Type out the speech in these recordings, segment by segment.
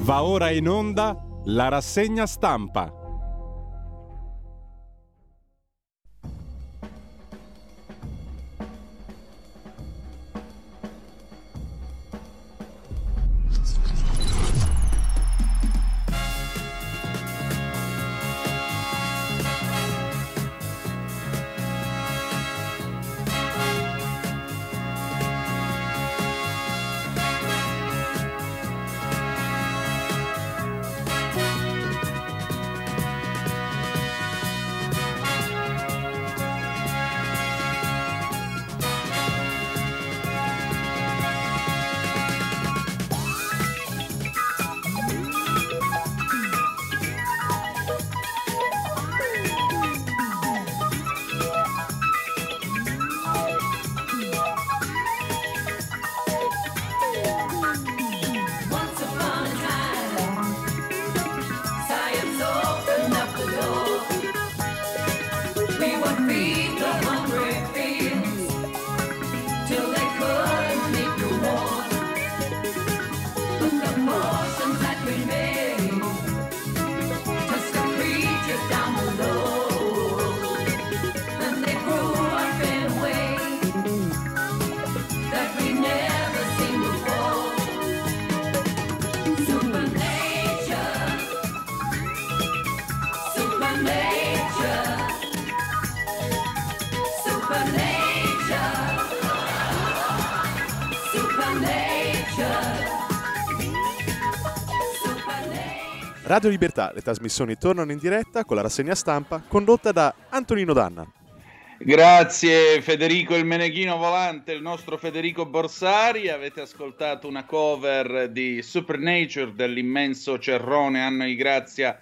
Va ora in onda la rassegna stampa. Radio Libertà, le trasmissioni tornano in diretta con la rassegna stampa condotta da Antonino Danna. Grazie Federico il Meneghino Volante, il nostro Federico Borsari. Avete ascoltato una cover di Supernature dell'immenso Cerrone, anno di grazia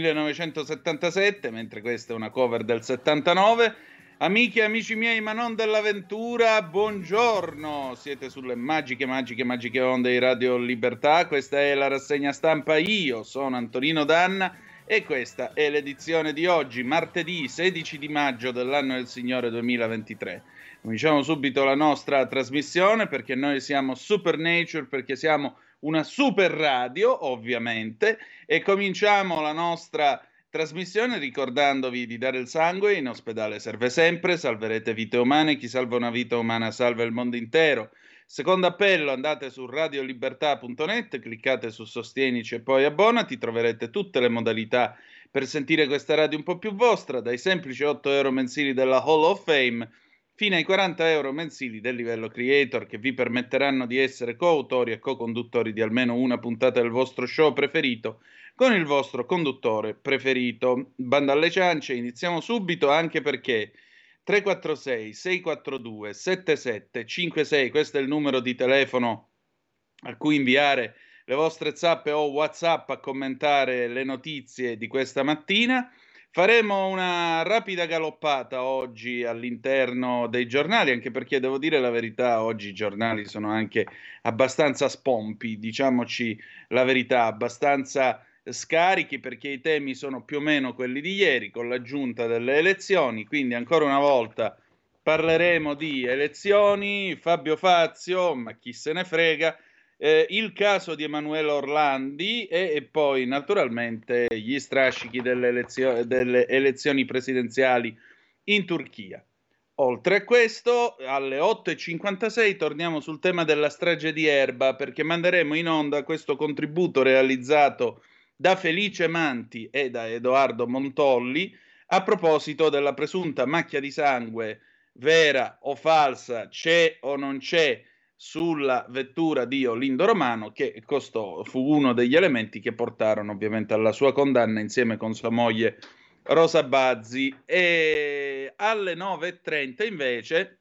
1977, mentre questa è una cover del 79. Amiche e amici miei, ma non dell'avventura, buongiorno, siete sulle magiche onde di Radio Libertà. Questa è la rassegna stampa, io sono Antonino Danna e questa è l'edizione di oggi, martedì 16 di maggio dell'anno del Signore 2023. Cominciamo subito la nostra trasmissione perché noi siamo Supernature, perché siamo una super radio ovviamente, e cominciamo la nostra trasmissione ricordandovi di dare il sangue. In ospedale serve sempre, salverete vite umane, chi salva una vita umana salva il mondo intero. Secondo appello, andate su radiolibertà.net, cliccate su Sostienici e poi abbonati, troverete tutte le modalità per sentire questa radio un po' più vostra, dai semplici 8 euro mensili della Hall of Fame fino ai 40 euro mensili del livello creator, che vi permetteranno di essere coautori e co-conduttori di almeno una puntata del vostro show preferito con il vostro conduttore preferito. Banda alle ciance, iniziamo subito, anche perché 346 642 7756, questo è il numero di telefono a cui inviare le vostre zappe o WhatsApp a commentare le notizie di questa mattina. Faremo una rapida galoppata oggi all'interno dei giornali, anche perché devo dire la verità, oggi i giornali sono anche abbastanza spompi, diciamoci la verità, abbastanza scarichi, perché i temi sono più o meno quelli di ieri, con l'aggiunta delle elezioni. Quindi ancora una volta parleremo di elezioni, Fabio Fazio, ma chi se ne frega, il caso di Emanuela Orlandi e poi naturalmente gli strascichi delle elezioni presidenziali in Turchia. Oltre a questo, alle 8.56 torniamo sul tema della strage di Erba, perché manderemo in onda questo contributo realizzato da Felice Manti e da Edoardo Montolli a proposito della presunta macchia di sangue, vera o falsa, c'è o non c'è, sulla vettura di Olindo Romano, che fu uno degli elementi che portarono ovviamente alla sua condanna insieme con sua moglie Rosa Bazzi. E alle 9.30 invece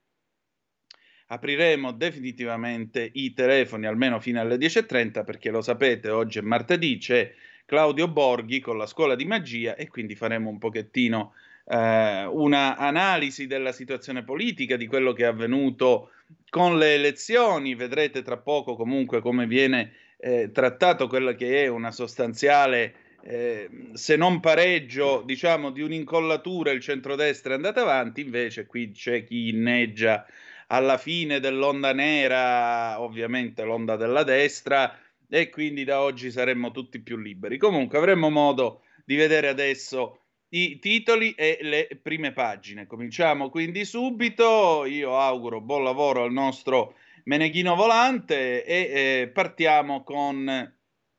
apriremo definitivamente i telefoni, almeno fino alle 10.30, perché lo sapete, oggi è martedì, c'è Claudio Borghi con la scuola di magia e quindi faremo un pochettino una analisi della situazione politica, di quello che è avvenuto con le elezioni. Vedrete tra poco comunque come viene trattato quella che è una sostanziale, se non pareggio, diciamo, di un'incollatura. Il centrodestra è andato avanti, invece qui c'è chi inneggia alla fine dell'onda nera, ovviamente l'onda della destra, e quindi da oggi saremmo tutti più liberi. Comunque avremo modo di vedere adesso i titoli e le prime pagine. Cominciamo quindi subito. Io auguro buon lavoro al nostro Meneghino Volante e partiamo con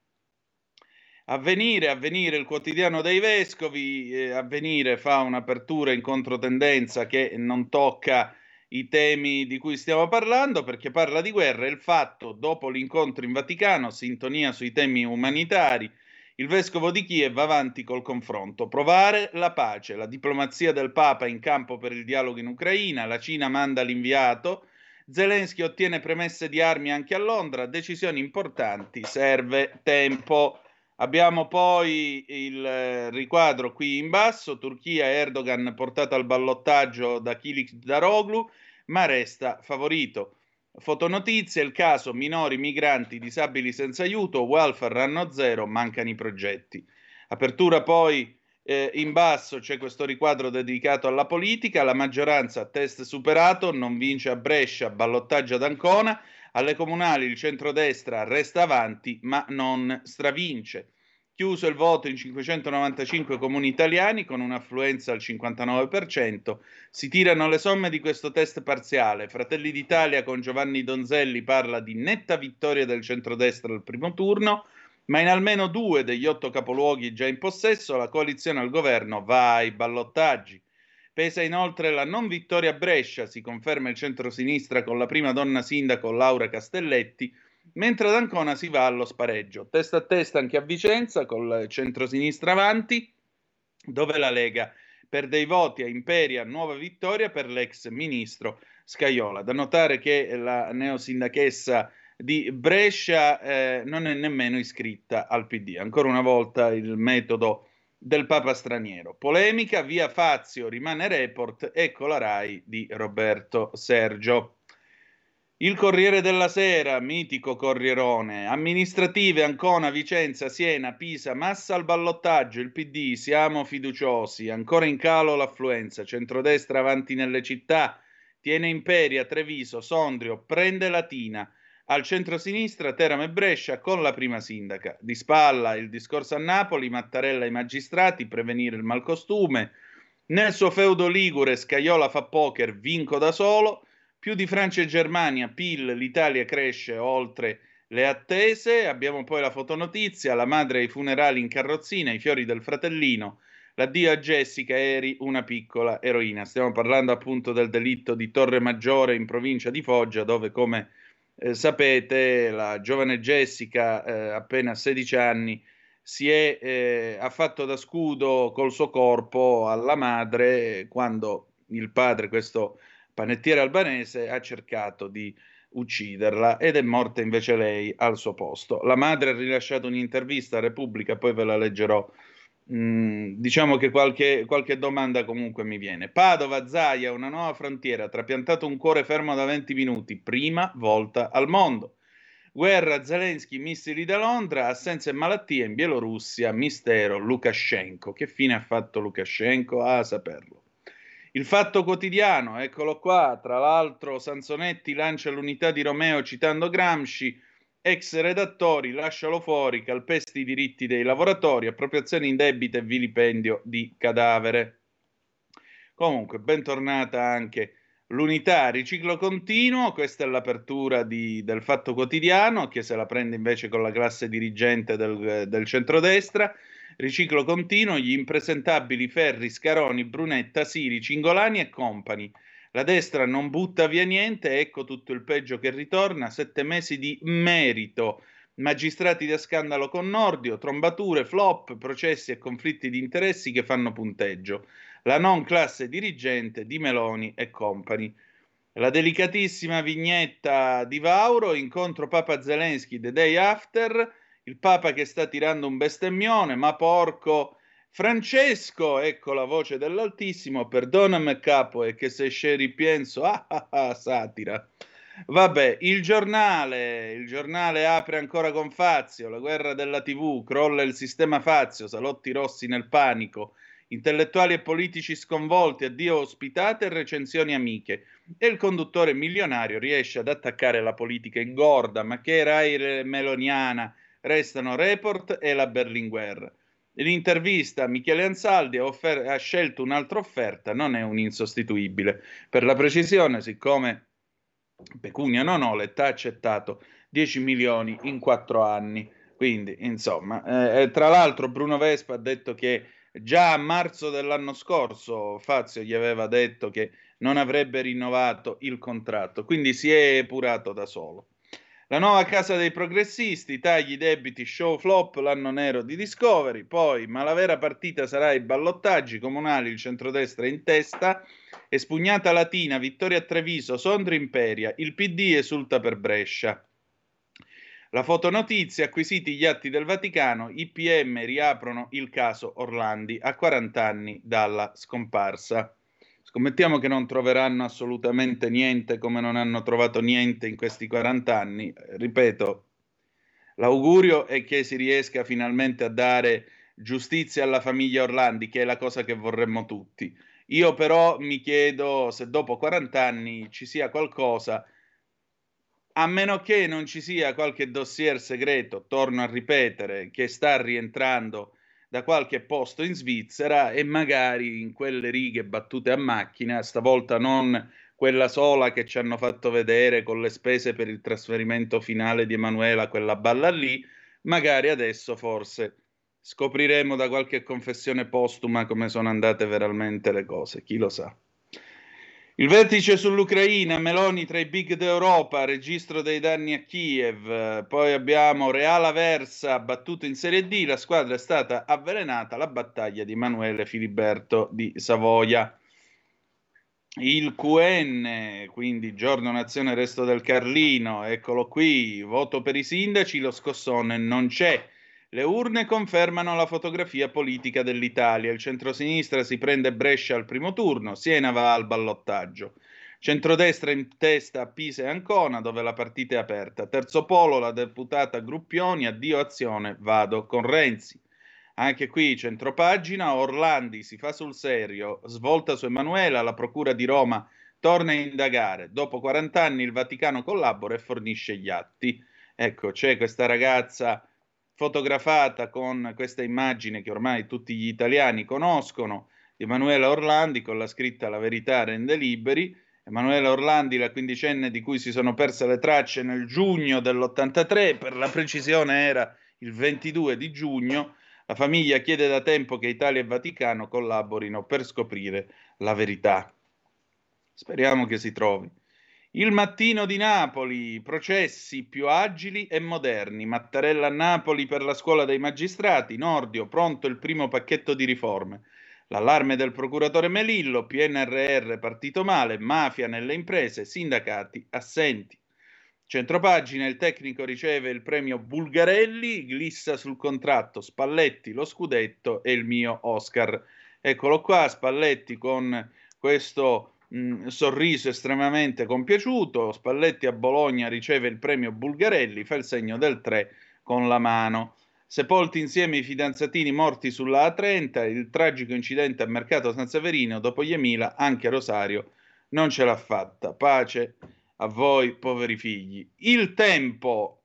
Avvenire, il quotidiano dei vescovi. Avvenire fa un'apertura in controtendenza che non tocca i temi di cui stiamo parlando, perché parla di guerra e il fatto, dopo l'incontro in Vaticano, sintonia sui temi umanitari, il vescovo di Kiev va avanti col confronto, provare la pace, la diplomazia del Papa in campo per il dialogo in Ucraina, la Cina manda l'inviato, Zelensky ottiene premesse di armi anche a Londra, decisioni importanti, serve tempo. Abbiamo poi il riquadro qui in basso, Turchia e Erdogan portato al ballottaggio da Kilik Daroglu, ma resta favorito. Fotonotizie, il caso minori migranti disabili senza aiuto, welfare anno zero, mancano i progetti. Apertura poi in basso c'è questo riquadro dedicato alla politica, la maggioranza test superato, non vince a Brescia, ballottaggio ad Ancona, alle comunali il centrodestra resta avanti ma non stravince. Chiuso il voto in 595 comuni italiani con un'affluenza al 59%, si tirano le somme di questo test parziale. Fratelli d'Italia con Giovanni Donzelli parla di netta vittoria del centrodestra al primo turno, ma in almeno 2 degli 8 capoluoghi già in possesso la coalizione al governo va ai ballottaggi. Pesa inoltre la non vittoria a Brescia, si conferma il centro-sinistra con la prima donna sindaco Laura Castelletti, mentre ad Ancona si va allo spareggio. Testa a testa anche a Vicenza, col centro-sinistra avanti, dove la Lega perde i voti a Imperia, nuova vittoria per l'ex ministro Scajola. Da notare che la neosindachessa di Brescia non è nemmeno iscritta al PD. Ancora una volta il metodo del Papa straniero. Polemica, via Fazio, rimane Report, ecco la RAI di Roberto Sergio. Il Corriere della Sera, mitico Corrierone, amministrative, Ancona, Vicenza, Siena, Pisa, Massa al ballottaggio, il PD, siamo fiduciosi, ancora in calo l'affluenza, centrodestra avanti nelle città, tiene Imperia, Treviso, Sondrio, prende Latina, al centro-sinistra Teramo e Brescia con la prima sindaca. Di spalla il discorso a Napoli, Mattarella ai magistrati, prevenire il malcostume. Nel suo feudo ligure Scajola fa poker, vinco da solo. Più di Francia e Germania, PIL, l'Italia cresce oltre le attese. Abbiamo poi la fotonotizia, la madre ai funerali in carrozzina, i fiori del fratellino. L'addio a Jessica, eri una piccola eroina. Stiamo parlando appunto del delitto di Torre Maggiore in provincia di Foggia, dove come sapete, la giovane Jessica, appena 16 anni, ha fatto da scudo col suo corpo alla madre quando il padre, questo panettiere albanese, ha cercato di ucciderla ed è morta invece lei al suo posto. La madre ha rilasciato un'intervista a Repubblica, poi ve la leggerò. Diciamo che qualche domanda comunque mi viene. Padova, Zaia, una nuova frontiera, trapiantato un cuore fermo da 20 minuti, prima volta al mondo. Guerra, Zelensky, missili da Londra, assenza e malattia in Bielorussia, mistero, Lukashenko. Che fine ha fatto Lukashenko? A saperlo. Il Fatto Quotidiano, eccolo qua, tra l'altro Sansonetti lancia l'unità di Romeo citando Gramsci, ex redattori, lascialo fuori, calpesti i diritti dei lavoratori, appropriazione indebita e vilipendio di cadavere. Comunque, bentornata anche l'unità, riciclo continuo, questa è l'apertura del Fatto Quotidiano, che se la prende invece con la classe dirigente del centrodestra. Riciclo continuo, gli impresentabili Ferri, Scaroni, Brunetta, Siri, Cingolani e compagni. La destra non butta via niente, ecco tutto il peggio che ritorna, 7 mesi di merito, magistrati da scandalo con Nordio, trombature, flop, processi e conflitti di interessi che fanno punteggio, la non classe dirigente di Meloni e compagni. La delicatissima vignetta di Vauro, incontro Papa Zelensky the day after, il Papa che sta tirando un bestemmione, ma porco Francesco, ecco la voce dell'Altissimo, perdonami capo, e che se sceri penso, satira. Vabbè, il giornale apre ancora con Fazio, la guerra della TV, crolla il sistema Fazio, salotti rossi nel panico, intellettuali e politici sconvolti, addio ospitate e recensioni amiche. E il conduttore milionario riesce ad attaccare la politica ingorda, ma che Rai meloniana, restano Report e la Berlinguer. L'intervista Michele Ansaldi ha scelto un'altra offerta, non è un insostituibile. Per la precisione, siccome pecunia non ho, l'età ha accettato 10 milioni in 4 anni. Quindi, insomma, tra l'altro Bruno Vespa ha detto che già a marzo dell'anno scorso Fazio gli aveva detto che non avrebbe rinnovato il contratto, quindi si è epurato da solo. La nuova casa dei progressisti, tagli, debiti, show flop, l'anno nero di Discovery, poi, ma la vera partita sarà i ballottaggi comunali, il centrodestra in testa, espugnata Latina, vittoria a Treviso, Sondrio Imperia, il PD esulta per Brescia. La fotonotizia, acquisiti gli atti del Vaticano, i PM riaprono il caso Orlandi a 40 anni dalla scomparsa. Scommettiamo che non troveranno assolutamente niente, come non hanno trovato niente in questi 40 anni. Ripeto, l'augurio è che si riesca finalmente a dare giustizia alla famiglia Orlandi, che è la cosa che vorremmo tutti. Io però mi chiedo se dopo 40 anni ci sia qualcosa, a meno che non ci sia qualche dossier segreto, torno a ripetere, che sta rientrando da qualche posto in Svizzera e magari in quelle righe battute a macchina, stavolta non quella sola che ci hanno fatto vedere con le spese per il trasferimento finale di Emanuela, quella balla lì, magari adesso forse scopriremo da qualche confessione postuma come sono andate veramente le cose, chi lo sa. Il vertice sull'Ucraina, Meloni tra i big d'Europa, registro dei danni a Kiev, poi abbiamo Real Aversa battuto in Serie D, la squadra è stata avvelenata, la battaglia di Emanuele Filiberto di Savoia. Il QN, quindi Giorno Nazione Resto del Carlino, eccolo qui, voto per i sindaci, lo scossone non c'è. Le urne confermano la fotografia politica dell'Italia. Il centrosinistra si prende Brescia al primo turno, Siena va al ballottaggio. Centrodestra in testa a Pisa e Ancona, dove la partita è aperta. Terzo polo, la deputata Gruppioni, addio azione, vado con Renzi. Anche qui centropagina, Orlandi si fa sul serio, svolta su Emanuela, la procura di Roma torna a indagare. Dopo 40 anni il Vaticano collabora e fornisce gli atti. Ecco, c'è questa ragazza fotografata con questa immagine che ormai tutti gli italiani conoscono, di Emanuela Orlandi con la scritta La verità rende liberi. Emanuela Orlandi, la quindicenne di cui si sono perse le tracce nel giugno dell'83, per la precisione era il 22 di giugno. La famiglia chiede da tempo che Italia e Vaticano collaborino per scoprire la verità. Speriamo che si trovi. Il Mattino di Napoli, processi più agili e moderni. Mattarella a Napoli per la scuola dei magistrati, Nordio, pronto il primo pacchetto di riforme. L'allarme del procuratore Melillo, PNRR partito male, mafia nelle imprese, sindacati assenti. Centropagina, il tecnico riceve il premio Bulgarelli, glissa sul contratto, Spalletti, lo scudetto e il mio Oscar. Eccolo qua, Spalletti con questo sorriso estremamente compiaciuto. Spalletti a Bologna riceve il premio Bulgarelli, fa il segno del 3 con la mano. Sepolti insieme i fidanzatini morti sulla A30, il tragico incidente a Mercato San Severino, dopo gli Emila anche Rosario non ce l'ha fatta. Pace a voi poveri figli. Il tempo,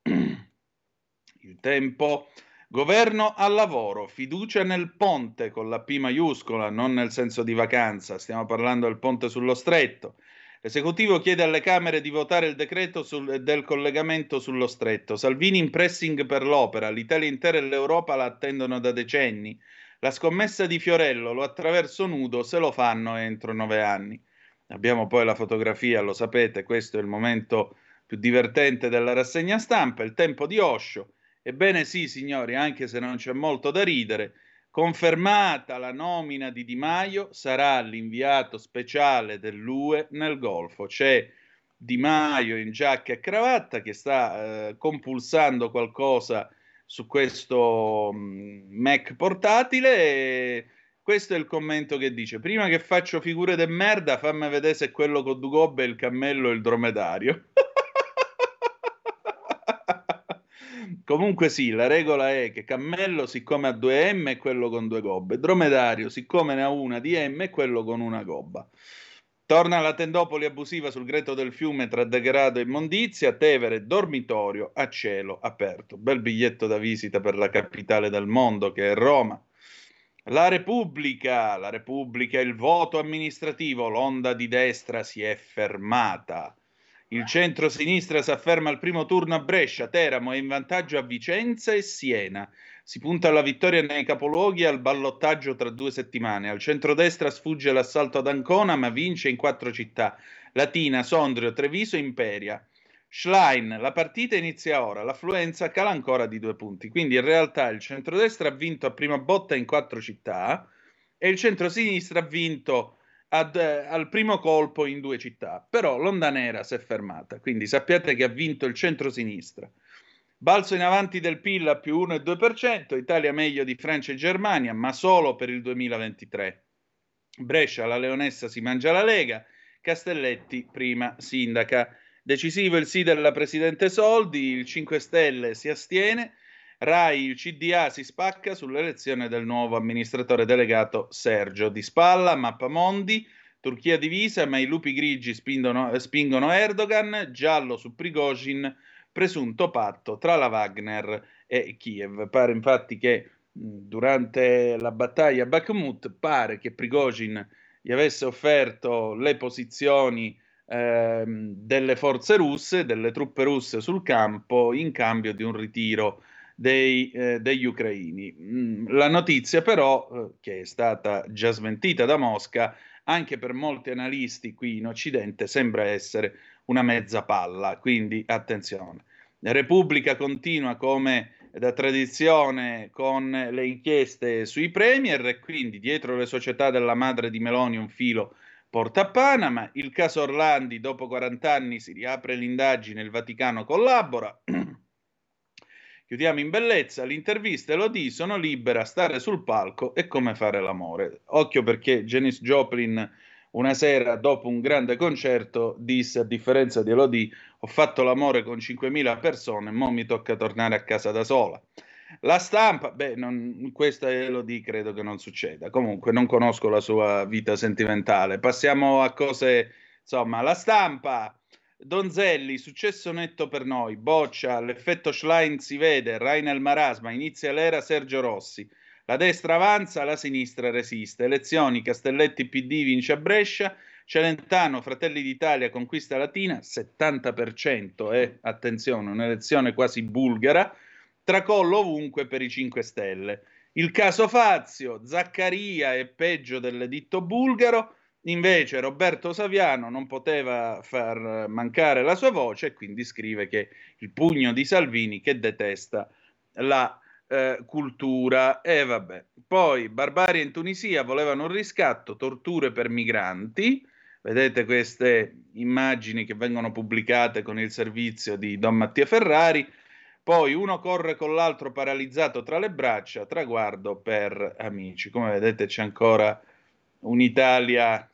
governo al lavoro, fiducia nel ponte con la P maiuscola, non nel senso di vacanza, stiamo parlando del ponte sullo stretto. L'esecutivo chiede alle Camere di votare il decreto del collegamento sullo stretto. Salvini in pressing per l'opera, l'Italia intera e l'Europa la attendono da decenni. La scommessa di Fiorello, lo attraverso nudo, se lo fanno entro 9 anni. Abbiamo poi la fotografia, lo sapete, questo è il momento più divertente della rassegna stampa, il tempo di Osho. Ebbene sì, signori, anche se non c'è molto da ridere, confermata la nomina di Di Maio, sarà l'inviato speciale dell'UE nel Golfo. C'è Di Maio in giacca e cravatta che sta compulsando qualcosa su questo Mac portatile e questo è il commento che dice: prima che faccio figure de merda, fammi vedere se quello con due gobbe è il cammello o il dromedario. Comunque sì, la regola è che cammello siccome ha 2 M è quello con 2 gobbe, dromedario siccome ne ha una di M è quello con una gobba. Torna la tendopoli abusiva sul greto del fiume tra degrado e immondizia, Tevere, dormitorio a cielo aperto. Bel biglietto da visita per la capitale del mondo che è Roma. La Repubblica, il voto amministrativo, l'onda di destra si è fermata. Il centro-sinistra si afferma al primo turno a Brescia, Teramo è in vantaggio a Vicenza e Siena. Si punta alla vittoria nei capoluoghi e al ballottaggio tra 2 settimane. Al centrodestra sfugge l'assalto ad Ancona, ma vince in 4 città: Latina, Sondrio, Treviso, Imperia. Schlein, la partita inizia ora, l'affluenza cala ancora di 2 punti. Quindi in realtà il centrodestra ha vinto a prima botta in 4 città e il centrosinistra ha vinto al primo colpo in 2 città. Però l'onda nera si è fermata, quindi sappiate che ha vinto il centrosinistra. Balzo in avanti del PIL a più 1,2%, Italia meglio di Francia e Germania, ma solo per il 2023. Brescia, la Leonessa si mangia la Lega, Castelletti prima sindaca. Decisivo il sì della Presidente Soldi, il 5 Stelle si astiene, Rai, il CDA si spacca sull'elezione del nuovo amministratore delegato Sergio Di Spalla, Mappamondi, Turchia divisa, ma i lupi grigi spingono Erdogan, giallo su Prigozhin, presunto patto tra la Wagner e Kiev. Pare infatti che durante la battaglia a Bakhmut pare che Prigozhin gli avesse offerto le posizioni delle forze russe, delle truppe russe sul campo in cambio di un ritiro degli ucraini. La notizia però, che è stata già smentita da Mosca, anche per molti analisti qui in Occidente sembra essere una mezza palla, quindi attenzione. La Repubblica continua come da tradizione con le inchieste sui premier e quindi dietro le società della madre di Meloni un filo porta a Panama. Il caso Orlandi, dopo 40 anni si riapre l'indagine, il Vaticano collabora. Chiudiamo in bellezza, l'intervista Elodie, sono libera, stare sul palco e come fare l'amore. Occhio perché Janis Joplin una sera dopo un grande concerto disse, a differenza di Elodie, ho fatto l'amore con 5.000 persone, mo mi tocca tornare a casa da sola. La Stampa, questa Elodie credo che non succeda, comunque non conosco la sua vita sentimentale. Passiamo a cose, insomma, La Stampa. Donzelli, successo netto per noi, boccia, l'effetto Schlein si vede, Rai nel marasma, inizia l'era Sergio Rossi, la destra avanza, la sinistra resiste, elezioni, Castelletti PD vince a Brescia, Celentano, Fratelli d'Italia conquista Latina, 70%, attenzione, un'elezione quasi bulgara, tracollo ovunque per i 5 Stelle. Il caso Fazio, Zaccaria è peggio dell'editto bulgaro, invece Roberto Saviano non poteva far mancare la sua voce e quindi scrive che il pugno di Salvini che detesta la cultura. E vabbè. Poi barbarie in Tunisia, volevano un riscatto, torture per migranti. Vedete queste immagini che vengono pubblicate con il servizio di Don Mattia Ferrari. Poi uno corre con l'altro paralizzato tra le braccia, traguardo per amici. Come vedete c'è ancora un'Italia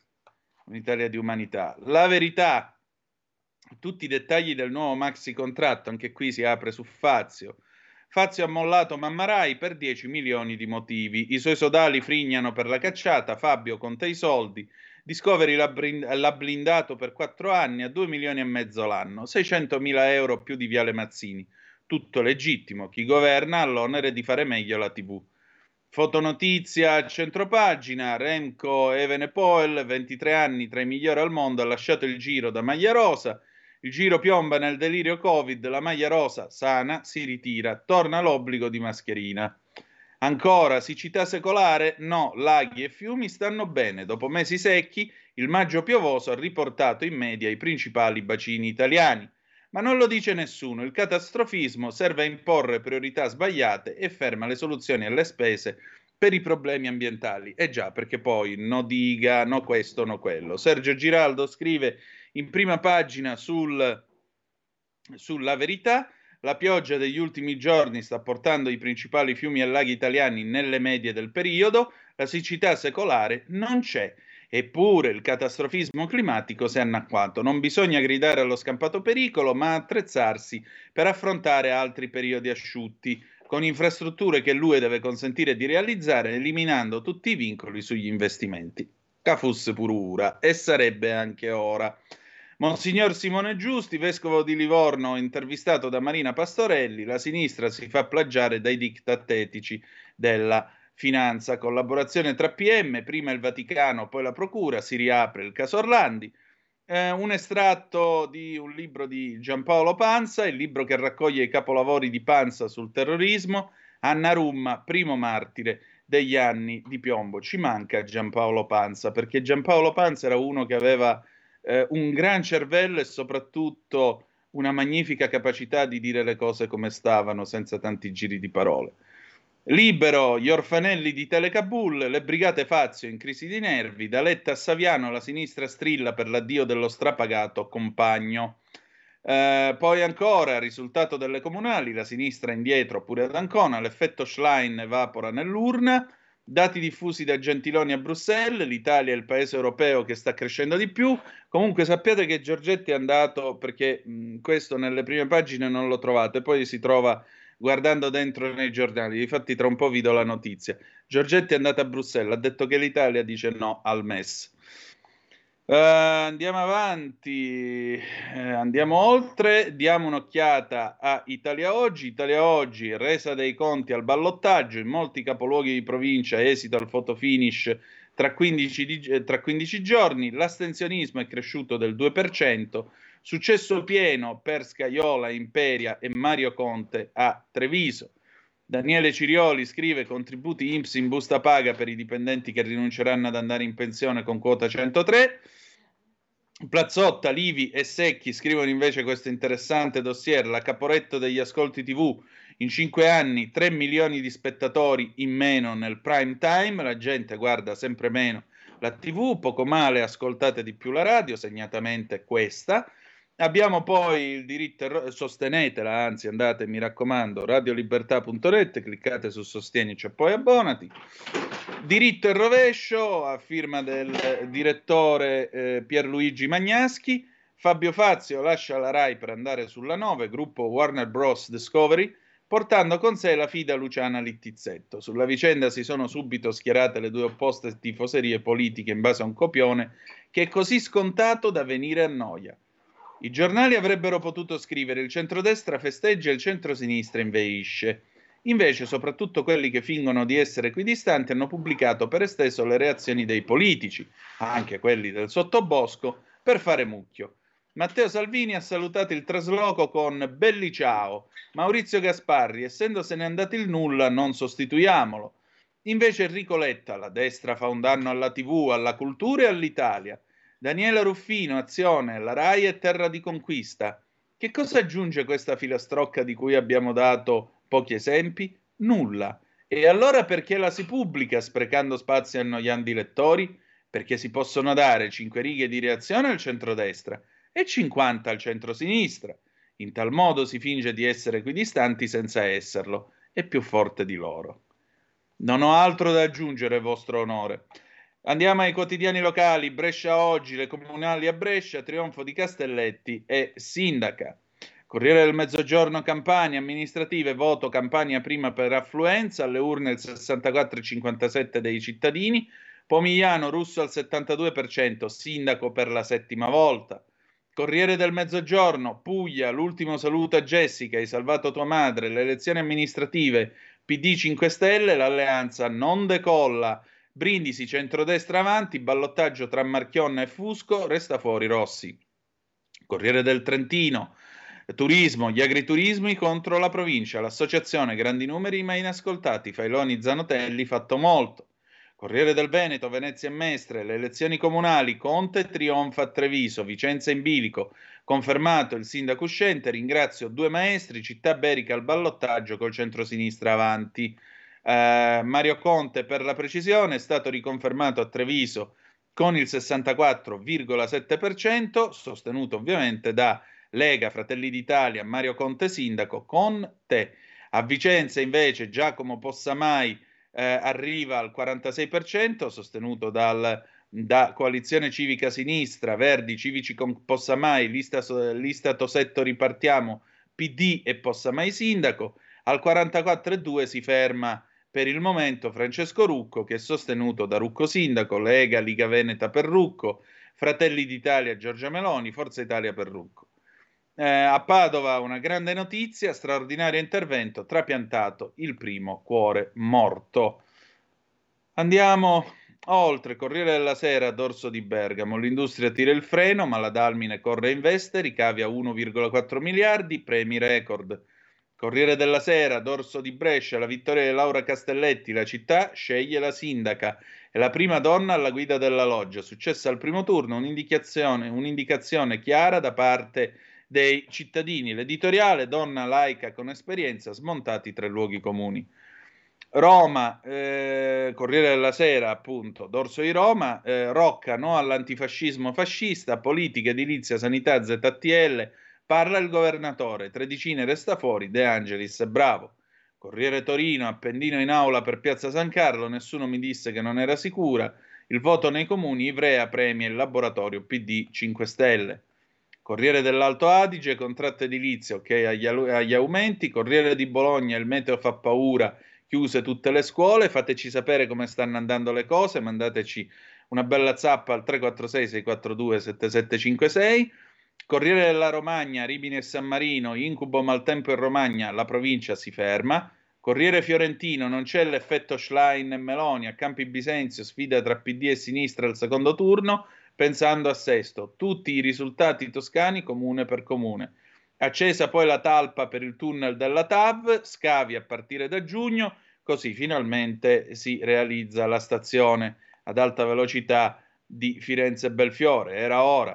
di umanità. La Verità, tutti i dettagli del nuovo maxi contratto, anche qui si apre su Fazio. Fazio ha mollato Mammarai per 10 milioni di motivi. I suoi sodali frignano per la cacciata, Fabio conta i soldi. Discovery l'ha blindato per 4 anni a 2 milioni e mezzo l'anno, 600.000 euro più di Viale Mazzini. Tutto legittimo, chi governa ha l'onere di fare meglio la TV. Fotonotizia a centropagina, Remco Evenepoel, 23 anni, tra i migliori al mondo, ha lasciato il Giro da maglia rosa, il Giro piomba nel delirio Covid, la maglia rosa sana si ritira, torna l'obbligo di mascherina. Ancora, siccità secolare? No, laghi e fiumi stanno bene, dopo mesi secchi il maggio piovoso ha riportato in media i principali bacini italiani. Ma non lo dice nessuno, il catastrofismo serve a imporre priorità sbagliate e ferma le soluzioni alle spese per i problemi ambientali. E già, perché poi no diga, no questo, no quello. Sergio Giraldo scrive in prima pagina sulla Verità, la pioggia degli ultimi giorni sta portando i principali fiumi e laghi italiani nelle medie del periodo, la siccità secolare non c'è. Eppure il catastrofismo climatico si è annacquato. Non bisogna gridare allo scampato pericolo, ma attrezzarsi per affrontare altri periodi asciutti, con infrastrutture che l'UE deve consentire di realizzare, eliminando tutti i vincoli sugli investimenti. Ca fosse purura, e sarebbe anche ora. Monsignor Simone Giusti, vescovo di Livorno, intervistato da Marina Pastorelli, la sinistra si fa plagiare dai diktat etici della finanza. Collaborazione tra PM, prima il Vaticano, poi la Procura, si riapre il caso Orlandi. Un estratto di un libro di Giampaolo Pansa, il libro che raccoglie i capolavori di Pansa sul terrorismo, Anna Rumma, primo martire degli anni di piombo. Ci manca Giampaolo Pansa, perché Giampaolo Pansa era uno che aveva un gran cervello e soprattutto una magnifica capacità di dire le cose come stavano, senza tanti giri di parole. Libero, gli orfanelli di Telecabul, le brigate Fazio in crisi di nervi, da Letta a Saviano la sinistra strilla per l'addio dello strapagato compagno. Poi ancora, risultato delle comunali, la sinistra indietro pure ad Ancona, l'effetto Schlein evapora nell'urna, dati diffusi da Gentiloni a Bruxelles, l'Italia è il paese europeo che sta crescendo di più. Comunque sappiate che Giorgetti è andato, perché questo nelle prime pagine non lo trovate, poi si trova guardando dentro nei giornali, difatti tra un po' vi do la notizia. Giorgetti è andato a Bruxelles, ha detto che l'Italia dice no al MES. Andiamo avanti, andiamo oltre, diamo un'occhiata a Italia Oggi. Italia Oggi, resa dei conti al ballottaggio, in molti capoluoghi di provincia esito al photo finish tra 15 giorni, l'astensionismo è cresciuto del 2%, successo pieno per Scajola, Imperia e Mario Conte a Treviso. Daniele Cirioli scrive contributi INPS in busta paga per i dipendenti che rinunceranno ad andare in pensione con quota 103. Plazzotta, Livi e Secchi scrivono invece questo interessante dossier, la Caporetto degli ascolti TV, in 5 anni 3 milioni di spettatori in meno nel prime time, la gente guarda sempre meno la TV, poco male ascoltate di più la radio, segnatamente questa. Abbiamo poi il diritto, sostenetela, anzi andate, mi raccomando, radiolibertà.net, cliccate su Sostienici e poi abbonati. Diritto e rovescio, a firma del direttore Pierluigi Magnaschi. Fabio Fazio lascia la Rai per andare sulla 9, gruppo Warner Bros. Discovery, portando con sé la fida Luciana Littizzetto. Sulla vicenda si sono subito schierate le due opposte tifoserie politiche in base a un copione che è così scontato da venire a noia. I giornali avrebbero potuto scrivere il centrodestra festeggia e il centrosinistra inveisce. Invece, soprattutto quelli che fingono di essere equidistanti hanno pubblicato per esteso le reazioni dei politici, anche quelli del sottobosco, per fare mucchio. Matteo Salvini ha salutato il trasloco con belli ciao. Maurizio Gasparri, essendosene andato il nulla, non sostituiamolo. Invece Enrico Letta, la destra fa un danno alla TV, alla cultura e all'Italia. Daniela Ruffino, Azione, la Rai è terra di conquista. Che cosa aggiunge questa filastrocca di cui abbiamo dato pochi esempi? Nulla. E allora perché la si pubblica sprecando spazio e annoiando i lettori? Perché si possono dare 5 righe di reazione al centrodestra e 50 al centrosinistra. In tal modo si finge di essere equidistanti senza esserlo, e più forte di loro. Non ho altro da aggiungere, vostro onore. Andiamo ai quotidiani locali. Brescia Oggi, le comunali a Brescia, trionfo di Castelletti e sindaca. Corriere del Mezzogiorno, Campania, amministrative, voto Campania prima per affluenza, alle urne il 64,57 dei cittadini, Pomigliano Russo al 72%, sindaco per la 7ª volta. Corriere del Mezzogiorno, Puglia, l'ultimo saluto a Jessica, hai salvato tua madre, le elezioni amministrative, PD 5 Stelle, l'alleanza non decolla, Brindisi, centrodestra avanti, ballottaggio tra Marchionne e Fusco, resta fuori Rossi. Corriere del Trentino, turismo, gli agriturismi contro la provincia, l'associazione, grandi numeri ma inascoltati, Failoni Zanotelli, fatto molto. Corriere del Veneto, Venezia e Mestre, le elezioni comunali, Conte trionfa a Treviso, Vicenza in bilico, confermato il sindaco uscente, ringrazio 2 maestri, Città Berica al ballottaggio col centrosinistra avanti. Mario Conte, per la precisione, è stato riconfermato a Treviso con il 64,7%, sostenuto ovviamente da Lega, Fratelli d'Italia, Mario Conte sindaco, con te. A Vicenza invece Giacomo Possamai arriva al 46%, sostenuto da Coalizione Civica Sinistra, Verdi, Civici con Possamai, lista Tosetto Ripartiamo, PD e Possamai sindaco. Al 44,2 si ferma per il momento Francesco Rucco, che è sostenuto da Rucco Sindaco, Lega, Liga Veneta per Rucco, Fratelli d'Italia Giorgia Meloni, Forza Italia per Rucco. A Padova una grande notizia, straordinario intervento, trapiantato il primo cuore morto. Andiamo oltre, Corriere della Sera, dorso di Bergamo, l'industria tira il freno, ma la Dalmine corre in veste, ricavi a 1,4 miliardi, premi record. Corriere della Sera, dorso di Brescia, la vittoria di Laura Castelletti, la città sceglie la sindaca, è la prima donna alla guida della loggia, successa al primo turno, un'indicazione chiara da parte dei cittadini, l'editoriale, donna laica con esperienza, smontati 3 luoghi comuni. Roma, Corriere della Sera, appunto, dorso di Roma, Rocca, no all'antifascismo fascista, politica, edilizia, sanità, ZTL, parla il governatore, Tredicine resta fuori, De Angelis, bravo. Corriere Torino, Appendino in aula per Piazza San Carlo, nessuno mi disse che non era sicura, il voto nei comuni, Ivrea premia il laboratorio PD 5 Stelle. Corriere dell'Alto Adige, contratto edilizio, ok agli aumenti, Corriere di Bologna, il meteo fa paura, chiuse tutte le scuole, fateci sapere come stanno andando le cose, mandateci una bella zappa al 346-642-7756. Corriere della Romagna, Rimini e San Marino, incubo maltempo in Romagna, la provincia si ferma. Corriere Fiorentino, non c'è l'effetto Schlein e Meloni, a Campi Bisenzio, sfida tra PD e sinistra al secondo turno, pensando a Sesto, tutti i risultati toscani comune per comune. Accesa poi la talpa per il tunnel della TAV, scavi a partire da giugno, così finalmente si realizza la stazione ad alta velocità di Firenze Belfiore. Era ora.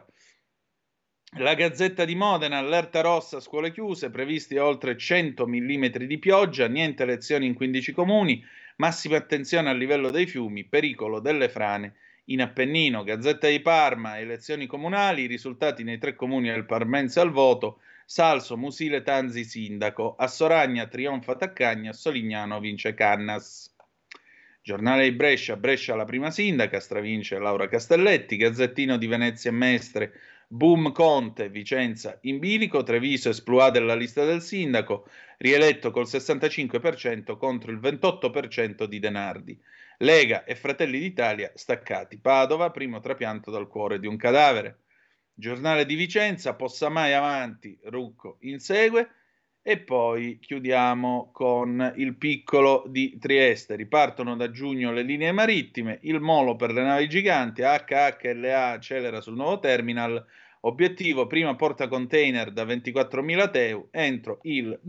La Gazzetta di Modena, allerta rossa, scuole chiuse, previsti oltre 100 mm di pioggia, niente lezioni in 15 comuni, massima attenzione al livello dei fiumi, pericolo delle frane in Appennino. Gazzetta di Parma, elezioni comunali, risultati nei 3 comuni del parmense al voto, Salso, Musile, Tanzi, sindaco. A Soragna trionfa Taccagna, a Solignano vince Cannas. Giornale di Brescia, Brescia la prima sindaca, stravince Laura Castelletti. Gazzettino di Venezia e Mestre, boom Conte, Vicenza in bilico, Treviso esploit della lista del sindaco, rieletto col 65% contro il 28% di Denardi. Lega e Fratelli d'Italia staccati. Padova, primo trapianto dal cuore di un cadavere. Giornale di Vicenza, possa mai avanti, Rucco insegue. E poi chiudiamo con il piccolo di Trieste. Ripartono da giugno le linee marittime, il molo per le navi giganti, HHLA accelera sul nuovo terminal, obiettivo prima porta container da 24.000 TEU entro il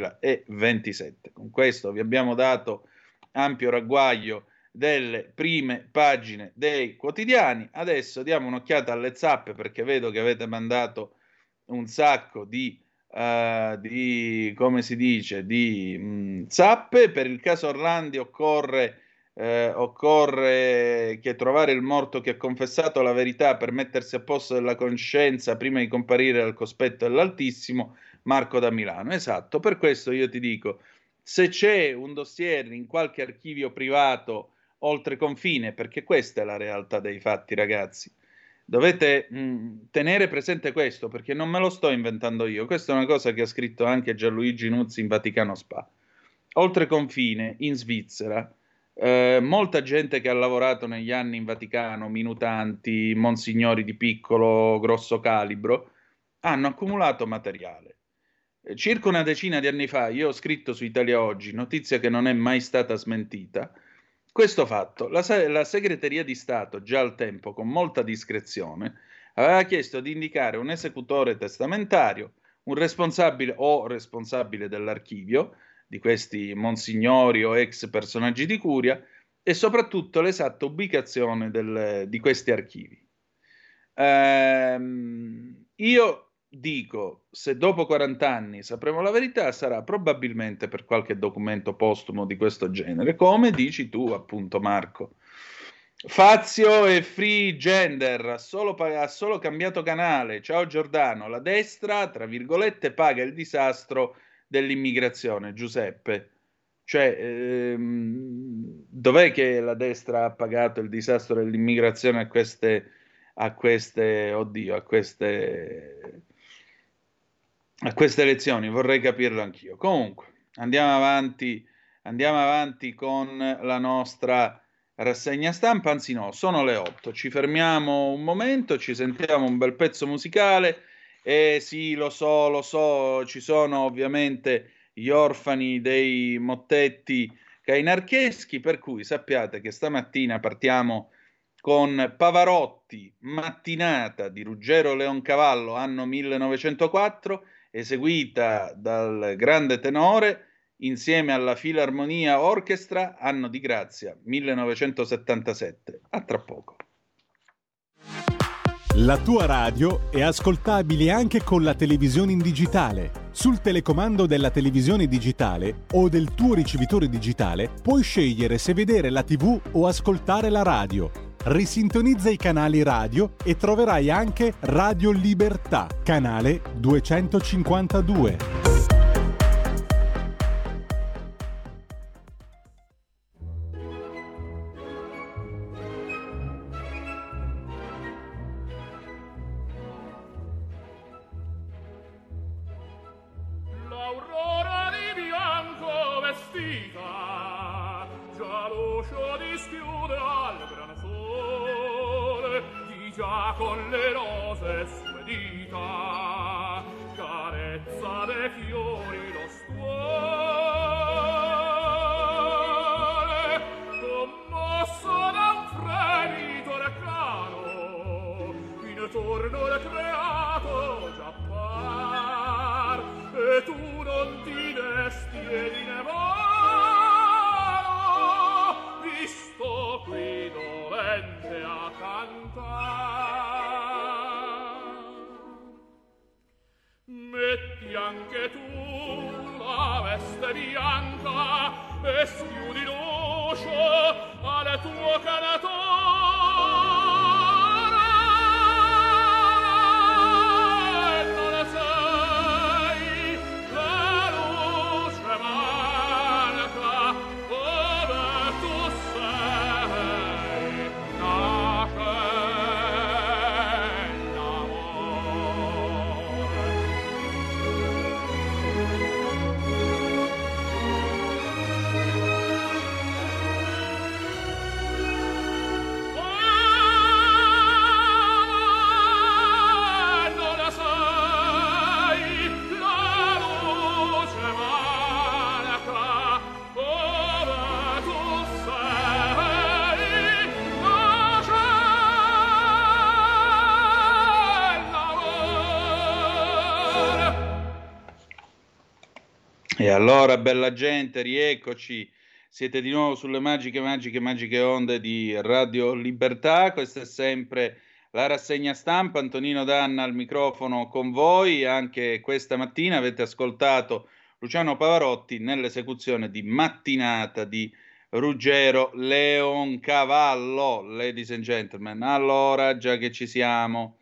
2027. Con questo vi abbiamo dato ampio ragguaglio delle prime pagine dei quotidiani. Adesso diamo un'occhiata alle zappe perché vedo che avete mandato un sacco di come si dice, di zappe. Per il caso Orlandi occorre che trovare il morto che ha confessato la verità per mettersi a posto della coscienza prima di comparire al cospetto dell'Altissimo. Marco da Milano. Esatto, per questo io ti dico, se c'è un dossier in qualche archivio privato oltre confine, perché questa è la realtà dei fatti, ragazzi. Dovete tenere presente questo, perché non me lo sto inventando io. Questa è una cosa che ha scritto anche Gianluigi Nuzzi in Vaticano Spa. Oltre confine, in Svizzera, molta gente che ha lavorato negli anni in Vaticano, minutanti, monsignori di piccolo, grosso calibro, hanno accumulato materiale. Circa una decina di anni fa, io ho scritto su Italia Oggi, notizia che non è mai stata smentita, questo fatto. La segreteria di Stato, già al tempo, con molta discrezione, aveva chiesto di indicare un esecutore testamentario, un responsabile o responsabile dell'archivio, di questi monsignori o ex personaggi di curia, e soprattutto l'esatta ubicazione di questi archivi. Io dico, se dopo 40 anni sapremo la verità, sarà probabilmente per qualche documento postumo di questo genere, come dici tu, appunto, Marco. Fazio e Free Gender ha solo cambiato canale. Ciao Giordano, la destra, tra virgolette, paga il disastro dell'immigrazione. Giuseppe, cioè, dov'è che la destra ha pagato il disastro dell'immigrazione a queste, oddio, a queste elezioni? Vorrei capirlo anch'io. Comunque, andiamo avanti Andiamo avanti con la nostra rassegna stampa, anzi no, sono le 8. Ci fermiamo un momento, ci sentiamo un bel pezzo musicale e sì, lo so, ci sono ovviamente gli orfani dei mottetti cainarcheschi, per cui sappiate che stamattina partiamo con Pavarotti, Mattinata di Ruggero Leoncavallo, anno 1904, eseguita dal grande tenore insieme alla Filarmonia Orchestra, anno di grazia 1977. A tra poco. La tua radio è ascoltabile anche con la televisione in digitale. Sul telecomando della televisione digitale o del tuo ricevitore digitale puoi scegliere se vedere la TV o ascoltare la radio. Risintonizza i canali radio e troverai anche Radio Libertà, canale 252. L'aurora di bianco vestita, già l'uscio dischiude al gran sole, di già con le rose sue dita, carezza dei fiori lo stuole, commosso da un fremito arcano, intorno al creato già par, e tu non ti desti ed in vano, visto qui dolente a cantar. Metti anche tu la veste bianca e schiudi l'uscio al tuo canatore. Non sei la luce manca ove tu sei, nasce l'amore. Non sai la luce manca ove tu sei, nasce l'amore. E allora, bella gente, rieccoci. Siete di nuovo sulle magiche onde di Radio Libertà. Questa è sempre la rassegna stampa. Antonino Danna al microfono con voi. Anche questa mattina avete ascoltato Luciano Pavarotti nell'esecuzione di Mattinata di Ruggero Leoncavallo, ladies and gentlemen. Allora, già che ci siamo,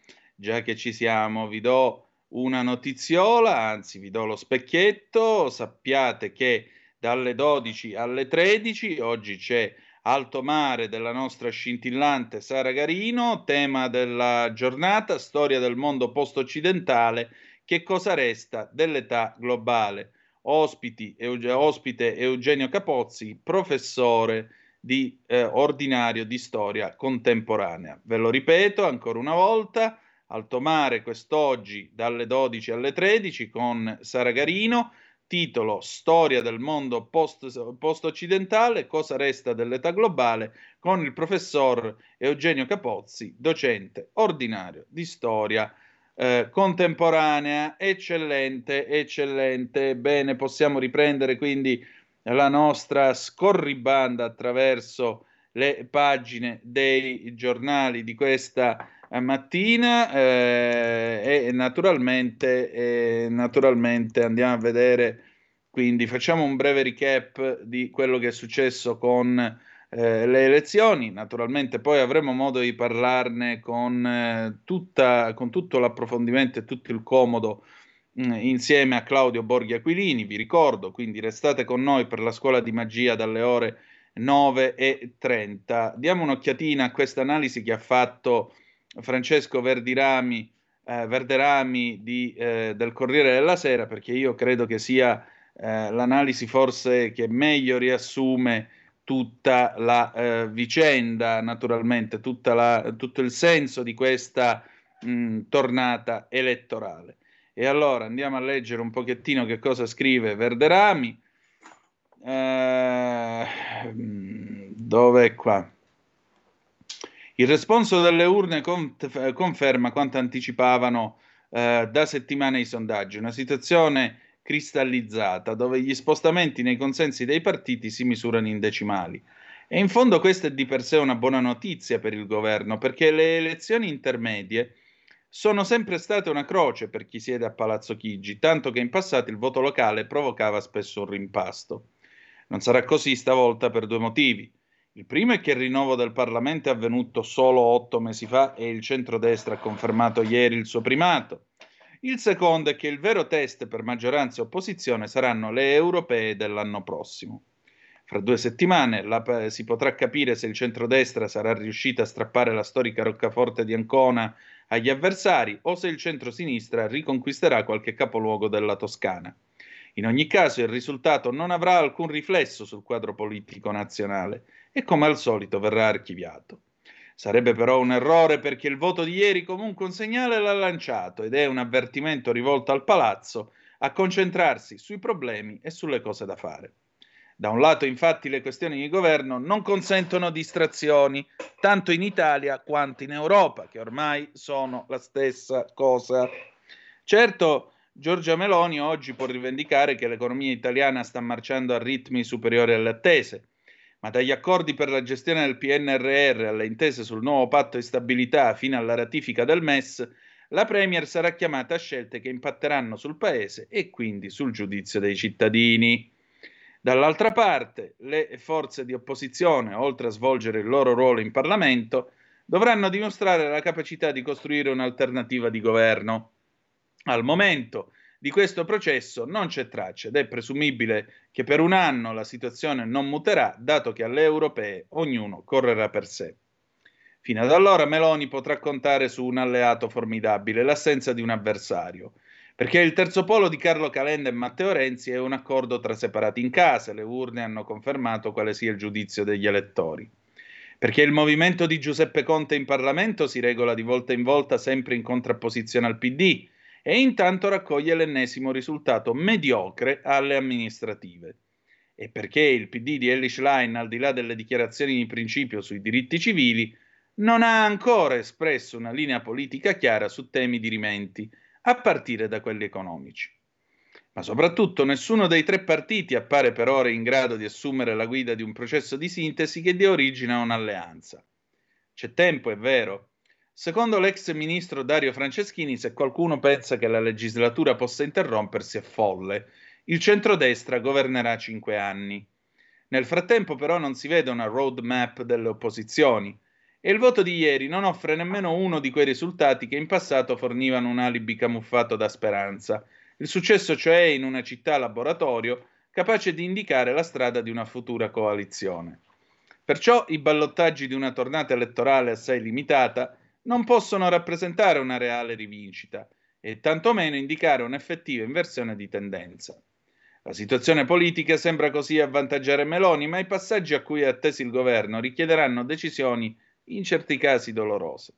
vi do una notiziola, anzi vi do lo specchietto. Sappiate che dalle 12 alle 13 oggi c'è Alto Mare della nostra scintillante Sara Garino, tema della giornata, storia del mondo post-occidentale, che cosa resta dell'età globale. Ospite Eugenio Capozzi, professore di ordinario di storia contemporanea. Ve lo ripeto ancora una volta, Alto Mare quest'oggi dalle 12 alle 13 con Sara Garino, titolo Storia del mondo post-occidentale, cosa resta dell'età globale, con il professor Eugenio Capozzi, docente ordinario di storia contemporanea. Eccellente. Bene, possiamo riprendere quindi la nostra scorribanda attraverso le pagine dei giornali di questa mattina e naturalmente andiamo a vedere, quindi facciamo un breve recap di quello che è successo con le elezioni. Naturalmente poi avremo modo di parlarne con tutto l'approfondimento e tutto il comodo insieme a Claudio Borghi Aquilini. Vi ricordo, quindi restate con noi per la scuola di magia dalle ore 9:30. Diamo un'occhiatina a questa analisi che ha fatto Francesco Verderami del Corriere della Sera, perché io credo che sia l'analisi forse che meglio riassume tutta la vicenda, naturalmente, tutto il senso di questa tornata elettorale. E allora andiamo a leggere un pochettino che cosa scrive Verderami. Dove è qua? Il responso delle urne conferma quanto anticipavano da settimane i sondaggi, una situazione cristallizzata dove gli spostamenti nei consensi dei partiti si misurano in decimali. E in fondo questa è di per sé una buona notizia per il governo, perché le elezioni intermedie sono sempre state una croce per chi siede a Palazzo Chigi, tanto che in passato il voto locale provocava spesso un rimpasto. Non sarà così stavolta per due motivi. Il primo è che il rinnovo del Parlamento è avvenuto solo 8 mesi fa e il centrodestra ha confermato ieri il suo primato. Il secondo è che il vero test per maggioranza e opposizione saranno le europee dell'anno prossimo. Fra 2 settimane si potrà capire se il centrodestra sarà riuscito a strappare la storica roccaforte di Ancona agli avversari o se il centrosinistra riconquisterà qualche capoluogo della Toscana. In ogni caso il risultato non avrà alcun riflesso sul quadro politico nazionale e come al solito verrà archiviato. Sarebbe però un errore perché il voto di ieri comunque un segnale l'ha lanciato ed è un avvertimento rivolto al palazzo a concentrarsi sui problemi e sulle cose da fare. Da un lato, infatti, le questioni di governo non consentono distrazioni, tanto in Italia quanto in Europa, che ormai sono la stessa cosa. Certo, Giorgia Meloni oggi può rivendicare che l'economia italiana sta marciando a ritmi superiori alle attese, ma dagli accordi per la gestione del PNRR alle intese sul nuovo patto di stabilità fino alla ratifica del MES, la Premier sarà chiamata a scelte che impatteranno sul Paese e quindi sul giudizio dei cittadini. Dall'altra parte, le forze di opposizione, oltre a svolgere il loro ruolo in Parlamento, dovranno dimostrare la capacità di costruire un'alternativa di governo. Al momento di questo processo non c'è traccia ed è presumibile che per un anno la situazione non muterà, dato che alle europee ognuno correrà per sé. Fino ad allora Meloni potrà contare su un alleato formidabile, l'assenza di un avversario, perché il terzo polo di Carlo Calenda e Matteo Renzi è un accordo tra separati in casa, le urne hanno confermato quale sia il giudizio degli elettori. Perché il movimento di Giuseppe Conte in Parlamento si regola di volta in volta sempre in contrapposizione al PD e intanto raccoglie l'ennesimo risultato mediocre alle amministrative. E perché il PD di Elly Schlein, al di là delle dichiarazioni di principio sui diritti civili, non ha ancora espresso una linea politica chiara su temi dirimenti, a partire da quelli economici. Ma soprattutto nessuno dei tre partiti appare per ora in grado di assumere la guida di un processo di sintesi che dia origine a un'alleanza. C'è tempo, è vero. Secondo l'ex ministro Dario Franceschini, se qualcuno pensa che la legislatura possa interrompersi è folle. Il centrodestra governerà 5 anni. Nel frattempo però non si vede una roadmap delle opposizioni e il voto di ieri non offre nemmeno uno di quei risultati che in passato fornivano un alibi camuffato da speranza. Il successo cioè in una città laboratorio capace di indicare la strada di una futura coalizione. Perciò i ballottaggi di una tornata elettorale assai limitata non possono rappresentare una reale rivincita e tantomeno indicare un'effettiva inversione di tendenza. La situazione politica sembra così avvantaggiare Meloni, ma i passaggi a cui è atteso il governo richiederanno decisioni in certi casi dolorose.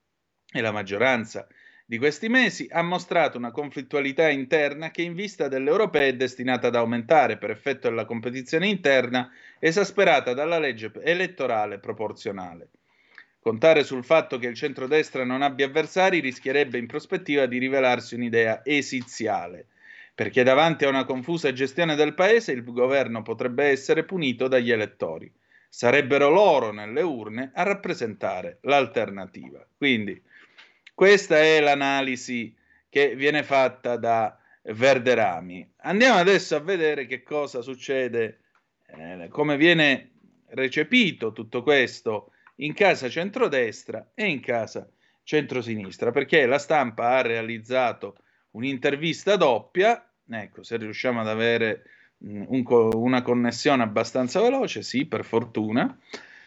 E la maggioranza di questi mesi ha mostrato una conflittualità interna che in vista delle europee è destinata ad aumentare per effetto della competizione interna esasperata dalla legge elettorale proporzionale. Contare sul fatto che il centrodestra non abbia avversari rischierebbe in prospettiva di rivelarsi un'idea esiziale, perché davanti a una confusa gestione del paese il governo potrebbe essere punito dagli elettori. Sarebbero loro nelle urne a rappresentare l'alternativa. Quindi questa è l'analisi che viene fatta da Verderami. Andiamo adesso a vedere che cosa succede, come viene recepito tutto questo in casa centrodestra e in casa centrosinistra, perché la Stampa ha realizzato un'intervista doppia, ecco, se riusciamo ad avere una connessione abbastanza veloce, sì, per fortuna,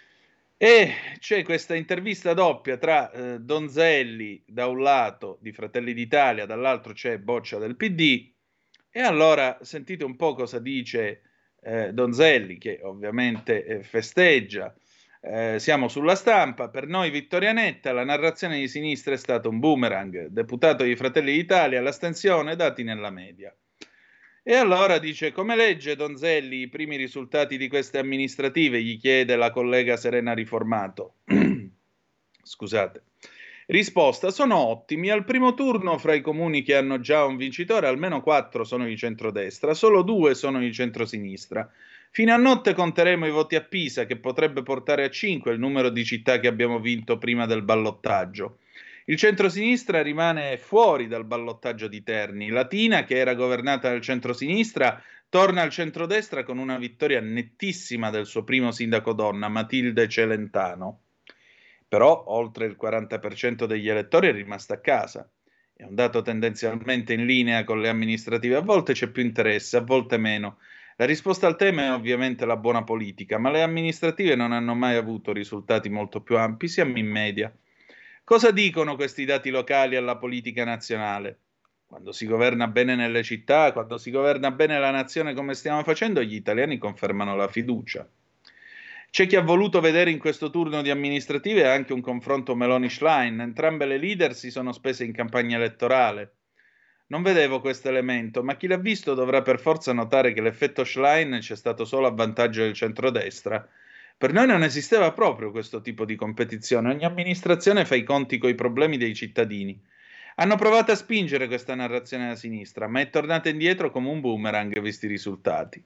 e c'è questa intervista doppia tra Donzelli da un lato di Fratelli d'Italia, dall'altro c'è Boccia del PD, E allora sentite un po' cosa dice Donzelli, che ovviamente festeggia. Siamo sulla Stampa. Per noi Vittoria netta, la narrazione di sinistra è stata un boomerang. Deputato di Fratelli d'Italia, l'astensione, dati nella media. E allora dice, come legge Donzelli i primi risultati di queste amministrative? Gli chiede la collega Serena Riformato. Scusate. Risposta, sono ottimi. Al primo turno, fra i comuni che hanno già un vincitore, almeno 4 sono di centrodestra, solo 2 sono di centrosinistra. Fino a notte conteremo i voti a Pisa, che potrebbe portare a 5 il numero di città che abbiamo vinto prima del ballottaggio. Il centrosinistra rimane fuori dal ballottaggio di Terni. Latina, che era governata dal centrosinistra, torna al centrodestra con una vittoria nettissima del suo primo sindaco donna, Matilde Celentano. Però oltre il 40% degli elettori è rimasto a casa. È un dato tendenzialmente in linea con le amministrative. A volte c'è più interesse, a volte meno. La risposta al tema è ovviamente la buona politica, ma le amministrative non hanno mai avuto risultati molto più ampi, siamo in media. Cosa dicono questi dati locali alla politica nazionale? Quando si governa bene nelle città, quando si governa bene la nazione come stiamo facendo, gli italiani confermano la fiducia. C'è chi ha voluto vedere in questo turno di amministrative anche un confronto Meloni-Schlein. Entrambe le leader si sono spese in campagna elettorale. Non vedevo questo elemento, ma chi l'ha visto dovrà per forza notare che l'effetto Schlein c'è stato solo a vantaggio del centrodestra. Per noi non esisteva proprio questo tipo di competizione. Ogni amministrazione fa i conti coi problemi dei cittadini. Hanno provato a spingere questa narrazione da sinistra, ma è tornata indietro come un boomerang visti i risultati.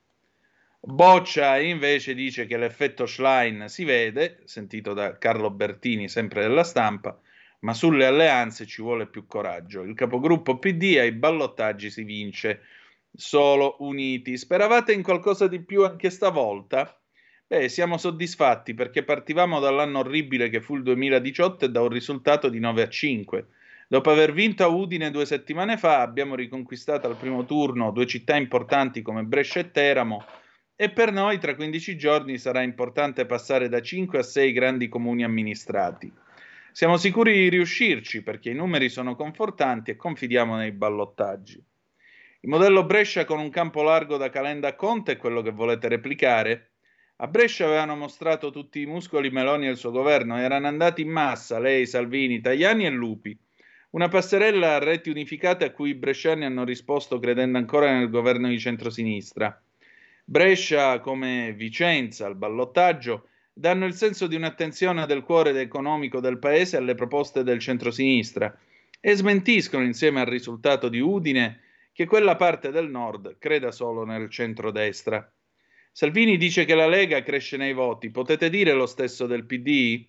Boccia invece dice che l'effetto Schlein si vede, sentito da Carlo Bertini, sempre della Stampa, ma sulle alleanze ci vuole più coraggio. Il capogruppo PD ai ballottaggi si vince solo uniti. Speravate in qualcosa di più anche stavolta? Beh, siamo soddisfatti perché partivamo dall'anno orribile che fu il 2018 e da un risultato di 9-5. Dopo aver vinto a Udine 2 settimane fa, abbiamo riconquistato al primo turno 2 città importanti come Brescia e Teramo, e per noi tra 15 giorni sarà importante passare da 5 a 6 grandi comuni amministrati. Siamo sicuri di riuscirci perché i numeri sono confortanti e confidiamo nei ballottaggi. Il modello Brescia con un campo largo da Calenda a Conte è quello che volete replicare? A Brescia avevano mostrato tutti i muscoli Meloni e il suo governo, erano andati in massa, lei, Salvini, Tajani e Lupi. Una passerella a reti unificate a cui i bresciani hanno risposto credendo ancora nel governo di centrosinistra. Brescia, come Vicenza al ballottaggio, danno il senso di un'attenzione del cuore economico del paese alle proposte del centrosinistra e smentiscono insieme al risultato di Udine che quella parte del nord creda solo nel centrodestra. Salvini dice che la Lega cresce nei voti. Potete dire lo stesso del PD?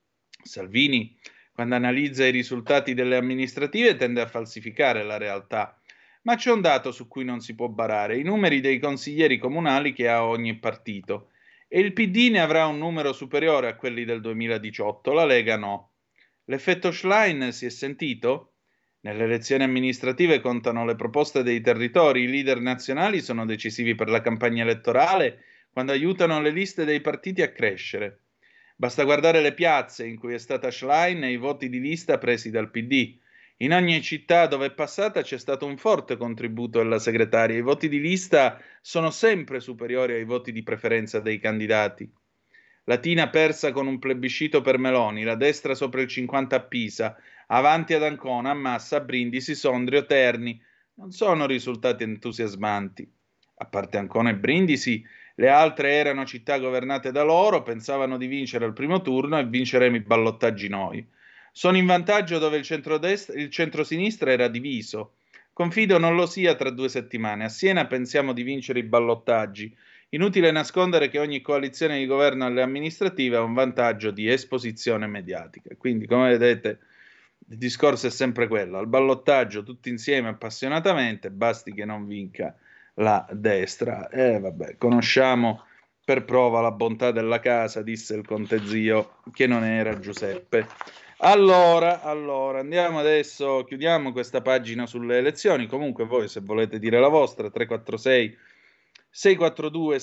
Salvini, quando analizza i risultati delle amministrative, tende a falsificare la realtà. Ma c'è un dato su cui non si può barare, i numeri dei consiglieri comunali che ha ogni partito. E il PD ne avrà un numero superiore a quelli del 2018, la Lega no. L'effetto Schlein si è sentito? Nelle elezioni amministrative contano le proposte dei territori, i leader nazionali sono decisivi per la campagna elettorale quando aiutano le liste dei partiti a crescere. Basta guardare le piazze in cui è stata Schlein e i voti di lista presi dal PD. In ogni città dove è passata c'è stato un forte contributo della segretaria. I voti di lista sono sempre superiori ai voti di preferenza dei candidati. Latina persa con un plebiscito per Meloni, la destra sopra il 50 a Pisa, avanti ad Ancona, a Massa, a Brindisi, Sondrio, Terni. Non sono risultati entusiasmanti. A parte Ancona e Brindisi, le altre erano città governate da loro, pensavano di vincere al primo turno e vinceremo i ballottaggi noi. Sono in vantaggio dove il centrosinistra era diviso. Confido non lo sia tra 2 settimane. A Siena pensiamo di vincere i ballottaggi. Inutile nascondere che ogni coalizione di governo alle amministrative ha un vantaggio di esposizione mediatica. Quindi, come vedete, il discorso è sempre quello. Al ballottaggio tutti insieme appassionatamente, basti che non vinca la destra. Vabbè, conosciamo per prova la bontà della casa, disse il conte zio, che non era Giuseppe. Allora, andiamo adesso, chiudiamo questa pagina sulle elezioni. Comunque voi, se volete dire la vostra, 346 642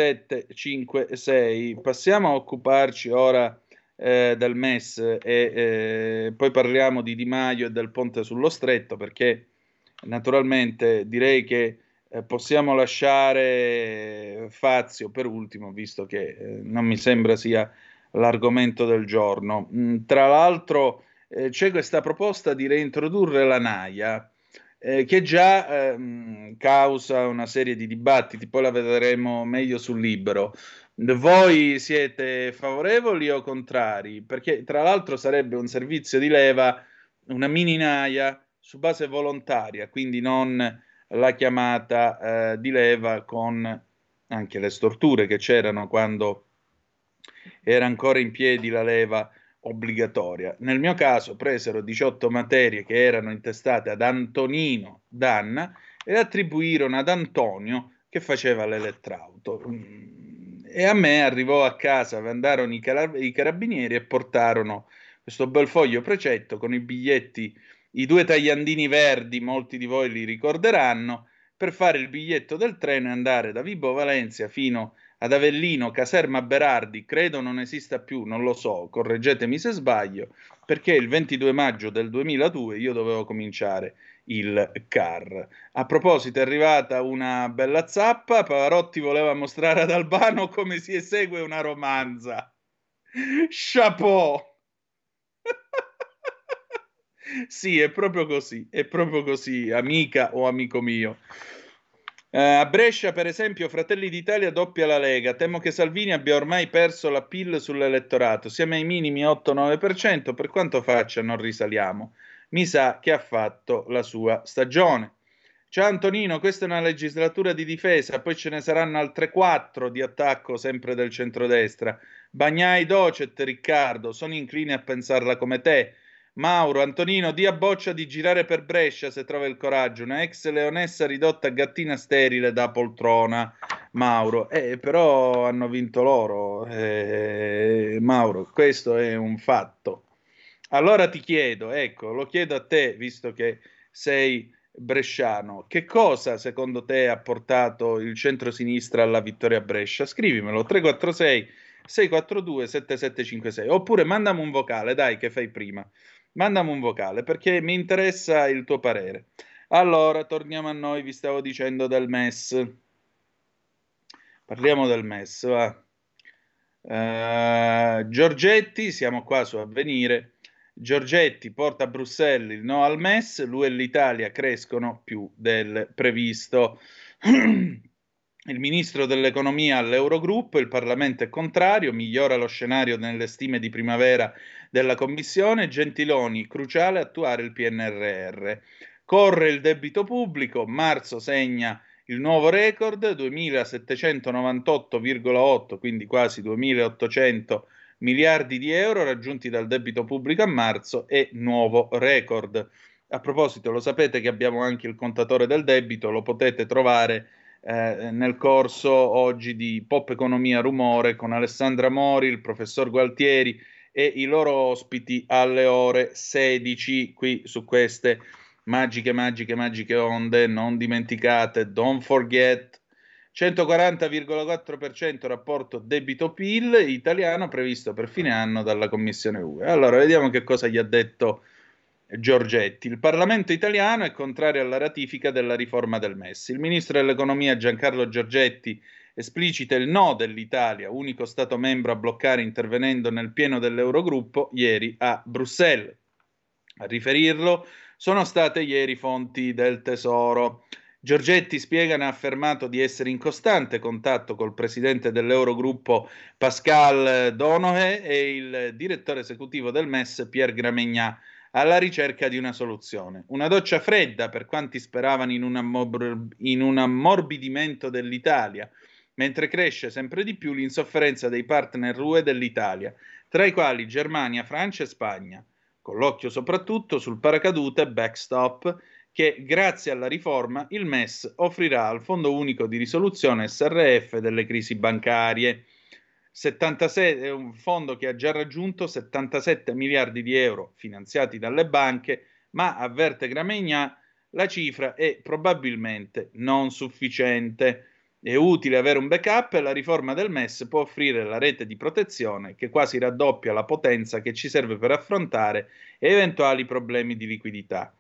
7756. Passiamo a occuparci ora del MES e poi parliamo di Di Maio e del ponte sullo Stretto, perché naturalmente direi che possiamo lasciare Fazio per ultimo, visto che non mi sembra sia l'argomento del giorno. Tra l'altro c'è questa proposta di reintrodurre la Naia, che già causa una serie di dibattiti, poi la vedremo meglio sul Libero. Voi siete favorevoli o contrari? Perché tra l'altro sarebbe un servizio di leva, una mini Naia su base volontaria, quindi non la chiamata di leva con anche le storture che c'erano quando era ancora in piedi la leva obbligatoria. Nel mio caso presero 18 materie che erano intestate ad Antonino Danna e attribuirono ad Antonio che faceva l'elettrauto. E a me arrivò a casa, andarono i carabinieri e portarono questo bel foglio precetto con i biglietti, i due tagliandini verdi, molti di voi li ricorderanno, per fare il biglietto del treno e andare da Vibo Valencia fino ad Avellino, caserma Berardi, credo non esista più, non lo so, correggetemi se sbaglio, perché il 22 maggio del 2002 io dovevo cominciare il CAR. A proposito, è arrivata una bella zappa, Pavarotti voleva mostrare ad Albano come si esegue una romanza. Chapeau! Sì, è proprio così, amica o amico mio. A Brescia, per esempio, Fratelli d'Italia doppia la Lega. Temo che Salvini abbia ormai perso la PIL sull'elettorato. Siamo ai minimi 8-9%, per quanto faccia non risaliamo. Mi sa che ha fatto la sua stagione. Ciao Antonino, questa è una legislatura di difesa, poi ce ne saranno altre 4 di attacco sempre del centrodestra. Bagnai docet, Riccardo, sono incline a pensarla come te. Mauro, Antonino, di a Boccia di girare per Brescia se trova il coraggio, una ex leonessa ridotta a gattina sterile da poltrona. Mauro, però hanno vinto loro, Mauro, questo è un fatto. Allora ti chiedo, ecco, lo chiedo a te, visto che sei bresciano, che cosa secondo te ha portato il centro-sinistra alla vittoria a Brescia? Scrivimelo, 346 642 7756, oppure mandami un vocale, dai, che fai prima. Mandami un vocale perché mi interessa il tuo parere. Allora, torniamo a noi, vi stavo dicendo del MES. Parliamo del MES, va. Giorgetti, siamo qua su Avvenire. Giorgetti porta a Bruxelles il no al MES, lui e l'Italia crescono più del previsto. Il ministro dell'economia all'Eurogruppo, il Parlamento è contrario, migliora lo scenario nelle stime di primavera della Commissione, Gentiloni, cruciale attuare il PNRR. Corre il debito pubblico, marzo segna il nuovo record, 2.798,8, quindi quasi 2.800 miliardi di euro raggiunti dal debito pubblico a marzo e nuovo record. A proposito, lo sapete che abbiamo anche il contatore del debito, lo potete trovare nel corso oggi di Pop Economia Rumore con Alessandra Mori, il professor Gualtieri e i loro ospiti alle ore 16 qui su queste magiche onde. Non dimenticate, don't forget, 140,4% rapporto debito-PIL italiano previsto per fine anno dalla Commissione UE. Allora, vediamo che cosa gli ha detto Giorgetti. Il Parlamento italiano è contrario alla ratifica della riforma del MES. Il ministro dell'economia Giancarlo Giorgetti esplicita il no dell'Italia, unico Stato membro a bloccare intervenendo nel pieno dell'Eurogruppo, ieri a Bruxelles. A riferirlo sono state ieri fonti del Tesoro. Giorgetti spiega ha affermato di essere in costante contatto col presidente dell'Eurogruppo Pascal Donohoe e il direttore esecutivo del MES Pierre Gramegna alla ricerca di una soluzione. Una doccia fredda per quanti speravano in un ammorbidimento dell'Italia, mentre cresce sempre di più l'insofferenza dei partner UE dell'Italia, tra i quali Germania, Francia e Spagna, con l'occhio soprattutto sul paracadute backstop che, grazie alla riforma, il MES offrirà al Fondo Unico di Risoluzione SRF delle crisi bancarie. 77, è un fondo che ha già raggiunto 77 miliardi di euro finanziati dalle banche, ma, avverte Gramegna, la cifra è probabilmente non sufficiente. È utile avere un backup e la riforma del MES può offrire la rete di protezione che quasi raddoppia la potenza che ci serve per affrontare eventuali problemi di liquidità.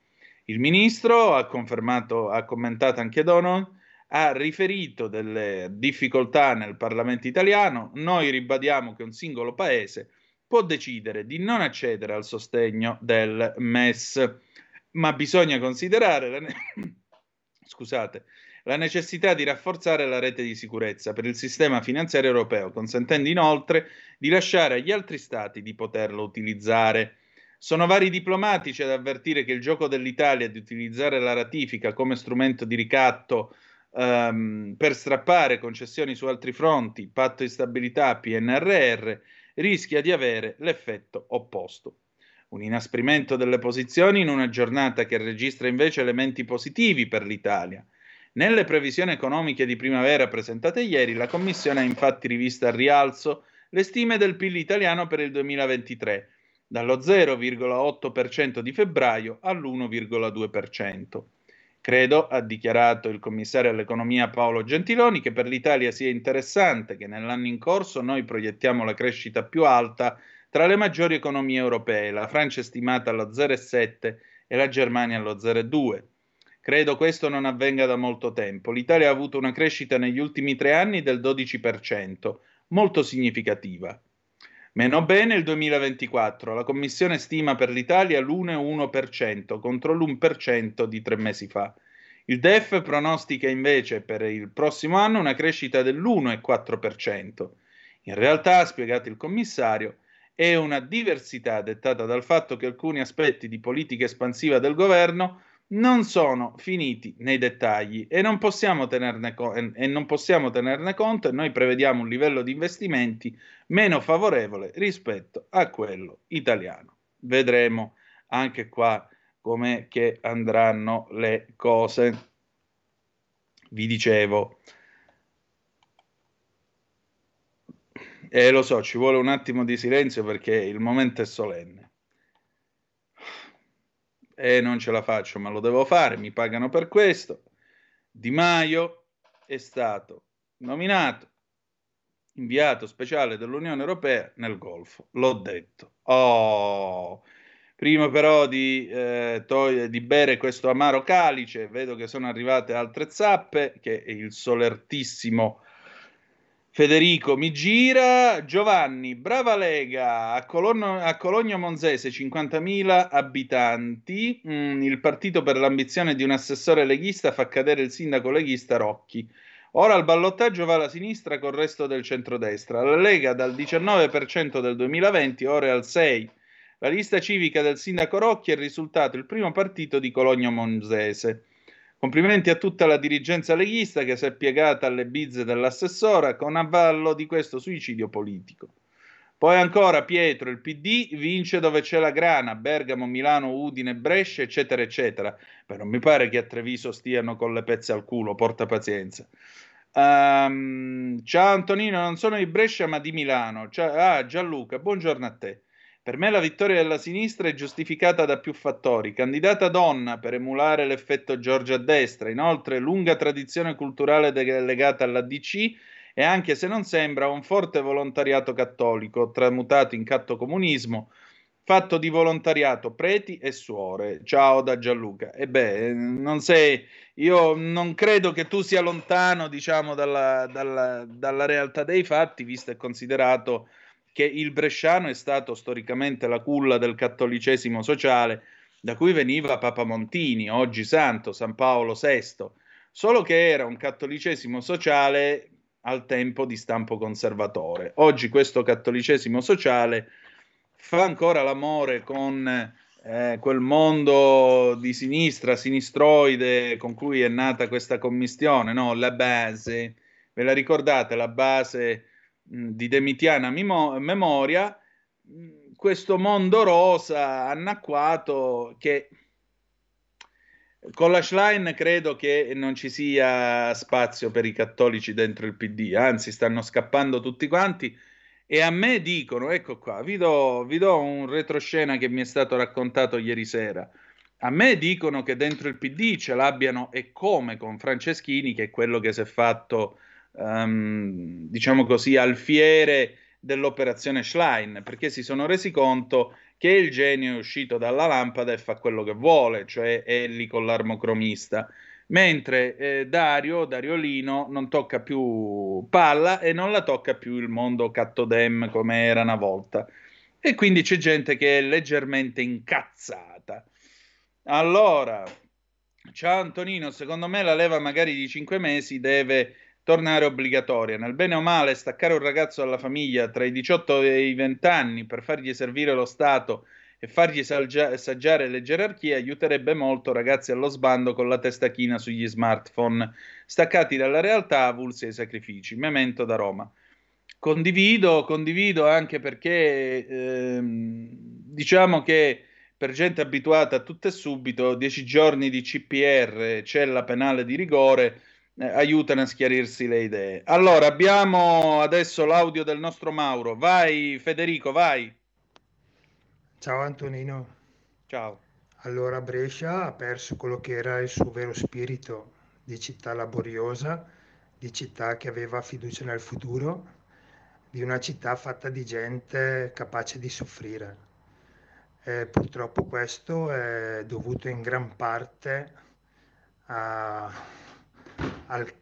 Il ministro ha commentato anche Donon, ha riferito delle difficoltà nel Parlamento italiano. Noi ribadiamo che un singolo paese può decidere di non accedere al sostegno del MES, ma bisogna considerare scusate, la necessità di rafforzare la rete di sicurezza per il sistema finanziario europeo, consentendo inoltre di lasciare agli altri stati di poterlo utilizzare. Sono vari diplomatici ad avvertire che il gioco dell'Italia di utilizzare la ratifica come strumento di ricatto per strappare concessioni su altri fronti, patto di stabilità, PNRR, rischia di avere l'effetto opposto. Un inasprimento delle posizioni in una giornata che registra invece elementi positivi per l'Italia. Nelle previsioni economiche di primavera presentate ieri, la Commissione ha infatti rivisto al rialzo le stime del PIL italiano per il 2023, dallo 0,8% di febbraio all'1,2%. Credo, ha dichiarato il commissario all'economia Paolo Gentiloni, che per l'Italia sia interessante che nell'anno in corso noi proiettiamo la crescita più alta tra le maggiori economie europee. La Francia è stimata allo 0,7 e la Germania allo 0,2. Credo questo non avvenga da molto tempo. L'Italia ha avuto una crescita negli ultimi 3 anni del 12%, molto significativa. Meno bene il 2024. La Commissione stima per l'Italia l'1,1% contro l'1% di 3 mesi fa. Il DEF pronostica invece per il prossimo anno una crescita dell'1,4%. In realtà, ha spiegato il commissario, è una diversità dettata dal fatto che alcuni aspetti di politica espansiva del governo non sono finiti nei dettagli e non possiamo tenerne conto, e noi prevediamo un livello di investimenti meno favorevole rispetto a quello italiano. Vedremo anche qua come che andranno le cose. Vi dicevo, lo so, ci vuole un attimo di silenzio perché il momento è solenne. Non ce la faccio, ma lo devo fare, mi pagano per questo. Di Maio è stato nominato inviato speciale dell'Unione Europea nel Golfo, l'ho detto. Prima però di bere questo amaro calice, vedo che sono arrivate altre zappe, che il solertissimo Federico mi gira. Giovanni, brava Lega, a Cologno Monzese 50.000 abitanti, il partito per l'ambizione di un assessore leghista fa cadere il sindaco leghista Rocchi. Ora al ballottaggio va la sinistra col resto del centrodestra. La Lega dal 19% del 2020 ora è al 6%. La lista civica del sindaco Rocchi è risultato il primo partito di Cologno Monzese. Complimenti a tutta la dirigenza leghista che si è piegata alle bizze dell'assessora con avvallo di questo suicidio politico. Poi ancora Pietro, il PD vince dove c'è la grana, Bergamo, Milano, Udine, Brescia, eccetera, eccetera. Beh, non mi pare che a Treviso stiano con le pezze al culo, porta pazienza. Ciao Antonino, non sono di Brescia ma di Milano. Gianluca, buongiorno a te. Per me la vittoria della sinistra è giustificata da più fattori. Candidata donna per emulare l'effetto Giorgia a destra, inoltre lunga tradizione culturale legata alla DC e anche se non sembra un forte volontariato cattolico tramutato in cattocomunismo, fatto di volontariato preti e suore. Ciao da Gianluca. Io non credo che tu sia lontano, diciamo, dalla realtà dei fatti, visto e considerato che il bresciano è stato storicamente la culla del cattolicesimo sociale, da cui veniva Papa Montini, oggi santo, San Paolo VI, solo che era un cattolicesimo sociale al tempo di stampo conservatore. Oggi questo cattolicesimo sociale fa ancora l'amore con quel mondo di sinistra, sinistroide, con cui è nata questa commistione, no? La base, ve la ricordate, la base di Demitiana Memoria, questo mondo rosa anacquato che con la Schlein credo che non ci sia spazio per i cattolici dentro il PD, anzi stanno scappando tutti quanti e a me dicono, ecco qua, vi do un retroscena che mi è stato raccontato ieri sera, a me dicono che dentro il PD ce l'abbiano e come con Franceschini, che è quello che si è fatto diciamo così, alfiere dell'operazione Schlein, perché si sono resi conto che il genio è uscito dalla lampada e fa quello che vuole, cioè è lì con l'armocromista. Mentre Dario Lino non tocca più palla e non la tocca più il mondo Cattodem come era una volta. E quindi c'è gente che è leggermente incazzata. Allora, ciao Antonino, secondo me la leva magari di 5 mesi deve tornare obbligatoria. Nel bene o male, staccare un ragazzo dalla famiglia tra i 18 e i 20 anni per fargli servire lo Stato e fargli assaggiare le gerarchie aiuterebbe molto ragazzi allo sbando con la testa china sugli smartphone, staccati dalla realtà, avulsi ai sacrifici. Memento da Roma. Condivido anche perché diciamo che per gente abituata a tutto e subito, 10 giorni di CPR, cella penale di rigore, aiutano a schiarirsi le idee. Allora, abbiamo adesso l'audio del nostro Mauro. Vai, Federico, vai. Ciao Antonino. Ciao. Allora Brescia ha perso quello che era il suo vero spirito di città laboriosa, di città che aveva fiducia nel futuro, di una città fatta di gente capace di soffrire. Purtroppo questo è dovuto in gran parte al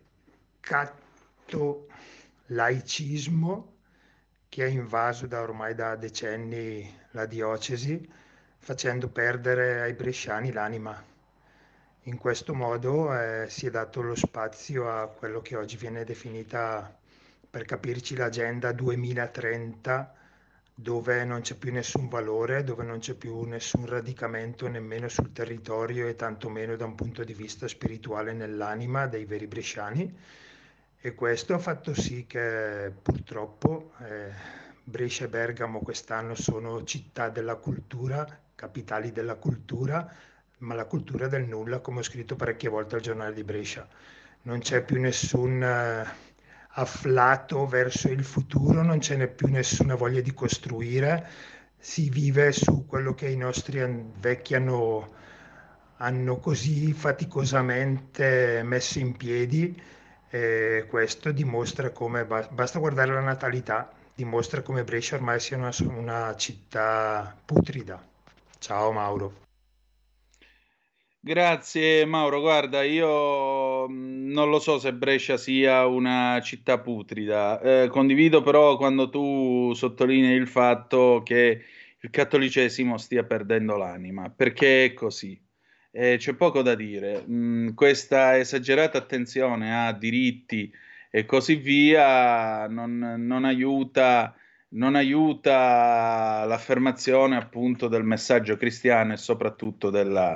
catto-laicismo che ha invaso ormai da decenni la diocesi, facendo perdere ai bresciani l'anima. In questo modo si è dato lo spazio a quello che oggi viene definita, per capirci, l'agenda 2030, dove non c'è più nessun valore, dove non c'è più nessun radicamento nemmeno sul territorio e tantomeno da un punto di vista spirituale nell'anima dei veri bresciani. E questo ha fatto sì che purtroppo Brescia e Bergamo quest'anno sono città della cultura, capitali della cultura, ma la cultura del nulla, come ho scritto parecchie volte al giornale di Brescia. Non c'è più nessun afflato verso il futuro, non c'è più nessuna voglia di costruire, si vive su quello che i nostri vecchi hanno così faticosamente messo in piedi. E questo dimostra come, basta guardare la natalità, dimostra come Brescia ormai sia una città putrida. Ciao Mauro. Grazie Mauro, guarda, io non lo so se Brescia sia una città putrida. Condivido però quando tu sottolinei il fatto che il cattolicesimo stia perdendo l'anima, perché è così. C'è poco da dire. Questa esagerata attenzione a diritti e così via non aiuta l'affermazione appunto del messaggio cristiano e soprattutto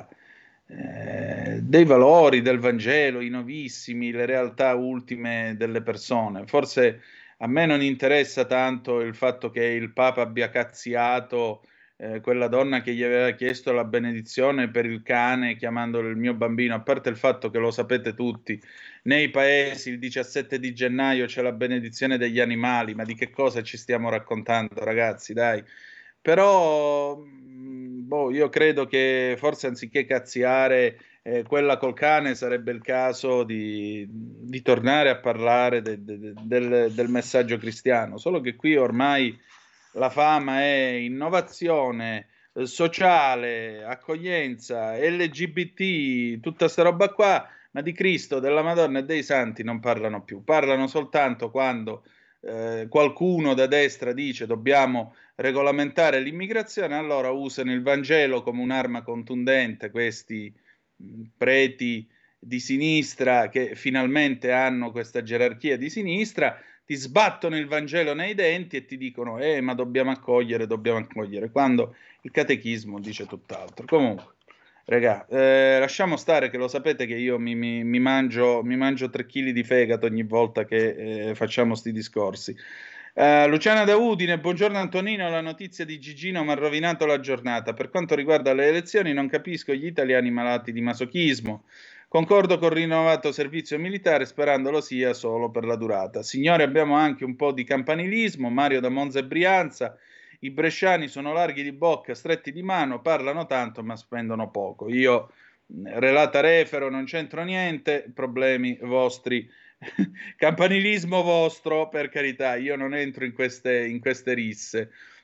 dei valori del Vangelo, i novissimi, le realtà ultime delle persone. Forse a me non interessa tanto il fatto che il Papa abbia cazziato quella donna che gli aveva chiesto la benedizione per il cane chiamandolo il mio bambino, a parte il fatto che lo sapete tutti, nei paesi il 17 di gennaio c'è la benedizione degli animali, ma di che cosa ci stiamo raccontando, ragazzi, dai. Però boh, io credo che forse anziché cazziare quella col cane sarebbe il caso di tornare a parlare del messaggio cristiano, solo che qui ormai la fama è innovazione sociale, accoglienza, LGBT, tutta sta roba qua, ma di Cristo, della Madonna e dei Santi non parlano più, parlano soltanto quando qualcuno da destra dice dobbiamo regolamentare l'immigrazione, allora usano il Vangelo come un'arma contundente, questi preti di sinistra che finalmente hanno questa gerarchia di sinistra, ti sbattono il Vangelo nei denti e ti dicono ma dobbiamo accogliere, quando il catechismo dice tutt'altro. Comunque, regà, lasciamo stare che lo sapete che io mi mangio 3 kg di fegato ogni volta che facciamo sti discorsi. Luciana da Udine, buongiorno Antonino, la notizia di Gigino mi ha rovinato la giornata. Per quanto riguarda le elezioni non capisco gli italiani malati di masochismo. Concordo col rinnovato servizio militare sperando lo sia solo per la durata. Signore, abbiamo anche un po' di campanilismo. Mario da Monza e Brianza. I bresciani sono larghi di bocca, stretti di mano, parlano tanto ma spendono poco. Io, relata refero, non c'entro niente, problemi vostri. Campanilismo vostro, per carità, io non entro in queste risse.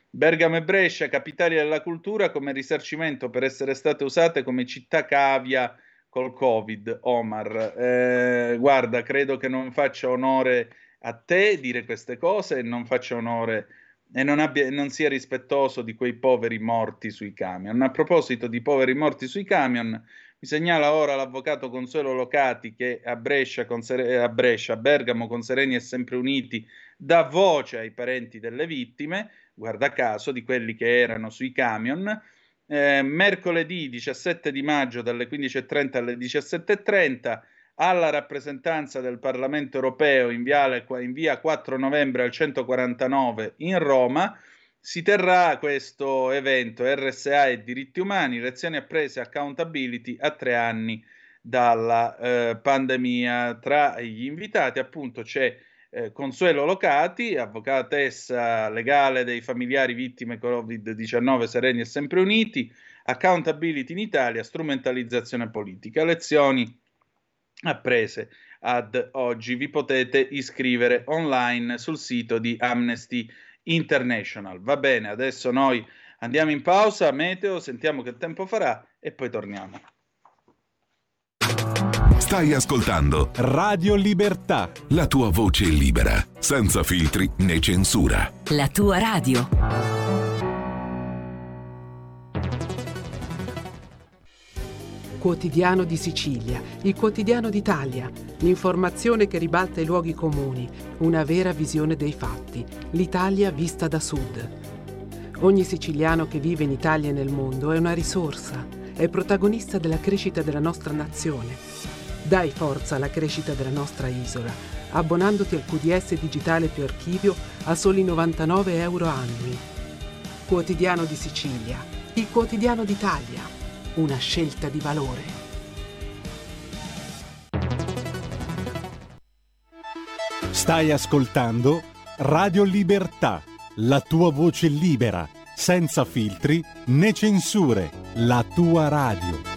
Bergamo e Brescia, capitali della cultura, come risarcimento per essere state usate come città cavia col Covid. Omar, guarda, credo che non faccia onore a te dire queste cose e non faccia onore e non sia rispettoso di quei poveri morti sui camion. A proposito di poveri morti sui camion, mi segnala ora l'avvocato Consuelo Locati che a Bergamo con Sereni e Sempre Uniti dà voce ai parenti delle vittime, guarda caso, di quelli che erano sui camion. Mercoledì 17 di maggio dalle 15.30 alle 17.30 alla rappresentanza del Parlamento europeo in via 4 novembre al 149 in Roma si terrà questo evento RSA e diritti umani, lezioni apprese, accountability a 3 anni dalla pandemia. Tra gli invitati appunto c'è Consuelo Locati, avvocatessa legale dei familiari vittime Covid-19 Sereni e Sempre Uniti, accountability in Italia, strumentalizzazione politica, lezioni apprese ad oggi. Vi potete iscrivere online sul sito di Amnesty International. Va bene, adesso noi andiamo in pausa, meteo, sentiamo che tempo farà e poi torniamo. Stai ascoltando Radio Libertà. la tua voce libera, senza filtri né censura. La tua radio. Quotidiano di Sicilia, il quotidiano d'Italia, l'informazione che ribalta i luoghi comuni, una vera visione dei fatti, l'Italia vista da sud. Ogni siciliano che vive in Italia e nel mondo è una risorsa, è protagonista della crescita della nostra nazione. Dai forza alla crescita della nostra isola, abbonandoti al QDS digitale più archivio a soli 99 euro annui. Quotidiano di Sicilia, il quotidiano d'Italia, una scelta di valore. Stai ascoltando Radio Libertà, la tua voce libera, senza filtri né censure, la tua radio.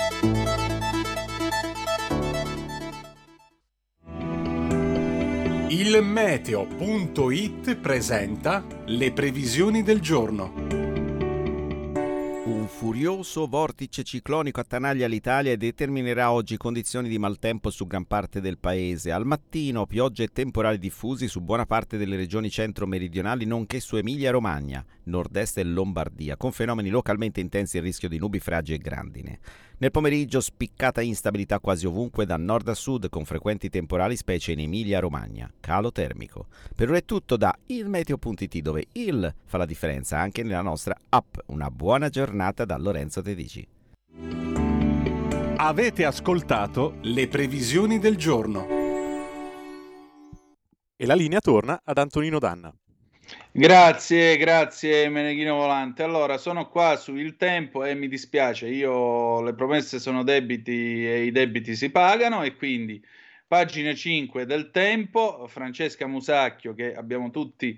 Il meteo.it presenta le previsioni del giorno. Un furioso vortice ciclonico attanaglia l'Italia e determinerà oggi condizioni di maltempo su gran parte del paese. Al mattino piogge e temporali diffusi su buona parte delle regioni centro-meridionali nonché su Emilia-Romagna, nord-est e Lombardia, con fenomeni localmente intensi e rischio di nubifragi e grandine. Nel pomeriggio spiccata instabilità quasi ovunque da nord a sud con frequenti temporali specie in Emilia-Romagna. Calo termico. Per ora è tutto da ilmeteo.it dove il fa la differenza anche nella nostra app. Una buona giornata da Lorenzo Tedici. Avete ascoltato le previsioni del giorno. E la linea torna ad Antonino Danna. Grazie Meneghino Volante. Allora, sono qua su Il Tempo e mi dispiace, io le promesse sono debiti e i debiti si pagano e quindi pagina 5 del Tempo, Francesca Musacchio che abbiamo tutti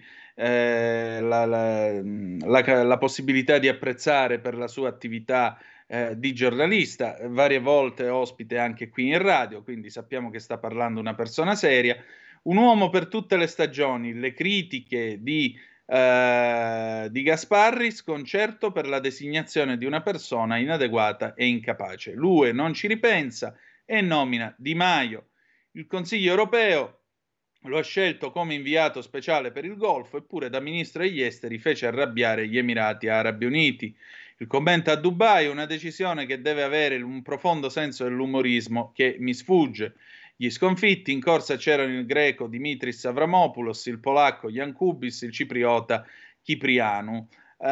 la possibilità di apprezzare per la sua attività di giornalista, varie volte ospite anche qui in radio, quindi sappiamo che sta parlando una persona seria. Un uomo per tutte le stagioni, le critiche di Gasparri, sconcerto per la designazione di una persona inadeguata e incapace. L'UE non ci ripensa e nomina Di Maio. Il Consiglio europeo lo ha scelto come inviato speciale per il Golfo, eppure da ministro degli esteri fece arrabbiare gli Emirati Arabi Uniti. Il commento a Dubai, una decisione che deve avere un profondo senso dell'umorismo che mi sfugge. Gli sconfitti in corsa c'erano il greco Dimitris Avramopoulos, il polacco Jan Kubis, il cipriota Kyprianou.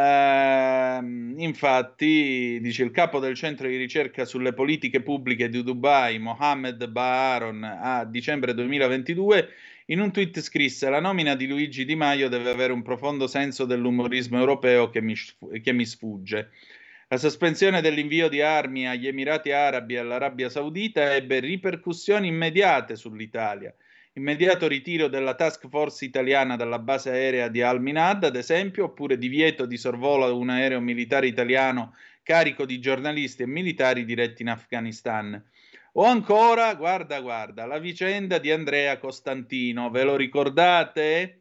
Infatti, dice il capo del centro di ricerca sulle politiche pubbliche di Dubai, Mohammed Baharon, a dicembre 2022, in un tweet scrisse: la nomina di Luigi Di Maio deve avere un profondo senso dell'umorismo europeo che mi sfugge. La sospensione dell'invio di armi agli Emirati Arabi e all'Arabia Saudita ebbe ripercussioni immediate sull'Italia. Immediato ritiro della task force italiana dalla base aerea di Al Minhad, ad esempio, oppure divieto di sorvolo a un aereo militare italiano carico di giornalisti e militari diretti in Afghanistan. O ancora, guarda, la vicenda di Andrea Costantino, ve lo ricordate?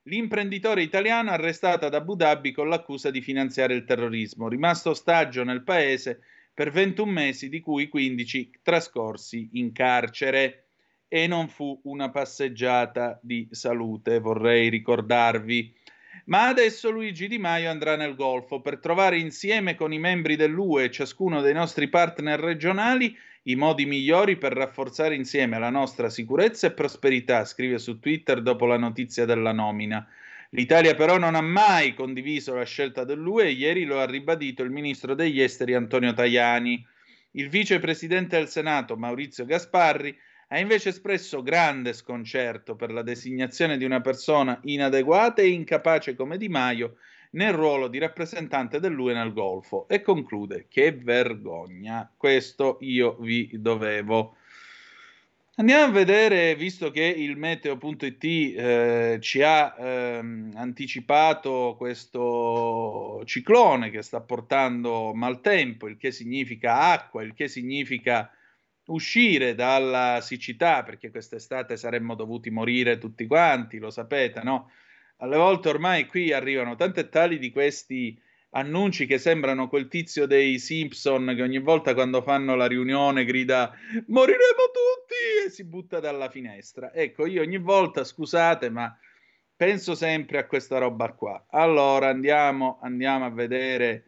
l'imprenditore italiano arrestato ad Abu Dhabi con l'accusa di finanziare il terrorismo, rimasto ostaggio nel paese per 21 mesi, di cui 15 trascorsi in carcere. E non fu una passeggiata di salute, vorrei ricordarvi. Ma adesso Luigi Di Maio andrà nel Golfo per trovare insieme con i membri dell'UE e ciascuno dei nostri partner regionali i modi migliori per rafforzare insieme la nostra sicurezza e prosperità, scrive su Twitter dopo la notizia della nomina. L'Italia però non ha mai condiviso la scelta dell'UE e ieri lo ha ribadito il ministro degli esteri Antonio Tajani. Il vicepresidente del Senato Maurizio Gasparri ha invece espresso grande sconcerto per la designazione di una persona inadeguata e incapace come Di Maio nel ruolo di rappresentante dell'UE nel Golfo, e conclude: che vergogna, questo io vi dovevo. Andiamo a vedere, visto che il meteo.it ci ha anticipato questo ciclone che sta portando maltempo, il che significa acqua, il che significa uscire dalla siccità, perché quest'estate saremmo dovuti morire tutti quanti, lo sapete, no? Alle volte ormai qui arrivano tante e tali di questi annunci che sembrano quel tizio dei Simpson che ogni volta quando fanno la riunione grida moriremo tutti e si butta dalla finestra. Ecco, io ogni volta, scusate, ma penso sempre a questa roba qua. Allora andiamo a vedere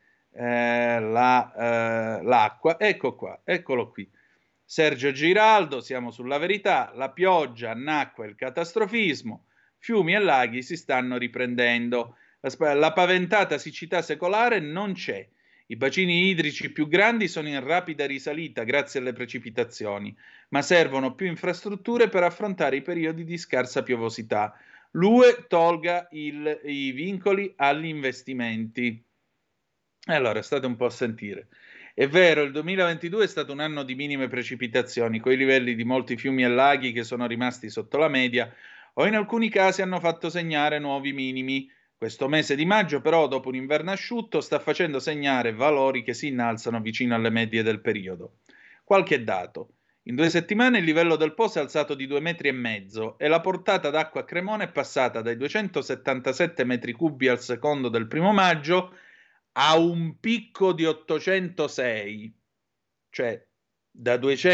l'acqua. Ecco qua, eccolo qui. Sergio Giraldo, siamo sulla verità, la pioggia annacqua il catastrofismo, fiumi e laghi si stanno riprendendo, la paventata siccità secolare non c'è, i bacini idrici più grandi sono in rapida risalita grazie alle precipitazioni, ma servono più infrastrutture per affrontare i periodi di scarsa piovosità. L'UE tolga i vincoli agli investimenti. E allora state un po' a sentire. È vero, il 2022 è stato un anno di minime precipitazioni, coi livelli di molti fiumi e laghi che sono rimasti sotto la media o in alcuni casi hanno fatto segnare nuovi minimi. Questo mese di maggio, però, dopo un inverno asciutto, sta facendo segnare valori che si innalzano vicino alle medie del periodo. Qualche dato. In 2 settimane il livello del Po si è alzato di 2,5 metri e la portata d'acqua a Cremona è passata dai 277 metri cubi al secondo del 1 maggio a un picco di 806, cioè da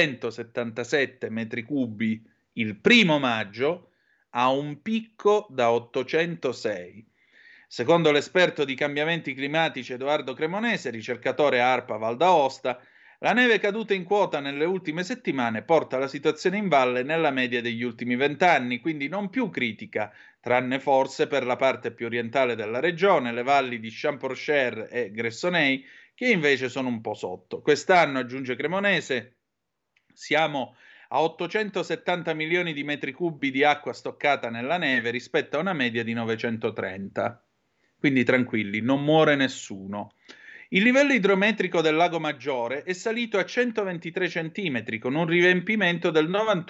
277 metri cubi il 1 maggio a un picco da 806. Secondo l'esperto di cambiamenti climatici Edoardo Cremonese, ricercatore a ARPA Val d'Aosta, la neve caduta in quota nelle ultime settimane porta la situazione in valle nella media degli ultimi 20 anni, quindi non più critica, tranne forse per la parte più orientale della regione, le valli di Champorcher e Gressoney, che invece sono un po' sotto. Quest'anno, aggiunge Cremonese, siamo a 870 milioni di metri cubi di acqua stoccata nella neve rispetto a una media di 930. Quindi tranquilli, non muore nessuno. Il livello idrometrico del lago Maggiore è salito a 123 centimetri con un riempimento del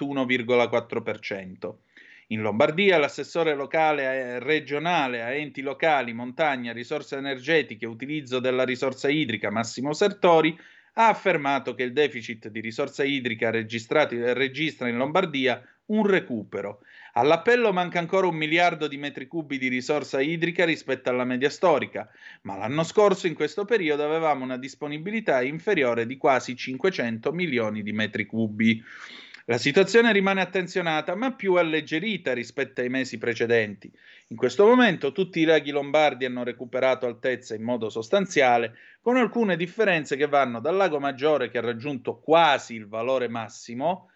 91,4%. In Lombardia l'assessore locale regionale a enti locali, montagna, risorse energetiche e utilizzo della risorsa idrica Massimo Sertori ha affermato che il deficit di risorsa idrica registra in Lombardia un recupero. All'appello manca ancora 1 miliardo di metri cubi di risorsa idrica rispetto alla media storica, ma l'anno scorso in questo periodo avevamo una disponibilità inferiore di quasi 500 milioni di metri cubi. La situazione rimane attenzionata, ma più alleggerita rispetto ai mesi precedenti. In questo momento tutti i laghi lombardi hanno recuperato altezza in modo sostanziale, con alcune differenze che vanno dal lago Maggiore, che ha raggiunto quasi il valore massimo,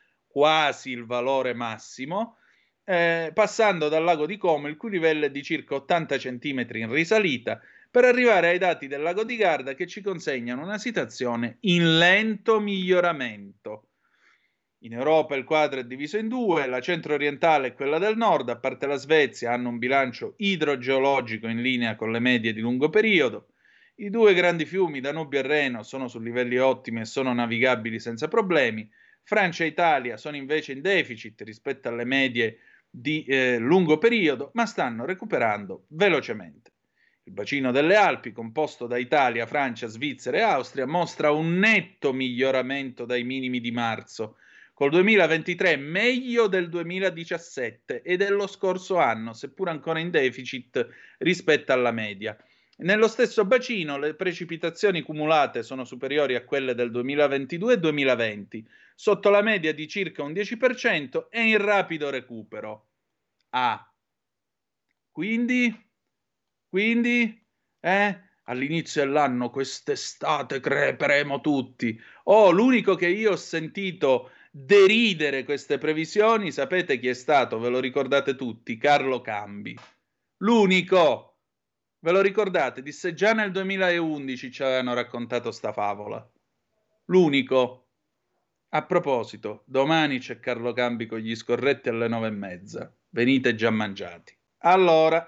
passando dal lago di Como, il cui livello è di circa 80 cm in risalita, per arrivare ai dati del lago di Garda che ci consegnano una situazione in lento miglioramento. In Europa il quadro è diviso in due, la centro-orientale e quella del nord, a parte la Svezia, hanno un bilancio idrogeologico in linea con le medie di lungo periodo. I 2 grandi fiumi, Danubio e Reno, sono su livelli ottimi e sono navigabili senza problemi. Francia e Italia sono invece in deficit rispetto alle medie di lungo periodo, ma stanno recuperando velocemente. Il bacino delle Alpi, composto da Italia, Francia, Svizzera e Austria, mostra un netto miglioramento dai minimi di marzo, Col 2023 meglio del 2017 e dello scorso anno, seppur ancora in deficit rispetto alla media. Nello stesso bacino le precipitazioni cumulate sono superiori a quelle del 2022 e 2020, sotto la media di circa un 10% e in rapido recupero. Quindi, all'inizio dell'anno quest'estate creperemo tutti. L'unico che io ho sentito deridere queste previsioni, sapete chi è stato? Ve lo ricordate tutti? Carlo Cambi. L'unico. Ve lo ricordate? Disse già nel 2011 ci avevano raccontato sta favola. L'unico. A proposito, domani c'è Carlo Cambi con gli scorretti alle 9:30. Venite già mangiati. Allora,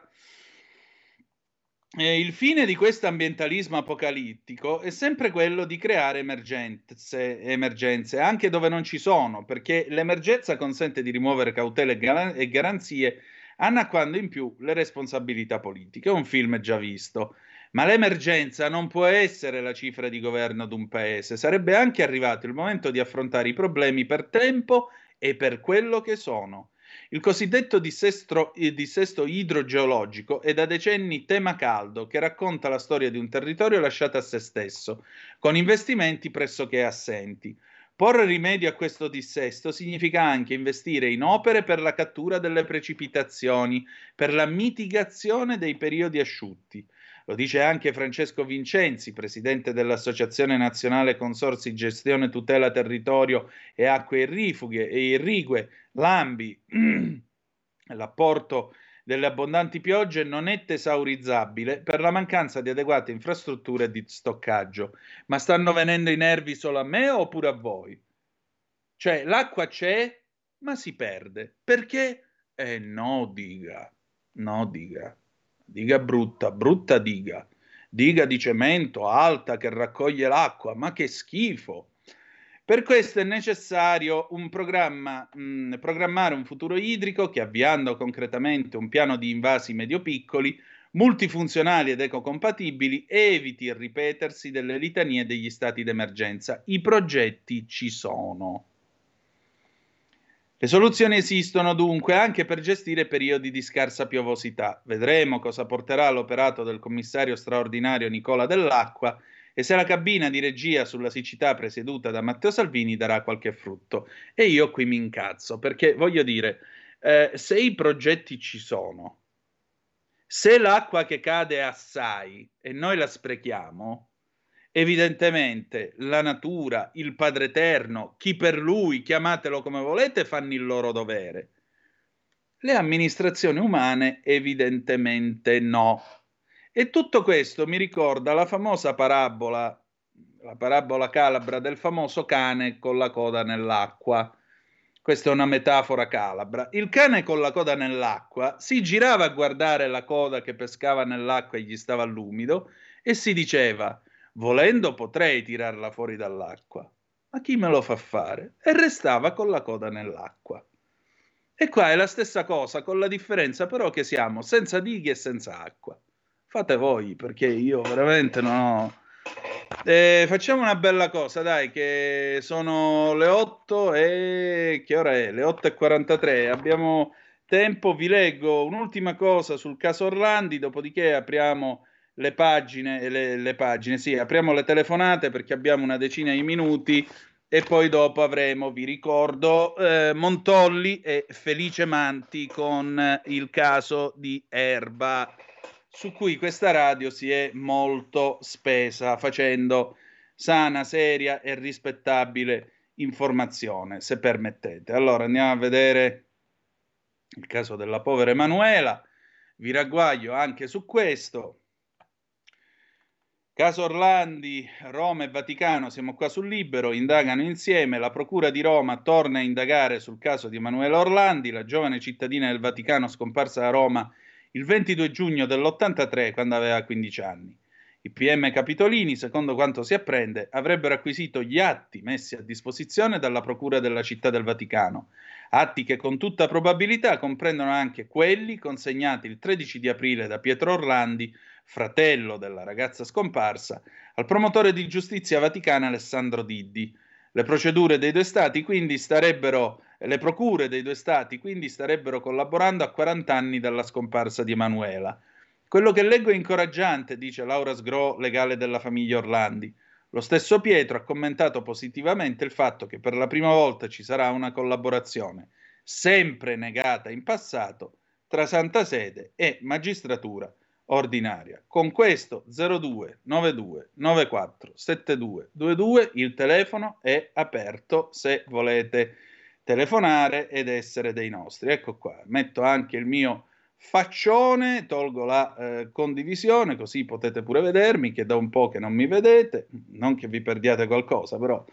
il fine di questo ambientalismo apocalittico è sempre quello di creare emergenze, anche dove non ci sono, perché l'emergenza consente di rimuovere cautele e garanzie, annacquando in più le responsabilità politiche. È un film già visto. Ma l'emergenza non può essere la cifra di governo di un paese. Sarebbe anche arrivato il momento di affrontare i problemi per tempo e per quello che sono. Il cosiddetto dissesto idrogeologico è da decenni tema caldo che racconta la storia di un territorio lasciato a se stesso, con investimenti pressoché assenti. Porre rimedio a questo dissesto significa anche investire in opere per la cattura delle precipitazioni, per la mitigazione dei periodi asciutti. Lo dice anche Francesco Vincenzi, presidente dell'Associazione Nazionale Consorzi Gestione Tutela Territorio e Acque Irrigue, l'ANBI. L'apporto delle abbondanti piogge non è tesaurizzabile per la mancanza di adeguate infrastrutture di stoccaggio. Ma stanno venendo i nervi solo a me oppure a voi? Cioè, l'acqua c'è, ma si perde. Perché? No, diga. Diga brutta diga di cemento alta che raccoglie l'acqua, ma che schifo. Per questo è necessario programmare un futuro idrico che, avviando concretamente un piano di invasi medio-piccoli, multifunzionali ed ecocompatibili, eviti il ripetersi delle litanie degli stati d'emergenza. I progetti ci sono. Le soluzioni esistono dunque anche per gestire periodi di scarsa piovosità. Vedremo cosa porterà l'operato del commissario straordinario Nicola Dell'Acqua e se la cabina di regia sulla siccità presieduta da Matteo Salvini darà qualche frutto. E io qui mi incazzo, perché voglio dire, se i progetti ci sono, se l'acqua che cade è assai e noi la sprechiamo, evidentemente la natura, il Padre Eterno, chi per lui, chiamatelo come volete, fanno il loro dovere. Le amministrazioni umane evidentemente no. E tutto questo mi ricorda la famosa parabola, la parabola calabra del famoso cane con la coda nell'acqua. Questa è una metafora calabra. Il cane con la coda nell'acqua si girava a guardare la coda che pescava nell'acqua e gli stava all'umido e si diceva: volendo potrei tirarla fuori dall'acqua, ma chi me lo fa fare? E restava con la coda nell'acqua. E qua è la stessa cosa, con la differenza però che siamo senza dighe e senza acqua. Fate voi, perché io veramente non ho... facciamo una bella cosa, dai, che sono le 8 e... che ora è? Le 8:43, abbiamo tempo, vi leggo un'ultima cosa sul caso Orlandi, dopodiché apriamo le pagine, sì, apriamo le telefonate perché abbiamo una decina di minuti e poi dopo avremo, vi ricordo, Montolli e Felice Manti con il caso di Erba, su cui questa radio si è molto spesa facendo sana, seria e rispettabile informazione, se permettete. Allora andiamo a vedere il caso della povera Emanuela, vi ragguaglio anche su questo. Caso Orlandi, Roma e Vaticano, siamo qua sul Libero, indagano insieme, la Procura di Roma torna a indagare sul caso di Emanuela Orlandi, la giovane cittadina del Vaticano scomparsa a Roma il 22 giugno dell'83 quando aveva 15 anni. I PM capitolini, secondo quanto si apprende, avrebbero acquisito gli atti messi a disposizione dalla Procura della Città del Vaticano, atti che con tutta probabilità comprendono anche quelli consegnati il 13 di aprile da Pietro Orlandi, fratello della ragazza scomparsa, al promotore di giustizia vaticana Alessandro Diddi. Le procedure dei due stati quindi le procure dei due stati quindi starebbero collaborando a 40 anni dalla scomparsa di Emanuela. Quello che leggo è incoraggiante, dice Laura Sgro, legale della famiglia Orlandi. Lo stesso Pietro ha commentato positivamente il fatto che per la prima volta ci sarà una collaborazione, sempre negata in passato, tra Santa Sede e magistratura ordinaria. Con questo 02 92 94 72 22 il telefono è aperto se volete telefonare ed essere dei nostri. Ecco qua, metto anche il mio faccione, tolgo la condivisione così potete pure vedermi, che da un po' che non mi vedete, non che vi perdiate qualcosa però.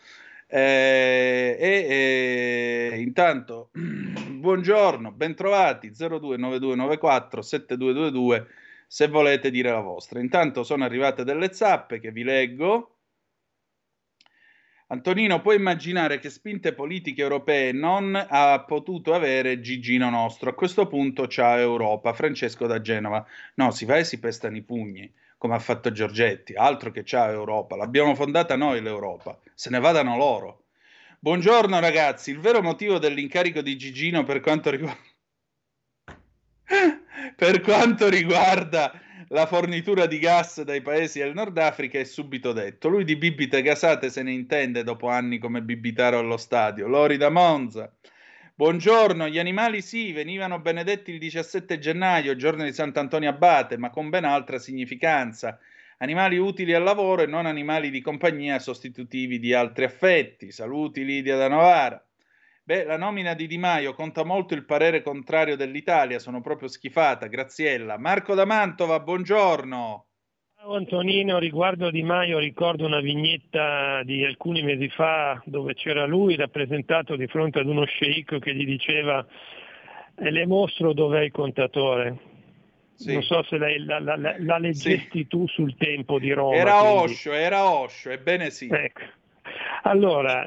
Intanto buongiorno, bentrovati 029294 7222 se volete dire la vostra. Intanto sono arrivate delle zappe che vi leggo. Antonino, puoi immaginare che spinte politiche europee non ha potuto avere Gigino nostro. A questo punto ciao Europa. Francesco da Genova. No, si va e si pestano i pugni, come ha fatto Giorgetti. Altro che ciao Europa. L'abbiamo fondata noi l'Europa. Se ne vadano loro. Buongiorno ragazzi. Il vero motivo dell'incarico di Gigino per quanto riguarda la fornitura di gas dai paesi del Nord Africa è subito detto. Lui di bibite gasate se ne intende dopo anni come bibitaro allo stadio. Lori da Monza. Buongiorno, gli animali sì, venivano benedetti il 17 gennaio, giorno di Sant'Antonio Abate, ma con ben altra significanza. Animali utili al lavoro e non animali di compagnia sostitutivi di altri affetti. Saluti Lidia da Novara. Beh, la nomina di Di Maio conta molto il parere contrario dell'Italia, sono proprio schifata, Graziella. Marco da Mantova, buongiorno. Ciao Antonino, riguardo Di Maio ricordo una vignetta di alcuni mesi fa dove c'era lui rappresentato di fronte ad uno sceicco che gli diceva le mostro dov'è il contatore. Sì. Non so se la leggetti sì. Tu sul Tempo di Roma. Era Osho, ebbene sì. Ecco. Allora,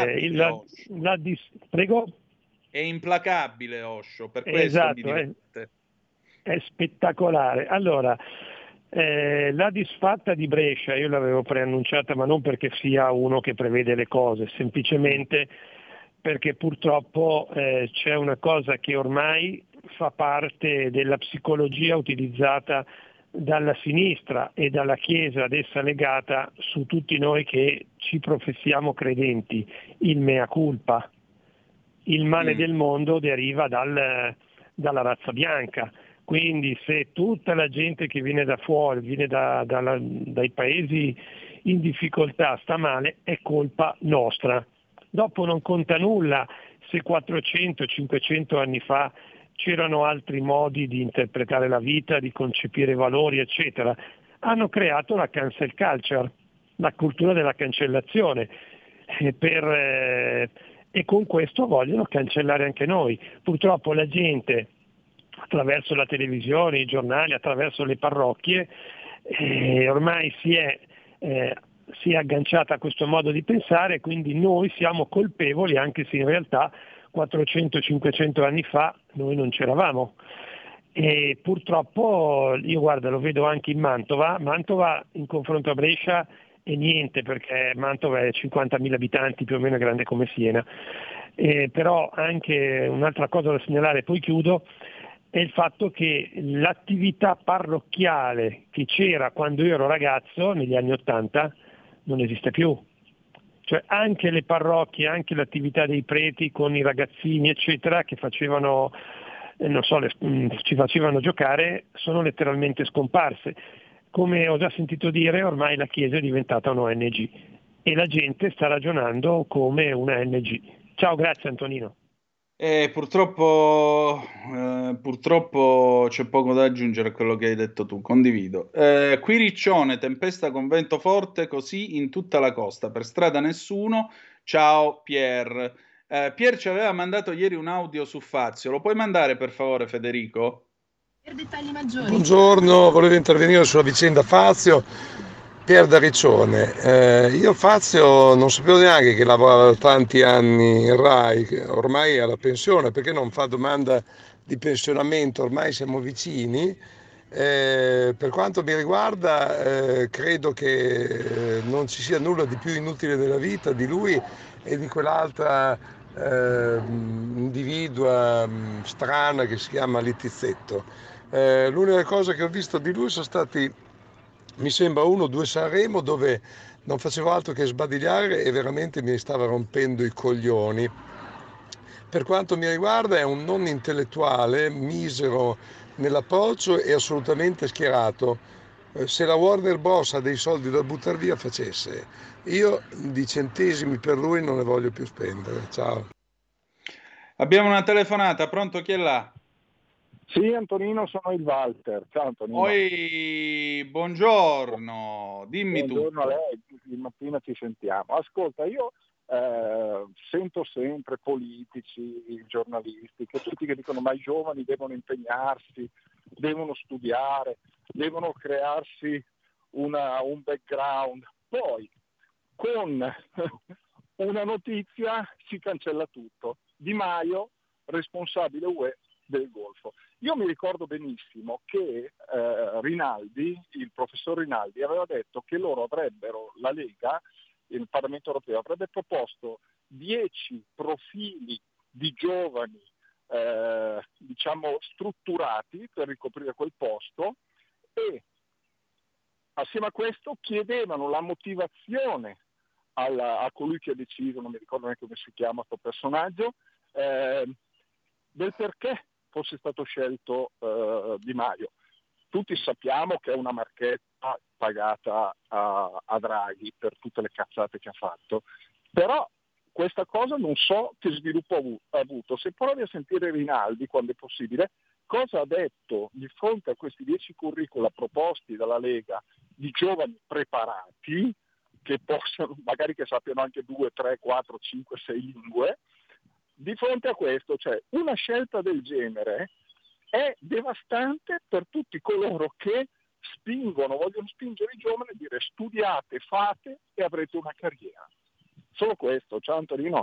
prego? È implacabile Osho, per questo esatto, è spettacolare. Allora, la disfatta di Brescia io l'avevo preannunciata, ma non perché sia uno che prevede le cose, semplicemente perché purtroppo c'è una cosa che ormai fa parte della psicologia utilizzata dalla sinistra e dalla Chiesa ad essa legata su tutti noi che ci professiamo credenti, il mea culpa. Il male del mondo deriva dalla razza bianca, quindi se tutta la gente che viene da fuori, viene dai paesi in difficoltà sta male, è colpa nostra. Dopo non conta nulla se 400-500 anni fa c'erano altri modi di interpretare la vita, di concepire valori, eccetera. Hanno creato la cancel culture, la cultura della cancellazione, e con questo vogliono cancellare anche noi. Purtroppo la gente, attraverso la televisione, i giornali, attraverso le parrocchie, ormai si è agganciata a questo modo di pensare, quindi noi siamo colpevoli, anche se in realtà 400-500 anni fa noi non c'eravamo. E purtroppo io guarda, lo vedo anche in Mantova in confronto a Brescia è niente, perché Mantova è 50.000 abitanti, più o meno grande come Siena. Però anche un'altra cosa da segnalare, poi chiudo, è il fatto che l'attività parrocchiale che c'era quando io ero ragazzo negli anni *80 non esiste più. Cioè anche le parrocchie, anche l'attività dei preti con i ragazzini eccetera che facevano, ci facevano giocare, sono letteralmente scomparse. Come ho già sentito dire, ormai la Chiesa è diventata una ONG e la gente sta ragionando come una ONG. Ciao, grazie Antonino. Purtroppo c'è poco da aggiungere a quello che hai detto tu, condivido. Qui Riccione, tempesta con vento forte, così in tutta la costa, per strada nessuno. Ciao Pier. Pier ci aveva mandato ieri un audio su Fazio, lo puoi mandare per favore Federico? Per dettagli maggiori. Buongiorno, volevo intervenire sulla vicenda Fazio. Pier da Riccione, io Fazio non sapevo neanche che lavorava da tanti anni in Rai, ormai è alla pensione, perché non fa domanda di pensionamento, ormai siamo vicini. Per quanto mi riguarda credo che non ci sia nulla di più inutile della vita di lui e di quell'altra individua strana che si chiama Littizzetto. L'unica cosa che ho visto di lui sono stati, mi sembra, 1 o 2 Sanremo, dove non facevo altro che sbadigliare e veramente mi stava rompendo i coglioni. Per quanto mi riguarda è un non intellettuale, misero nell'approccio e assolutamente schierato. Se la Warner Bros. Ha dei soldi da buttare via, facesse. Io di centesimi per lui non ne voglio più spendere. Ciao. Abbiamo una telefonata, pronto, chi è là? Sì, Antonino, sono il Walter. Ciao Antonino. Oi, buongiorno, dimmi Buongiorno tutto. a lei, mattina ci sentiamo. Ascolta, io sento sempre politici, giornalisti, che tutti che dicono ma i giovani devono impegnarsi, devono studiare, devono crearsi un background. Poi con una notizia si cancella tutto. Di Maio, responsabile UE del Golfo. Io mi ricordo benissimo che Rinaldi, il professor Rinaldi, aveva detto che loro avrebbero, la Lega, il Parlamento europeo, avrebbe proposto 10 profili di giovani diciamo strutturati per ricoprire quel posto e assieme a questo chiedevano la motivazione a colui che ha deciso, non mi ricordo neanche come si chiama questo personaggio, del perché fosse stato scelto Di Maio. Tutti sappiamo che è una marchetta pagata a Draghi per tutte le cazzate che ha fatto, però questa cosa non so che sviluppo ha avuto. Se provi a sentire Rinaldi quando è possibile, cosa ha detto di fronte a questi 10 curricula proposti dalla Lega di giovani preparati, che possano, magari che sappiano anche 2, 3, 4, 5, 6 lingue, di fronte a questo, cioè una scelta del genere è devastante per tutti coloro che vogliono spingere i giovani a dire studiate, fate e avrete una carriera. Solo questo. Ciao Antonino.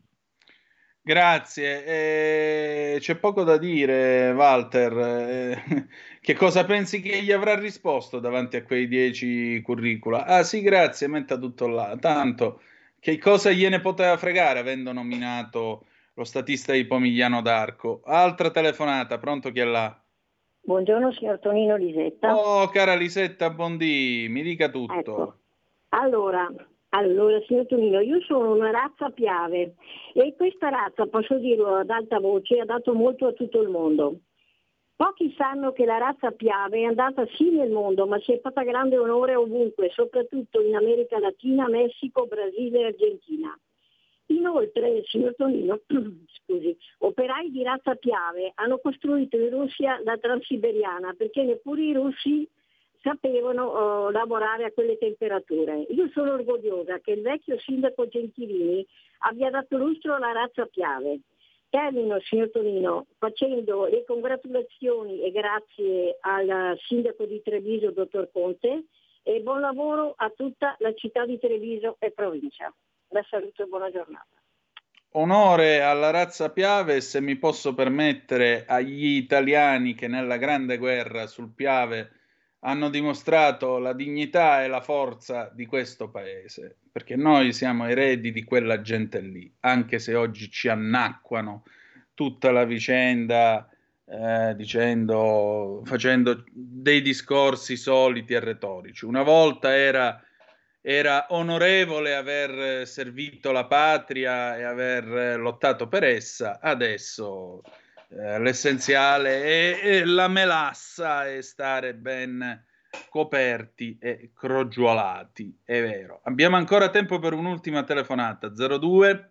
Grazie. C'è poco da dire, Walter. Che cosa pensi che gli avrà risposto davanti a quei 10 curricula? Ah sì, grazie, metta tutto là. Tanto, che cosa gliene poteva fregare avendo nominato lo statista di Pomigliano d'Arco? Altra telefonata, pronto, chi è là? Buongiorno signor Tonino Lisetta. Oh, cara Lisetta Bondi, mi dica tutto. Ecco. Allora, signor Tonino, io sono una razza Piave e questa razza, posso dirlo ad alta voce, ha dato molto a tutto il mondo. Pochi sanno che la razza Piave è andata sì nel mondo, ma si è fatta grande onore ovunque, soprattutto in America Latina, Messico, Brasile e Argentina. Inoltre, signor Tonino, scusi, operai di razza Piave hanno costruito in Russia la Transiberiana perché neppure i russi sapevano lavorare a quelle temperature. Io sono orgogliosa che il vecchio sindaco Gentilini abbia dato lustro alla razza Piave. Termino, signor Tonino, facendo le congratulazioni e grazie al sindaco di Treviso, dottor Conte, e buon lavoro a tutta la città di Treviso e provincia. La saluto e buona giornata. Onore alla razza Piave, se mi posso permettere, agli italiani che nella Grande Guerra sul Piave hanno dimostrato la dignità e la forza di questo paese, perché noi siamo eredi di quella gente lì, anche se oggi ci annacquano tutta la vicenda facendo dei discorsi soliti e retorici. Una volta era onorevole aver servito la patria e aver lottato per essa, adesso l'essenziale è la melassa e stare ben coperti e crogiolati, è vero. Abbiamo ancora tempo per un'ultima telefonata, 02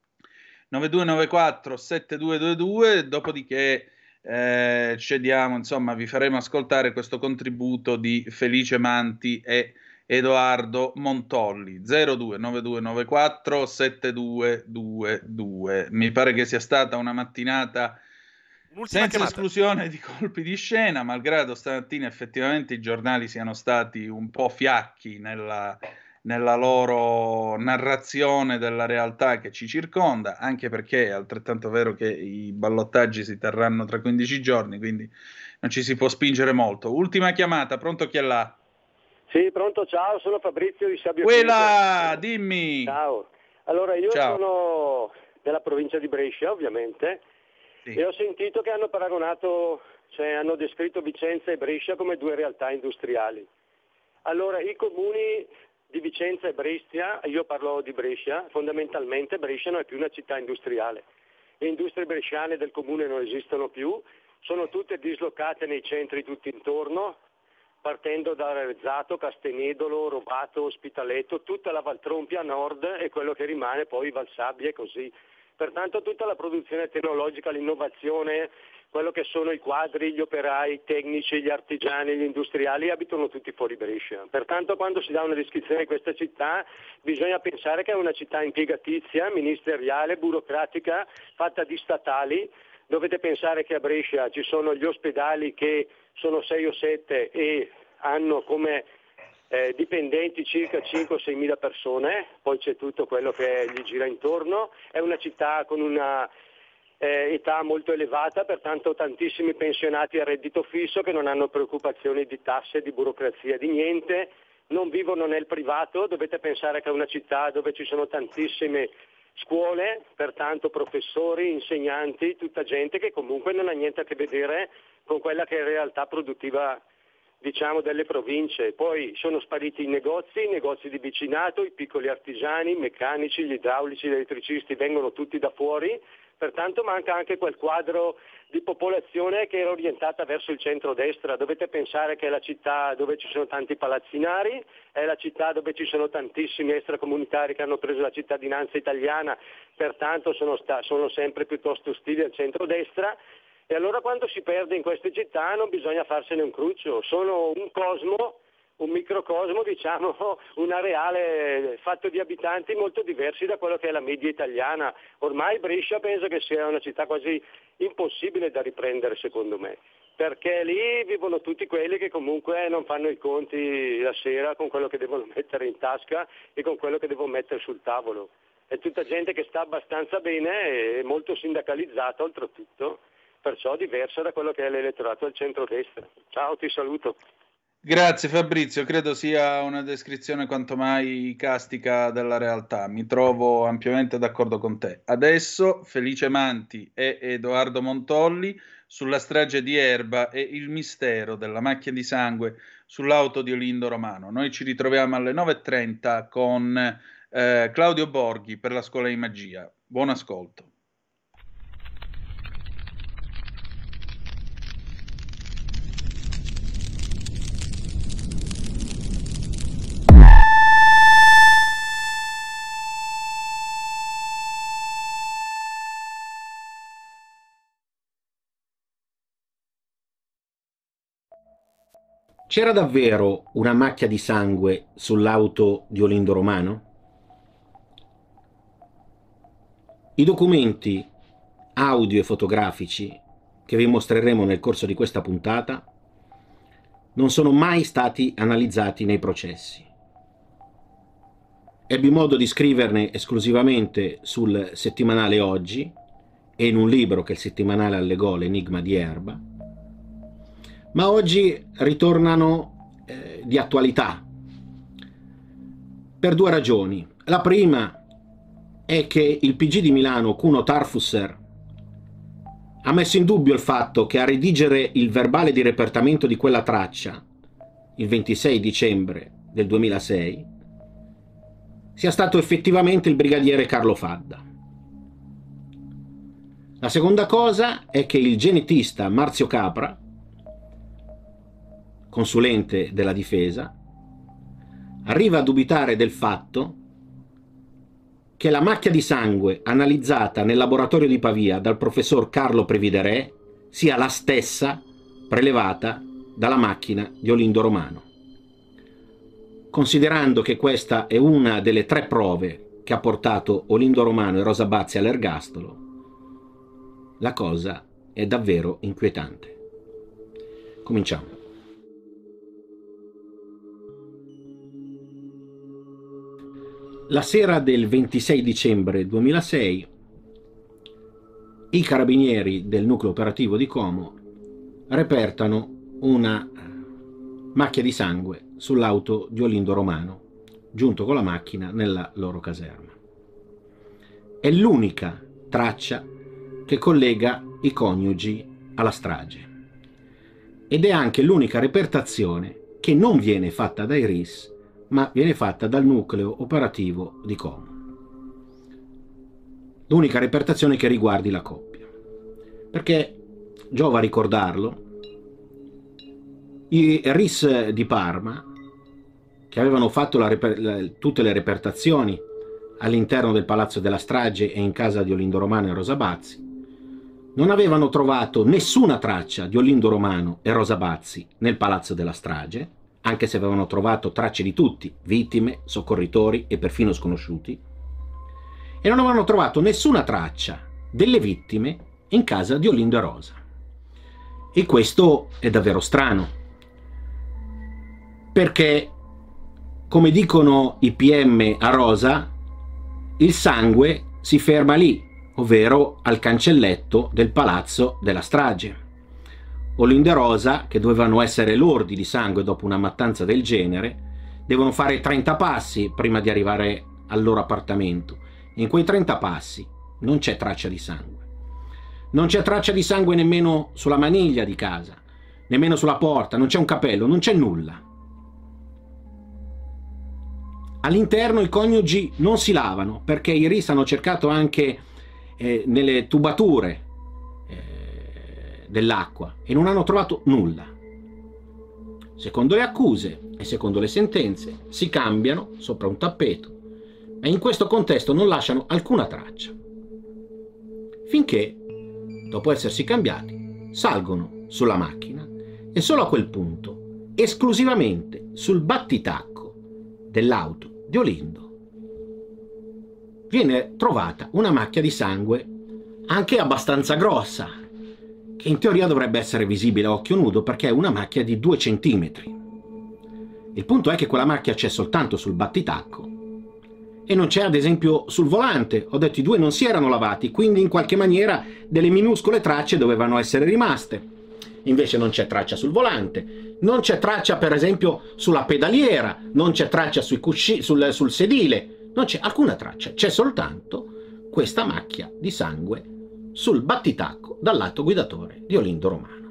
9294 7222, dopodiché cediamo, insomma, vi faremo ascoltare questo contributo di Felice Manti e Edoardo Montolli. 02 9294 7222. Mi pare che sia stata una mattinata senza esclusione di colpi di scena, malgrado stamattina effettivamente i giornali siano stati un po' fiacchi nella loro narrazione della realtà che ci circonda, anche perché è altrettanto vero che i ballottaggi si terranno tra 15 giorni, quindi non ci si può spingere molto. Ultima chiamata, pronto, chi è là? Sì, pronto, ciao, sono Fabrizio di Sabbio Quella, dimmi! Ciao. Allora, io Ciao. sono della provincia di Brescia, ovviamente, e ho sentito che hanno paragonato, cioè hanno descritto Vicenza e Brescia come due realtà industriali. Allora, i comuni di Vicenza e Brescia, io parlo di Brescia, fondamentalmente Brescia non è più una città industriale. Le industrie bresciane del comune non esistono più, sono tutte dislocate nei centri tutti intorno, partendo da Rezzato, Castenedolo, Rovato, Ospitaletto, tutta la Valtrompia a nord e quello che rimane poi Valsabbia e così. Pertanto tutta la produzione tecnologica, l'innovazione, quello che sono i quadri, gli operai, i tecnici, gli artigiani, gli industriali abitano tutti fuori Brescia. Pertanto quando si dà una descrizione di questa città bisogna pensare che è una città impiegatizia, ministeriale, burocratica, fatta di statali. Dovete pensare che a Brescia ci sono gli ospedali che sono 6 o 7 e hanno come dipendenti circa 5-6 mila persone, poi c'è tutto quello che gli gira intorno, è una città con una età molto elevata, pertanto tantissimi pensionati a reddito fisso che non hanno preoccupazioni di tasse, di burocrazia, di niente, non vivono nel privato, dovete pensare che è una città dove ci sono tantissime scuole, pertanto professori, insegnanti, tutta gente che comunque non ha niente a che vedere con quella che è la realtà produttiva, diciamo, delle province. Poi sono spariti i negozi di vicinato, i piccoli artigiani, i meccanici, gli idraulici, gli elettricisti vengono tutti da fuori, pertanto manca anche quel quadro di popolazione che era orientata verso il centro-destra. Dovete pensare che è la città dove ci sono tanti palazzinari, è la città dove ci sono tantissimi extracomunitari che hanno preso la cittadinanza italiana, pertanto sono sempre piuttosto ostili al centro-destra. E allora quando si perde in queste città non bisogna farsene un cruccio, sono un cosmo, un microcosmo, diciamo, un areale fatto di abitanti molto diversi da quello che è la media italiana. Ormai Brescia penso che sia una città quasi impossibile da riprendere, secondo me, perché lì vivono tutti quelli che comunque non fanno i conti la sera con quello che devono mettere in tasca e con quello che devono mettere sul tavolo. È tutta gente che sta abbastanza bene e molto sindacalizzata oltretutto, perciò diversa da quello che è l'elettorato del centro-destra. Ciao, ti saluto. Grazie Fabrizio, credo sia una descrizione quanto mai castica della realtà, mi trovo ampiamente d'accordo con te. Adesso Felice Manti e Edoardo Montolli sulla strage di Erba e il mistero della macchia di sangue sull'auto di Olindo Romano. Noi ci ritroviamo alle 9:30 con Claudio Borghi per la Scuola di Magia. Buon ascolto. C'era davvero una macchia di sangue sull'auto di Olindo Romano? I documenti audio e fotografici che vi mostreremo nel corso di questa puntata non sono mai stati analizzati nei processi. Ebbi modo di scriverne esclusivamente sul settimanale Oggi e in un libro che il settimanale allegò, L'enigma di Erba, ma oggi ritornano di attualità per due ragioni. La prima è che il PG di Milano, Kuno Tarfusser, ha messo in dubbio il fatto che a redigere il verbale di repertamento di quella traccia, il 26 dicembre del 2006, sia stato effettivamente il brigadiere Carlo Fadda. La seconda cosa è che il genetista Marzio Capra, consulente della difesa, arriva a dubitare del fatto che la macchia di sangue analizzata nel laboratorio di Pavia dal professor Carlo Previderè sia la stessa prelevata dalla macchina di Olindo Romano. Considerando che questa è una delle 3 prove che ha portato Olindo Romano e Rosa Bazzi all'ergastolo, la cosa è davvero inquietante. Cominciamo. La sera del 26 dicembre 2006 i carabinieri del nucleo operativo di Como repertano una macchia di sangue sull'auto di Olindo Romano, giunto con la macchina nella loro caserma. è l'unica traccia che collega i coniugi alla strage ed è anche l'unica repertazione che non viene fatta dai RIS ma viene fatta dal nucleo operativo di Como. L'unica repertazione che riguardi la coppia, perché giova ricordarlo, i RIS di Parma, che avevano fatto tutte le repertazioni all'interno del Palazzo della Strage e in casa di Olindo Romano e Rosa Bazzi, non avevano trovato nessuna traccia di Olindo Romano e Rosa Bazzi nel Palazzo della Strage, anche se avevano trovato tracce di tutti, vittime, soccorritori e perfino sconosciuti, e non avevano trovato nessuna traccia delle vittime in casa di Olindo e Rosa. E questo è davvero strano, perché, come dicono i PM a Rosa, il sangue si ferma lì, ovvero al cancelletto del Palazzo della Strage. Olindo e Rosa, che dovevano essere lordi di sangue dopo una mattanza del genere, devono fare 30 passi prima di arrivare al loro appartamento. In quei 30 passi non c'è traccia di sangue. Non c'è traccia di sangue nemmeno sulla maniglia di casa, nemmeno sulla porta, non c'è un capello, non c'è nulla. All'interno i coniugi non si lavano, perché i RIS hanno cercato anche nelle tubature dell'acqua e non hanno trovato nulla. Secondo le accuse e secondo le sentenze si cambiano sopra un tappeto e in questo contesto non lasciano alcuna traccia, finché, dopo essersi cambiati, salgono sulla macchina e solo a quel punto, esclusivamente sul battitacco dell'auto di Olindo, viene trovata una macchia di sangue anche abbastanza grossa, che in teoria dovrebbe essere visibile a occhio nudo perché è una macchia di 2 centimetri. Il punto è che quella macchia c'è soltanto sul battitacco e non c'è ad esempio sul volante. Ho detto i due non si erano lavati, quindi in qualche maniera delle minuscole tracce dovevano essere rimaste. Invece non c'è traccia sul volante, non c'è traccia per esempio sulla pedaliera, non c'è traccia sui sul sedile, non c'è alcuna traccia, c'è soltanto questa macchia di sangue sul battitacco dal lato guidatore di Olindo Romano.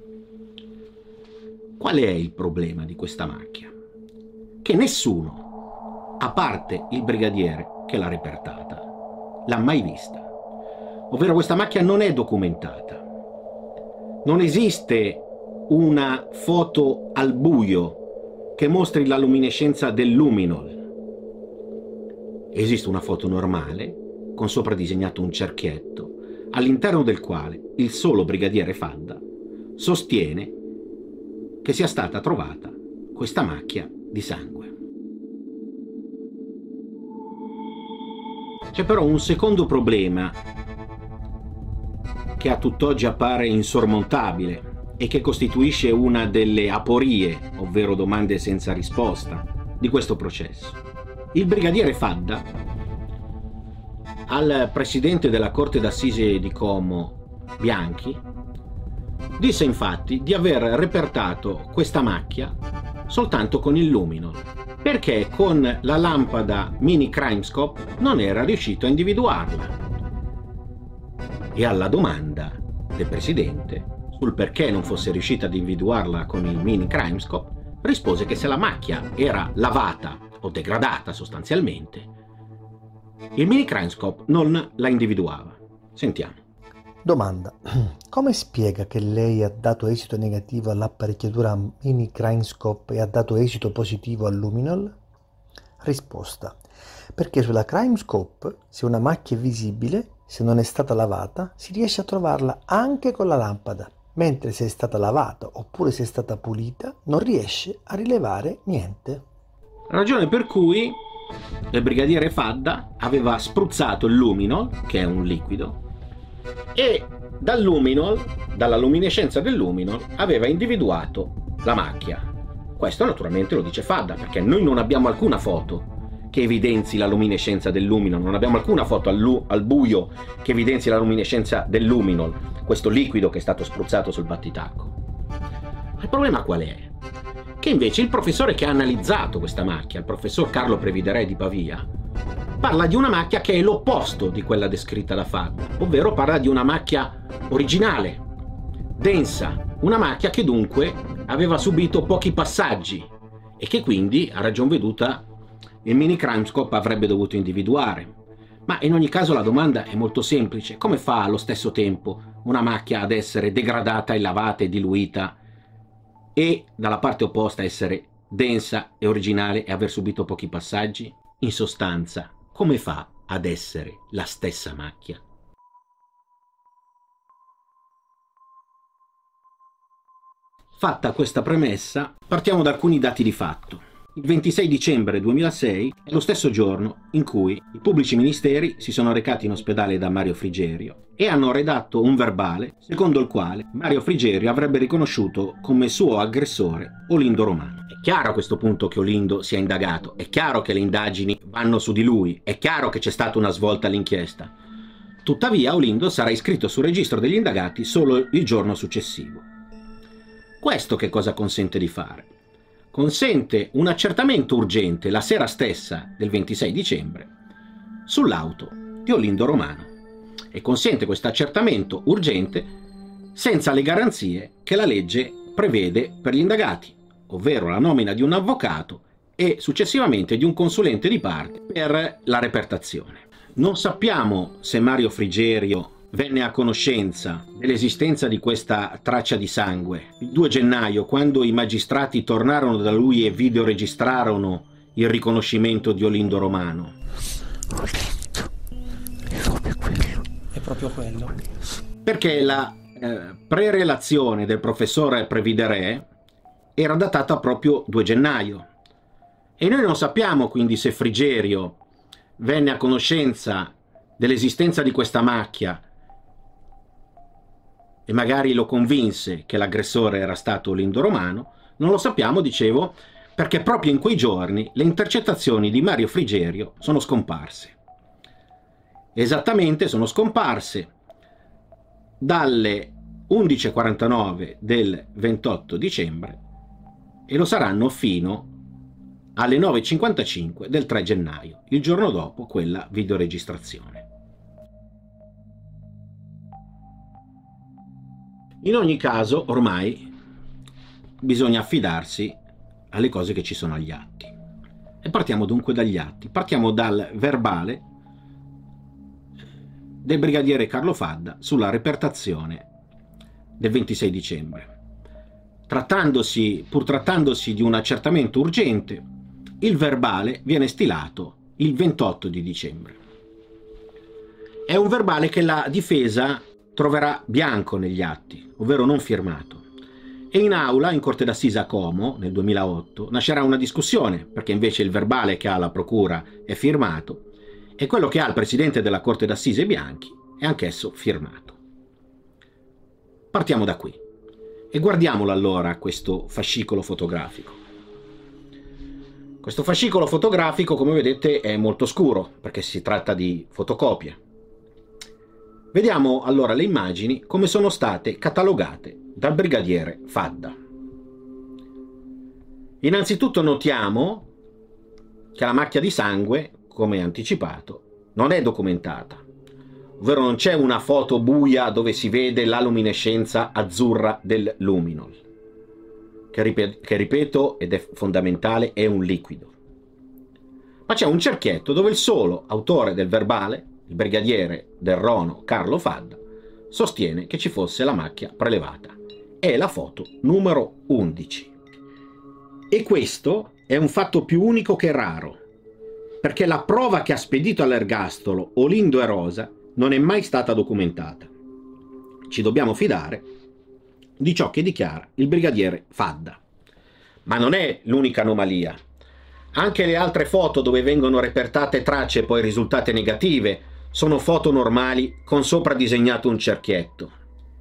Qual è il problema di questa macchia? Che nessuno, a parte il brigadiere che l'ha repertata, l'ha mai vista. Ovvero questa macchia non è documentata. Non esiste una foto al buio che mostri la luminescenza del luminol. Esiste una foto normale con sopra disegnato un cerchietto all'interno del quale il solo brigadiere Fadda sostiene che sia stata trovata questa macchia di sangue. C'è però un secondo problema che a tutt'oggi appare insormontabile e che costituisce una delle aporie, ovvero domande senza risposta, di questo processo. Il brigadiere Fadda al presidente della Corte d'Assise di Como, Bianchi, disse infatti di aver repertato questa macchia soltanto con il luminol, perché con la lampada Mini Crimescope non era riuscito a individuarla. E alla domanda del presidente sul perché non fosse riuscito ad individuarla con il Mini Crimescope, rispose che se la macchia era lavata o degradata sostanzialmente, il Mini Crimescope non la individuava. Sentiamo. Domanda: come spiega che lei ha dato esito negativo all'apparecchiatura Mini Crimescope e ha dato esito positivo al luminol? Risposta: perché sulla Crimescope, se una macchia è visibile, se non è stata lavata, si riesce a trovarla anche con la lampada, mentre se è stata lavata oppure se è stata pulita, non riesce a rilevare niente. Ragione per cui il brigadiere Fadda aveva spruzzato il luminol, che è un liquido, e dal luminol, dalla luminescenza del luminol, aveva individuato la macchia. Questo naturalmente lo dice Fadda, perché noi non abbiamo alcuna foto che evidenzi la luminescenza del luminol, non abbiamo alcuna foto al buio che evidenzi la luminescenza del luminol, questo liquido che è stato spruzzato sul battitacco. Il problema qual è? Che invece il professore che ha analizzato questa macchia, il professor Carlo Previdere di Pavia, parla di una macchia che è l'opposto di quella descritta da Fadda, ovvero parla di una macchia originale, densa, una macchia che dunque aveva subito pochi passaggi e che quindi, a ragion veduta, il mini Crimescope avrebbe dovuto individuare. Ma in ogni caso la domanda è molto semplice: come fa allo stesso tempo una macchia ad essere degradata e lavata e diluita e dalla parte opposta essere densa e originale e aver subito pochi passaggi? In sostanza, come fa ad essere la stessa macchia? Fatta questa premessa, partiamo da alcuni dati di fatto. Il 26 dicembre 2006 è lo stesso giorno in cui i pubblici ministeri si sono recati in ospedale da Mario Frigerio e hanno redatto un verbale secondo il quale Mario Frigerio avrebbe riconosciuto come suo aggressore Olindo Romano. È chiaro a questo punto che Olindo sia indagato, è chiaro che le indagini vanno su di lui, è chiaro che c'è stata una svolta all'inchiesta. Tuttavia Olindo sarà iscritto sul registro degli indagati solo il giorno successivo. Questo che cosa consente di fare? Consente un accertamento urgente la sera stessa del 26 dicembre sull'auto di Olindo Romano e consente questo accertamento urgente senza le garanzie che la legge prevede per gli indagati, ovvero la nomina di un avvocato e successivamente di un consulente di parte per la repertazione. Non sappiamo se Mario Frigerio venne a conoscenza dell'esistenza di questa traccia di sangue il 2 gennaio, quando i magistrati tornarono da lui e videoregistrarono il riconoscimento di Olindo Romano. È proprio quello. Perché la prerelazione del professore Previderè era datata proprio 2 gennaio e noi non sappiamo quindi se Frigerio venne a conoscenza dell'esistenza di questa macchia e magari lo convinse che l'aggressore era stato Olindo Romano. Non lo sappiamo, dicevo, perché proprio in quei giorni le intercettazioni di Mario Frigerio sono scomparse. Esattamente, sono scomparse dalle 11:49 del 28 dicembre e lo saranno fino alle 9:55 del 3 gennaio, il giorno dopo quella videoregistrazione. In ogni caso, ormai bisogna affidarsi alle cose che ci sono agli atti. E partiamo dunque dagli atti. Partiamo dal verbale del brigadiere Carlo Fadda sulla repertazione del 26 dicembre. Pur trattandosi di un accertamento urgente, il verbale viene stilato il 28 di dicembre. È un verbale che la difesa troverà bianco negli atti, ovvero non firmato. E in aula, in Corte d'Assise a Como, nel 2008, nascerà una discussione, perché invece il verbale che ha la procura è firmato e quello che ha il presidente della Corte d'Assise Bianchi è anch'esso firmato. Partiamo da qui e guardiamolo allora questo fascicolo fotografico. Questo fascicolo fotografico, come vedete, è molto scuro perché si tratta di fotocopie. Vediamo allora le immagini come sono state catalogate dal brigadiere Fadda. Innanzitutto notiamo che la macchia di sangue, come anticipato, non è documentata, ovvero non c'è una foto buia dove si vede la luminescenza azzurra del luminol, che ripeto, ed è fondamentale, è un liquido. Ma c'è un cerchietto dove il solo autore del verbale, il brigadiere del Rono Carlo Fadda, sostiene che ci fosse la macchia prelevata. È la foto numero 11. E questo è un fatto più unico che raro, perché la prova che ha spedito all'ergastolo Olindo e Rosa non è mai stata documentata. Ci dobbiamo fidare di ciò che dichiara il brigadiere Fadda. Ma non è l'unica anomalia. Anche le altre foto dove vengono repertate tracce e poi risultate negative sono foto normali con sopra disegnato un cerchietto.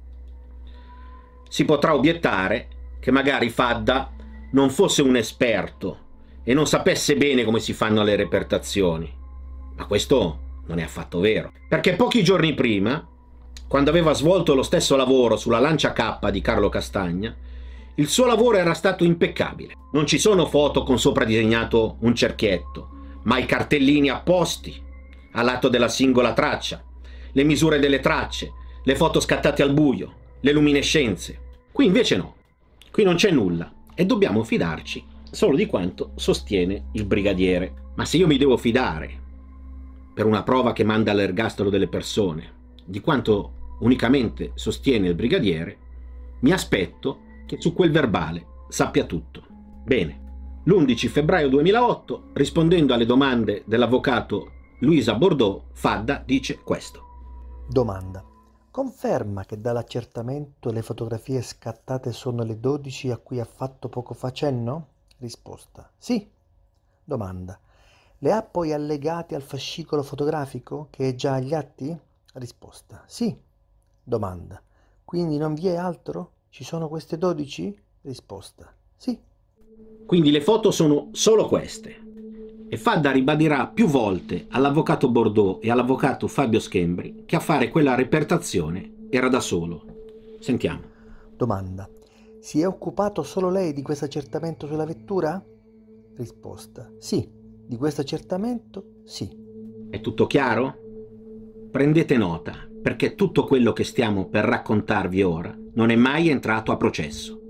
Si potrà obiettare che magari Fadda non fosse un esperto e non sapesse bene come si fanno le repertazioni, ma questo non è affatto vero, perché pochi giorni prima, quando aveva svolto lo stesso lavoro sulla Lancia K di Carlo Castagna, il suo lavoro era stato impeccabile. Non ci sono foto con sopra disegnato un cerchietto, ma i cartellini apposti, all'atto della singola traccia, le misure delle tracce, le foto scattate al buio, le luminescenze. Qui invece no, qui non c'è nulla e dobbiamo fidarci solo di quanto sostiene il brigadiere. Ma se io mi devo fidare, per una prova che manda all'ergastolo delle persone, di quanto unicamente sostiene il brigadiere, mi aspetto che su quel verbale sappia tutto. Bene, l'11 febbraio 2008, rispondendo alle domande dell'avvocato Luisa Bordeaux, Fadda dice questo. Domanda. Conferma che dall'accertamento le fotografie scattate sono le 12 a cui ha fatto poco fa cenno? Risposta. Sì. Domanda. Le ha poi allegate al fascicolo fotografico che è già agli atti? Risposta. Sì. Domanda. Quindi non vi è altro? Ci sono queste 12? Risposta. Sì. Quindi le foto sono solo queste. E Fadda ribadirà più volte all'avvocato Bordeaux e all'avvocato Fabio Schembri che a fare quella repertazione era da solo. Sentiamo. Domanda. Si è occupato solo lei di questo accertamento sulla vettura? Risposta. Sì. Di questo accertamento? Sì. È tutto chiaro? Prendete nota, perché tutto quello che stiamo per raccontarvi ora non è mai entrato a processo.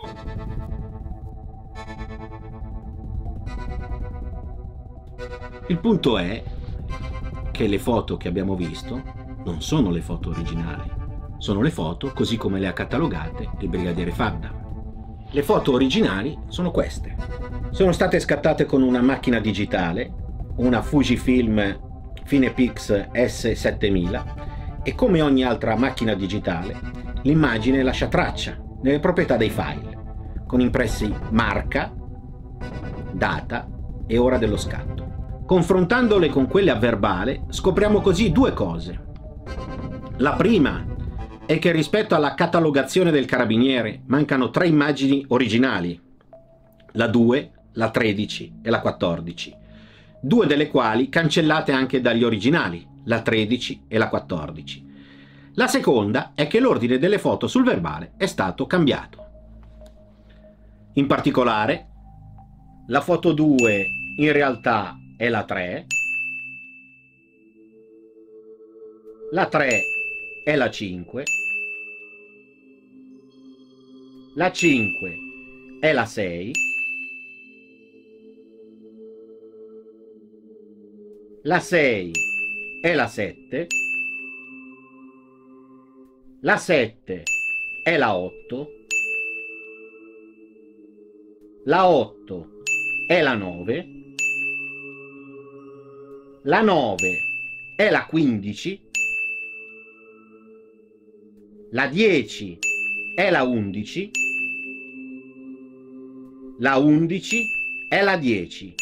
Il punto è che le foto che abbiamo visto non sono le foto originali, sono le foto così come le ha catalogate il brigadiere Fadda. Le foto originali sono queste. Sono state scattate con una macchina digitale, una Fujifilm Finepix S7000, e come ogni altra macchina digitale, l'immagine lascia traccia nelle proprietà dei file, con impressi marca, data e ora dello scatto. Confrontandole con quelle a verbale, scopriamo così due cose. La prima è che rispetto alla catalogazione del carabiniere mancano 3 immagini originali, la 2, la 13 e la 14, 2 delle quali cancellate anche dagli originali, la 13 e la 14. La seconda è che l'ordine delle foto sul verbale è stato cambiato. In particolare, la foto 2 in realtà è la 3, la 3 è la 5, la 5 è la 6, la 6 è la 7, la 7 è la 8, la 8 è la 9, la 9 è la 15, la 10 è la 11, la 11 è la 10.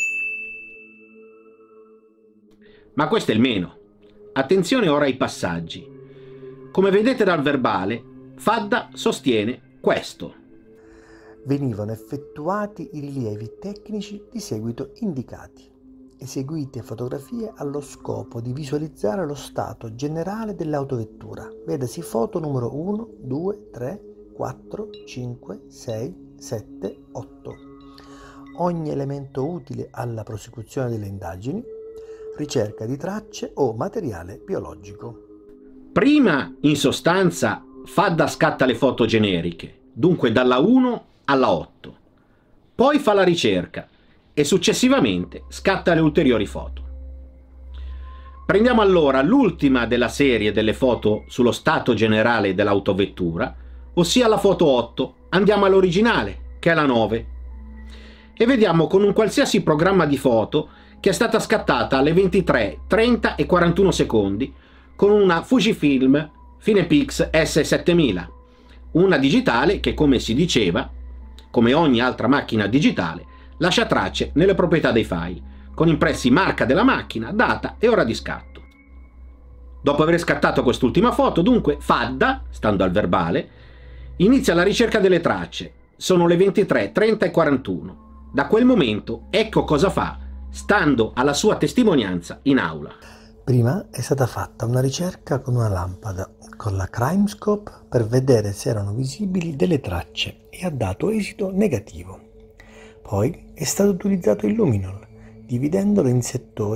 Ma questo è il meno. Attenzione ora ai passaggi. Come vedete dal verbale, Fadda sostiene questo. Venivano effettuati i rilievi tecnici di seguito indicati. Eseguite fotografie allo scopo di visualizzare lo stato generale dell'autovettura. Vedasi foto numero 1, 2, 3, 4, 5, 6, 7, 8. Ogni elemento utile alla prosecuzione delle indagini, ricerca di tracce o materiale biologico. Prima, in sostanza, Fadda scatta le foto generiche, dunque dalla 1 alla 8. Poi fa la ricerca e successivamente scatta le ulteriori foto. Prendiamo allora l'ultima della serie delle foto sullo stato generale dell'autovettura, ossia la foto 8. Andiamo all'originale, che è la 9, e vediamo con un qualsiasi programma di foto che è stata scattata alle 23, 30 e 41 secondi con una Fujifilm Finepix S7000, una digitale che, come si diceva, come ogni altra macchina digitale, lascia tracce nelle proprietà dei file, con impressi marca della macchina, data e ora di scatto. Dopo aver scattato quest'ultima foto, dunque, Fadda, stando al verbale, inizia la ricerca delle tracce. Sono le 23, 30 e 41. Da quel momento, ecco cosa fa, stando alla sua testimonianza in aula. Prima è stata fatta una ricerca con una lampada, con la Crimescope, per vedere se erano visibili delle tracce e ha dato esito negativo. Poi è stato utilizzato il luminol, dividendolo in settori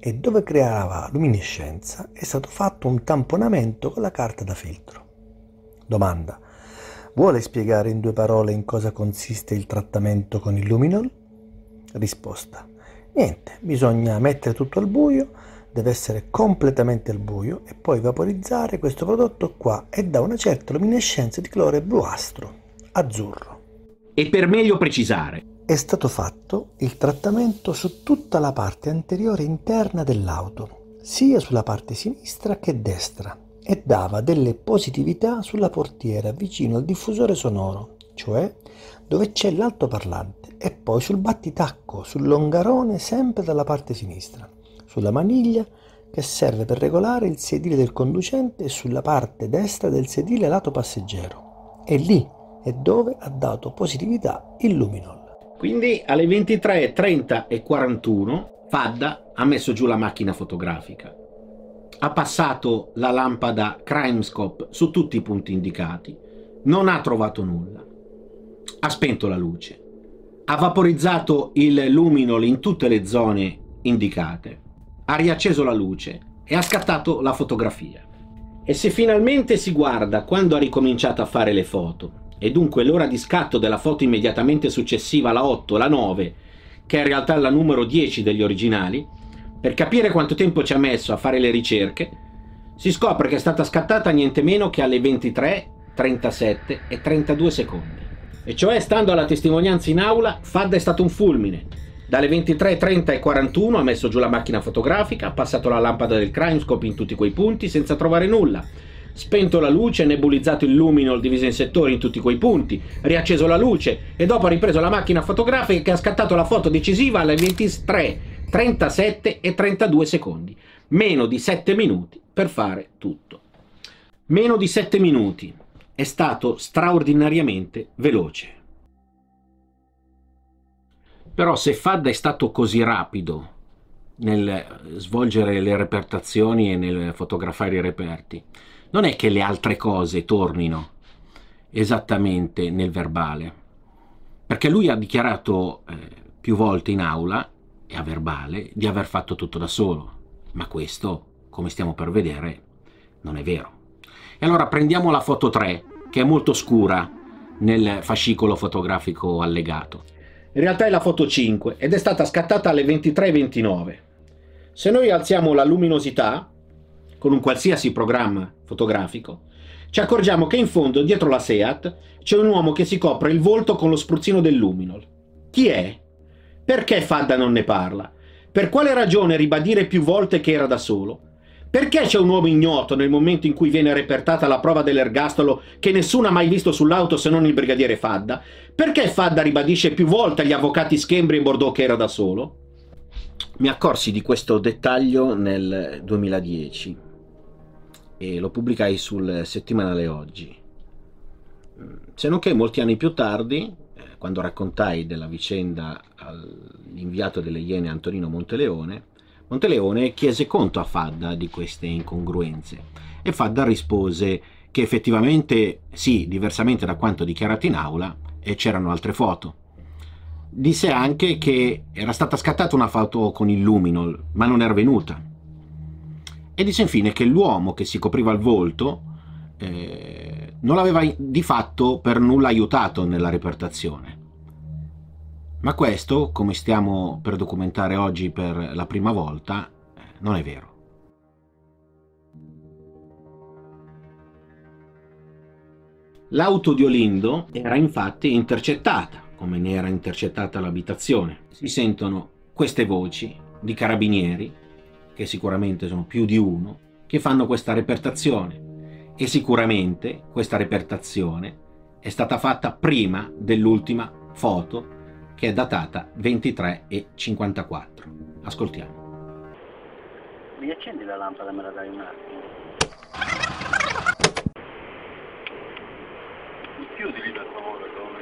e dove creava luminescenza è stato fatto un tamponamento con la carta da filtro. Domanda: vuole spiegare in 2 parole in cosa consiste il trattamento con il luminol? Risposta: niente, bisogna mettere tutto al buio, deve essere completamente al buio e poi vaporizzare questo prodotto qua e dà una certa luminescenza di colore bluastro, azzurro. E per meglio precisare, è stato fatto il trattamento su tutta la parte anteriore interna dell'auto, sia sulla parte sinistra che destra, e dava delle positività sulla portiera vicino al diffusore sonoro, cioè dove c'è l'altoparlante, e poi sul battitacco, sul longarone sempre dalla parte sinistra, sulla maniglia che serve per regolare il sedile del conducente e sulla parte destra del sedile lato passeggero. E lì è dove ha dato positività il luminol. Quindi alle 23:30 e 41 Fadda ha messo giù la macchina fotografica, ha passato la lampada CrimeScope su tutti i punti indicati, non ha trovato nulla, ha spento la luce, ha vaporizzato il luminol in tutte le zone indicate, ha riacceso la luce e ha scattato la fotografia. E se finalmente si guarda quando ha ricominciato a fare le foto, e dunque l'ora di scatto della foto immediatamente successiva, la 8, la 9, che è in realtà la numero 10 degli originali, per capire quanto tempo ci ha messo a fare le ricerche, si scopre che è stata scattata niente meno che alle 23, 37 e 32 secondi. E cioè, stando alla testimonianza in aula, Fadda è stato un fulmine. Dalle 23:30 e 41 ha messo giù la macchina fotografica, ha passato la lampada del CrimeScope in tutti quei punti senza trovare nulla, spento la luce, nebulizzato il luminol diviso in settori in tutti quei punti, riacceso la luce e dopo ha ripreso la macchina fotografica che ha scattato la foto decisiva alle 23, 37 e 32 secondi. Meno di 7 minuti per fare tutto. Meno di 7 minuti. È stato straordinariamente veloce. Però se Fadda è stato così rapido nel svolgere le repertazioni e nel fotografare i reperti, non è che le altre cose tornino esattamente nel verbale, perché lui ha dichiarato più volte in aula e a verbale di aver fatto tutto da solo, ma questo, come stiamo per vedere, non è vero. E allora prendiamo la foto 3, che è molto scura nel fascicolo fotografico allegato. In realtà è la foto 5 ed è stata scattata alle 23:29. Se noi alziamo la luminosità con un qualsiasi programma fotografico, ci accorgiamo che in fondo, dietro la Seat, c'è un uomo che si copre il volto con lo spruzzino del luminol. Chi è? Perché Fadda non ne parla? Per quale ragione ribadire più volte che era da solo? Perché c'è un uomo ignoto nel momento in cui viene repertata la prova dell'ergastolo che nessuno ha mai visto sull'auto se non il brigadiere Fadda? Perché Fadda ribadisce più volte agli avvocati Schembri e Bordeaux che era da solo? Mi accorsi di questo dettaglio nel 2010 e lo pubblicai sul settimanale Oggi. Se non che molti anni più tardi, quando raccontai della vicenda all'inviato delle Iene Antonino Monteleone chiese conto a Fadda di queste incongruenze e Fadda rispose che effettivamente sì, diversamente da quanto dichiarato in aula, c'erano altre foto. Disse anche che era stata scattata una foto con il luminol, ma non era venuta. E disse infine che l'uomo che si copriva il volto non l'aveva di fatto per nulla aiutato nella repertazione. Ma questo, come stiamo per documentare oggi per la prima volta, non è vero. L'auto di Olindo era infatti intercettata, come ne era intercettata l'abitazione. Si sentono queste voci di carabinieri, che sicuramente sono più di uno, che fanno questa repertazione. E sicuramente questa repertazione è stata fatta prima dell'ultima foto, che è datata 23:54. Ascoltiamo. Mi accendi la lampada e me la dai un attimo? Mi chiudili per favore, come?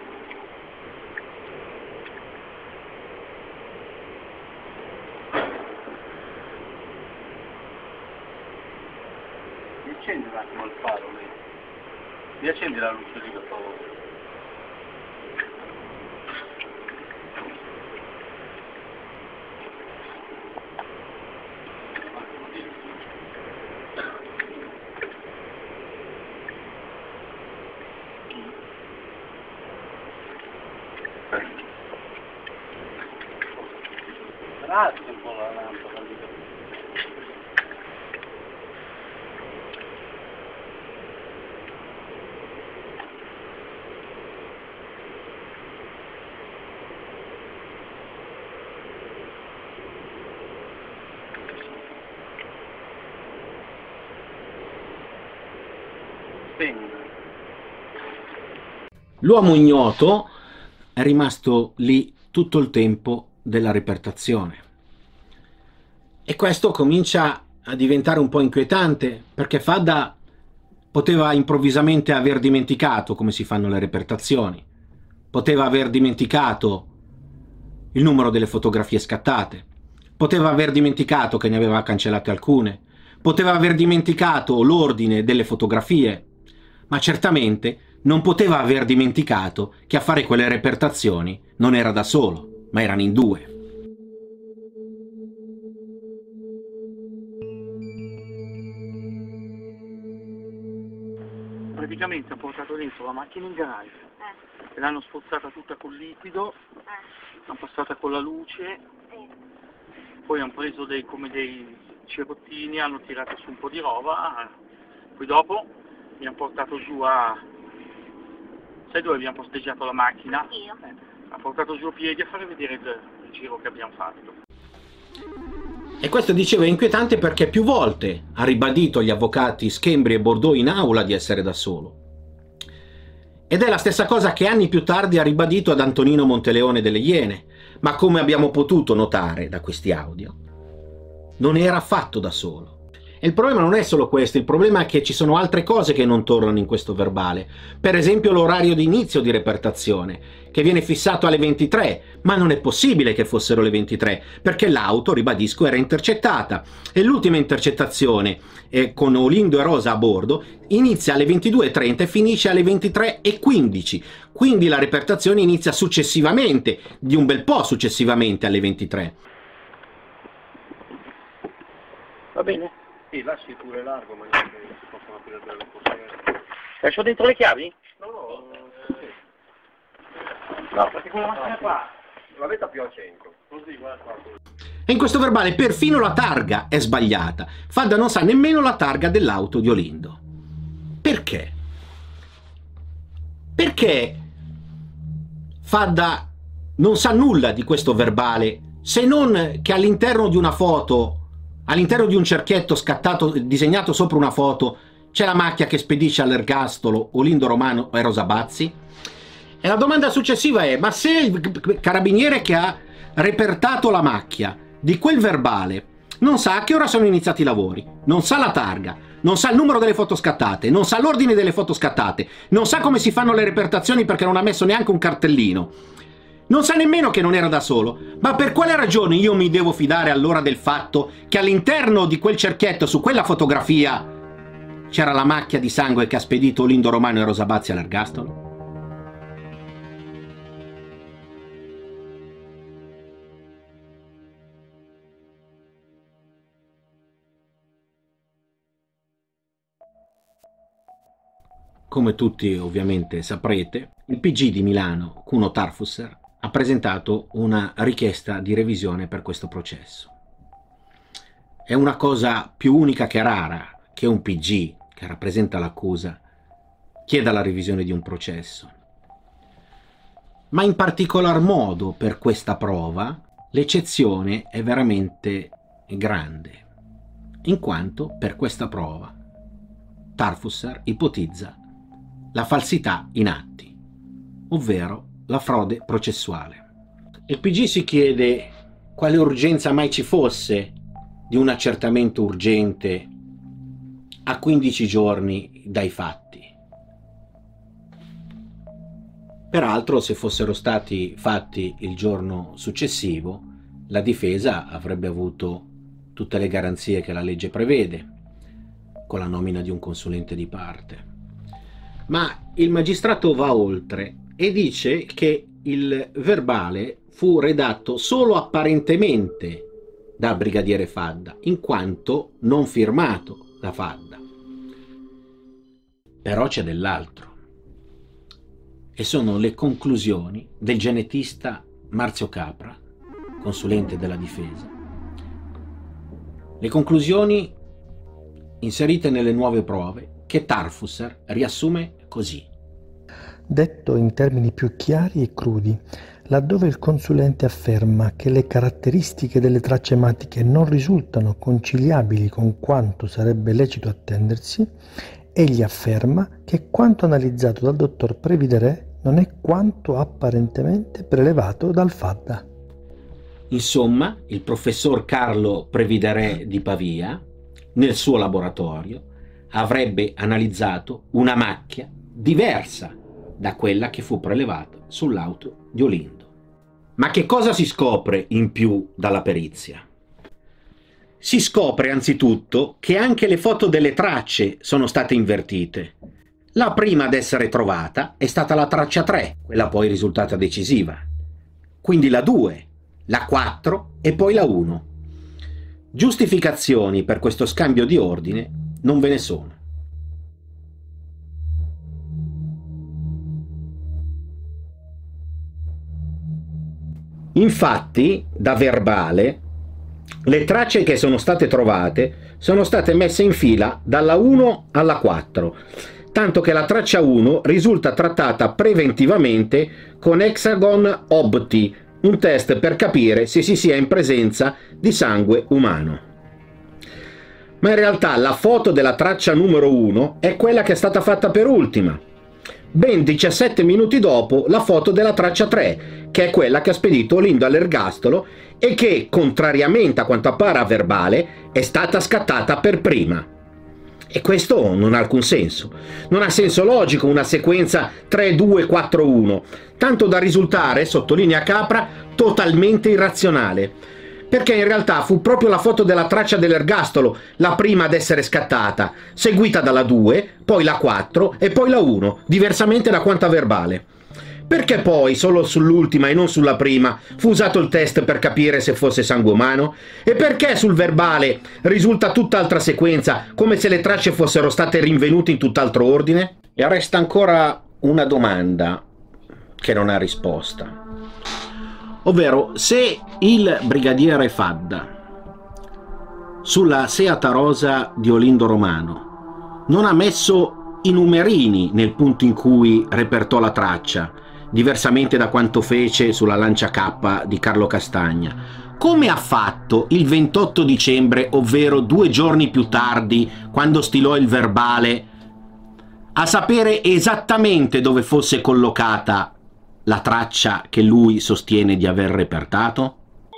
Mi accendi un attimo il faro lì? Mi accendi la luce lì per favore? alza un po' la lampada lì. L'uomo ignoto è rimasto lì tutto il tempo della repertazione. E questo comincia a diventare un po' inquietante, perché Fadda poteva improvvisamente aver dimenticato come si fanno le repertazioni, poteva aver dimenticato il numero delle fotografie scattate, poteva aver dimenticato che ne aveva cancellate alcune, poteva aver dimenticato l'ordine delle fotografie, ma certamente non poteva aver dimenticato che a fare quelle repertazioni non era da solo, ma erano in due. Praticamente hanno portato dentro la macchina in garage e l'hanno spruzzata tutta col liquido, l'hanno passata con la luce, poi hanno preso come dei cerottini, hanno tirato su un po' di roba, poi dopo mi hanno portato giù sai dove abbiamo posteggiato la macchina? Ha portato giù a piedi a fare vedere il giro che abbiamo fatto. E questo, dicevo, è inquietante perché più volte ha ribadito agli avvocati Schembri e Bordeaux in aula di essere da solo. Ed è la stessa cosa che anni più tardi ha ribadito ad Antonino Monteleone delle Iene, ma come abbiamo potuto notare da questi audio, non era affatto da solo. E il problema non è solo questo, il problema è che ci sono altre cose che non tornano in questo verbale. Per esempio l'orario di inizio di repertazione, che viene fissato alle 23, ma non è possibile che fossero le 23, perché l'auto, ribadisco, era intercettata. E l'ultima intercettazione, con Olindo e Rosa a bordo, inizia alle 22:30 e finisce alle 23:15. Quindi la repertazione inizia successivamente, di un bel po' successivamente alle 23. Va bene? Sì, lasci pure largo, ma non si possono aprire le portiere. Lascio dentro le chiavi? No, perché quella macchina qua la metta più al centro. Così, guarda qua. E in questo verbale perfino la targa è sbagliata. Fadda non sa nemmeno la targa dell'auto di Olindo. Perché? Perché Fadda non sa nulla di questo verbale, se non che all'interno di una foto, all'interno di un cerchietto scattato, disegnato sopra una foto, c'è la macchia che spedisce all'ergastolo Olindo Romano e Rosa Bazzi? E la domanda successiva è: ma se il carabiniere che ha repertato la macchia di quel verbale non sa a che ora sono iniziati i lavori, non sa la targa, non sa il numero delle foto scattate, non sa l'ordine delle foto scattate, non sa come si fanno le repertazioni perché non ha messo neanche un cartellino, non sa nemmeno che non era da solo, ma per quale ragione io mi devo fidare allora del fatto che all'interno di quel cerchietto, su quella fotografia, c'era la macchia di sangue che ha spedito Olindo Romano e Rosa Bazzi all'ergastolo? Come tutti ovviamente saprete, il PG di Milano, Cuno Tarfusser, ha presentato una richiesta di revisione per questo processo. È una cosa più unica che rara che un PG che rappresenta l'accusa chieda la revisione di un processo. Ma in particolar modo per questa prova l'eccezione è veramente grande, in quanto per questa prova Tarfusser ipotizza la falsità in atti, ovvero la frode processuale. Il PG si chiede quale urgenza mai ci fosse di un accertamento urgente a 15 giorni dai fatti. Peraltro, se fossero stati fatti il giorno successivo, la difesa avrebbe avuto tutte le garanzie che la legge prevede, con la nomina di un consulente di parte. Ma il magistrato va oltre e dice che il verbale fu redatto solo apparentemente da Brigadiere Fadda, in quanto non firmato da Fadda. Però c'è dell'altro, e sono le conclusioni del genetista Marzio Capra consulente della difesa. Le conclusioni inserite nelle nuove prove che Tarfusser riassume così. Detto in termini più chiari e crudi, laddove il consulente afferma che le caratteristiche delle tracce ematiche non risultano conciliabili con quanto sarebbe lecito attendersi, egli afferma che quanto analizzato dal dottor Previdere non è quanto apparentemente prelevato dal FADDA. Insomma, il professor Carlo Previdere di Pavia, nel suo laboratorio, avrebbe analizzato una macchia diversa da quella che fu prelevata sull'auto di Olindo. Ma che cosa si scopre in più dalla perizia? Si scopre anzitutto che anche le foto delle tracce sono state invertite. La prima ad essere trovata è stata la traccia 3, quella poi risultata decisiva. Quindi la 2, la 4 e poi la 1. Giustificazioni per questo scambio di ordine non ve ne sono. Infatti, da verbale, le tracce che sono state trovate sono state messe in fila dalla 1 alla 4, tanto che la traccia 1 risulta trattata preventivamente con Hexagon Opti, un test per capire se si sia in presenza di sangue umano. Ma in realtà la foto della traccia numero 1 è quella che è stata fatta per ultima. Ben 17 minuti dopo la foto della traccia 3, che è quella che ha spedito Olindo all'ergastolo e che, contrariamente a quanto appare a verbale, è stata scattata per prima. E questo non ha alcun senso. Non ha senso logico una sequenza 3-2-4-1, tanto da risultare, sottolinea Capra, totalmente irrazionale. Perché in realtà fu proprio la foto della traccia dell'ergastolo la prima ad essere scattata, seguita dalla 2, poi la 4 e poi la 1, diversamente da quanto verbale. Perché poi, solo sull'ultima e non sulla prima, fu usato il test per capire se fosse sangue umano? E perché sul verbale risulta tutt'altra sequenza, come se le tracce fossero state rinvenute in tutt'altro ordine? E resta ancora una domanda che non ha risposta. Ovvero, se il brigadiere Fadda sulla Seat Rosa di Olindo Romano non ha messo i numerini nel punto in cui repertò la traccia, diversamente da quanto fece sulla Lancia K di Carlo Castagna, come ha fatto il 28 dicembre, ovvero 2 giorni più tardi, quando stilò il verbale, a sapere esattamente dove fosse collocata la traccia che lui sostiene di aver repertato?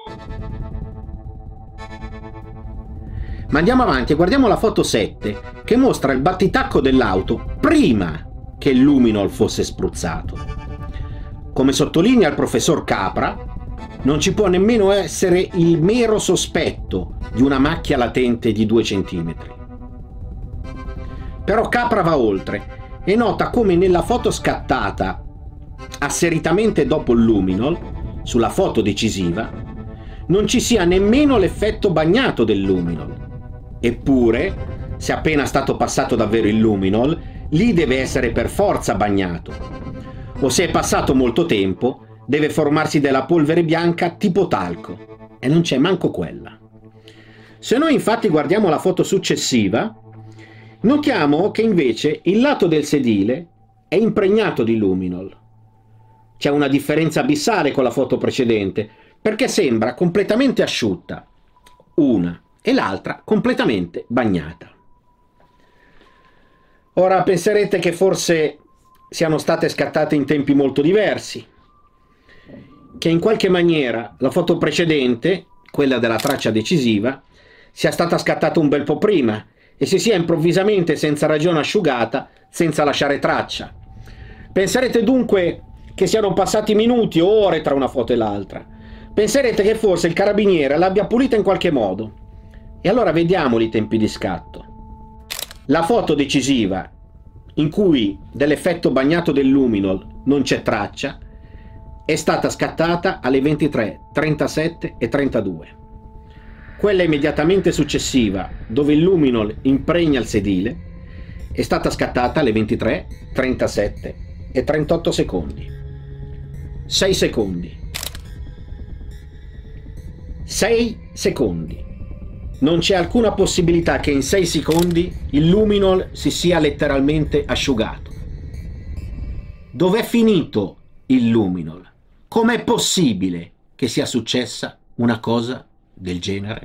Ma andiamo avanti e guardiamo la foto 7, che mostra il battitacco dell'auto prima che il luminol fosse spruzzato. Come sottolinea il professor Capra, non ci può nemmeno essere il mero sospetto di una macchia latente di 2 centimetri. Però Capra va oltre e nota come nella foto scattata asseritamente dopo il luminol, sulla foto decisiva, non ci sia nemmeno l'effetto bagnato del luminol. Eppure, se appena stato passato davvero il luminol, lì deve essere per forza bagnato. O se è passato molto tempo, deve formarsi della polvere bianca tipo talco, e non c'è manco quella. Se noi infatti guardiamo la foto successiva, notiamo che invece il lato del sedile è impregnato di luminol. C'è una differenza abissale con la foto precedente, perché sembra completamente asciutta, una, e l'altra completamente bagnata. Ora penserete che forse siano state scattate in tempi molto diversi, che in qualche maniera la foto precedente, quella della traccia decisiva, sia stata scattata un bel po' prima e si sia improvvisamente senza ragione asciugata senza lasciare traccia. Penserete dunque che siano passati minuti o ore tra una foto e l'altra. Penserete che forse il carabiniere l'abbia pulita in qualche modo. E allora vediamoli i tempi di scatto. La foto decisiva, in cui dell'effetto bagnato del luminol non c'è traccia, è stata scattata alle 23, 37 e 32. Quella immediatamente successiva, dove il luminol impregna il sedile, è stata scattata alle 23, 37 e 38 secondi. 6 secondi. 6 secondi. Non c'è alcuna possibilità che in 6 secondi il luminol si sia letteralmente asciugato. Dov'è finito il luminol? Com'è possibile che sia successa una cosa del genere?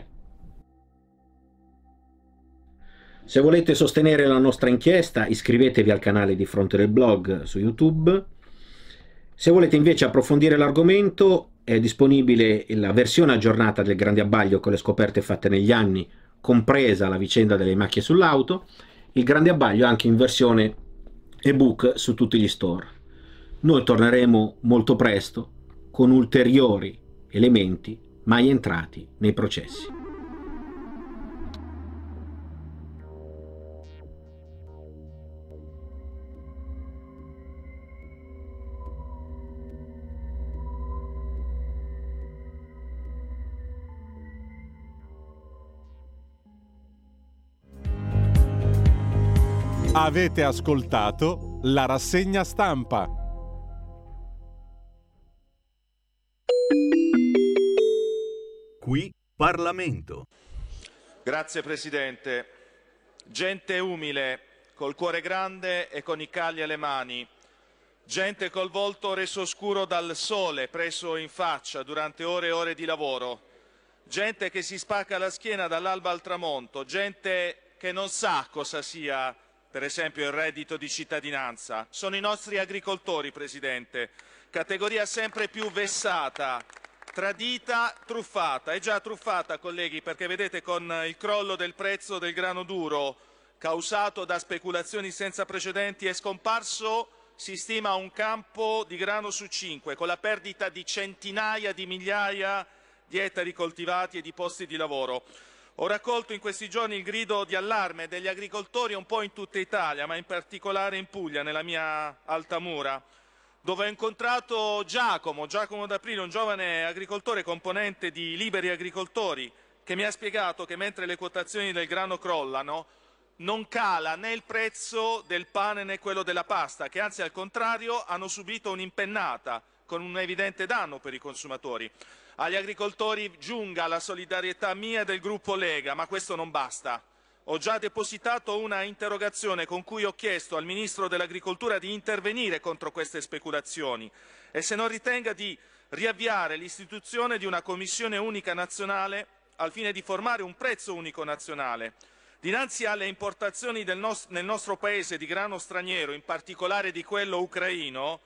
Se volete sostenere la nostra inchiesta, iscrivetevi al canale di Fronte del Blog su YouTube. Se volete invece approfondire l'argomento, è disponibile la versione aggiornata del Grande Abbaglio con le scoperte fatte negli anni, compresa la vicenda delle macchie sull'auto. Il Grande Abbaglio anche in versione ebook su tutti gli store. Noi torneremo molto presto con ulteriori elementi mai entrati nei processi. Avete ascoltato la rassegna stampa. Qui Parlamento. Grazie Presidente. Gente umile, col cuore grande e con i calli alle mani. Gente col volto reso scuro dal sole preso in faccia durante ore e ore di lavoro. Gente che si spacca la schiena dall'alba al tramonto. Gente che non sa cosa sia, per esempio, il reddito di cittadinanza. Sono i nostri agricoltori, Presidente, categoria sempre più vessata, tradita, truffata. È già truffata, colleghi, perché vedete con il crollo del prezzo del grano duro causato da speculazioni senza precedenti è scomparso, si stima, un campo di grano su 5, con la perdita di centinaia di migliaia di ettari coltivati e di posti di lavoro. Ho raccolto in questi giorni il grido di allarme degli agricoltori un po' in tutta Italia, ma in particolare in Puglia, nella mia Altamura, dove ho incontrato Giacomo D'Aprile, un giovane agricoltore componente di Liberi Agricoltori, che mi ha spiegato che mentre le quotazioni del grano crollano, non cala né il prezzo del pane né quello della pasta, che anzi al contrario hanno subito un'impennata, con un evidente danno per i consumatori. Agli agricoltori giunga la solidarietà mia e del gruppo Lega, ma questo non basta. Ho già depositato una interrogazione con cui ho chiesto al Ministro dell'Agricoltura di intervenire contro queste speculazioni e se non ritenga di riavviare l'istituzione di una commissione unica nazionale al fine di formare un prezzo unico nazionale. Dinanzi alle importazioni nel nostro Paese di grano straniero, in particolare di quello ucraino,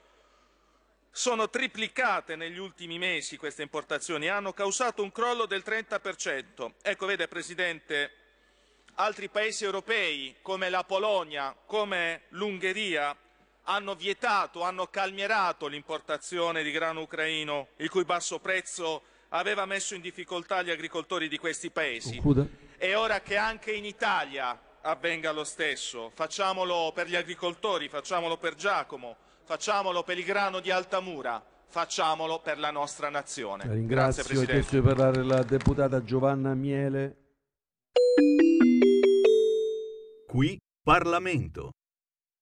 sono triplicate negli ultimi mesi queste importazioni, hanno causato un crollo del 30%. Ecco, vede Presidente, altri paesi europei come la Polonia, come l'Ungheria, hanno vietato, hanno calmierato l'importazione di grano ucraino, il cui basso prezzo aveva messo in difficoltà gli agricoltori di questi paesi. Concluda. È ora che anche in Italia avvenga lo stesso. Facciamolo per gli agricoltori, facciamolo per Giacomo, facciamolo per il grano di Altamura, facciamolo per la nostra nazione. Ringrazio. Grazie, Presidente. Ha chiesto di parlare la deputata Giovanna Miele. Qui Parlamento.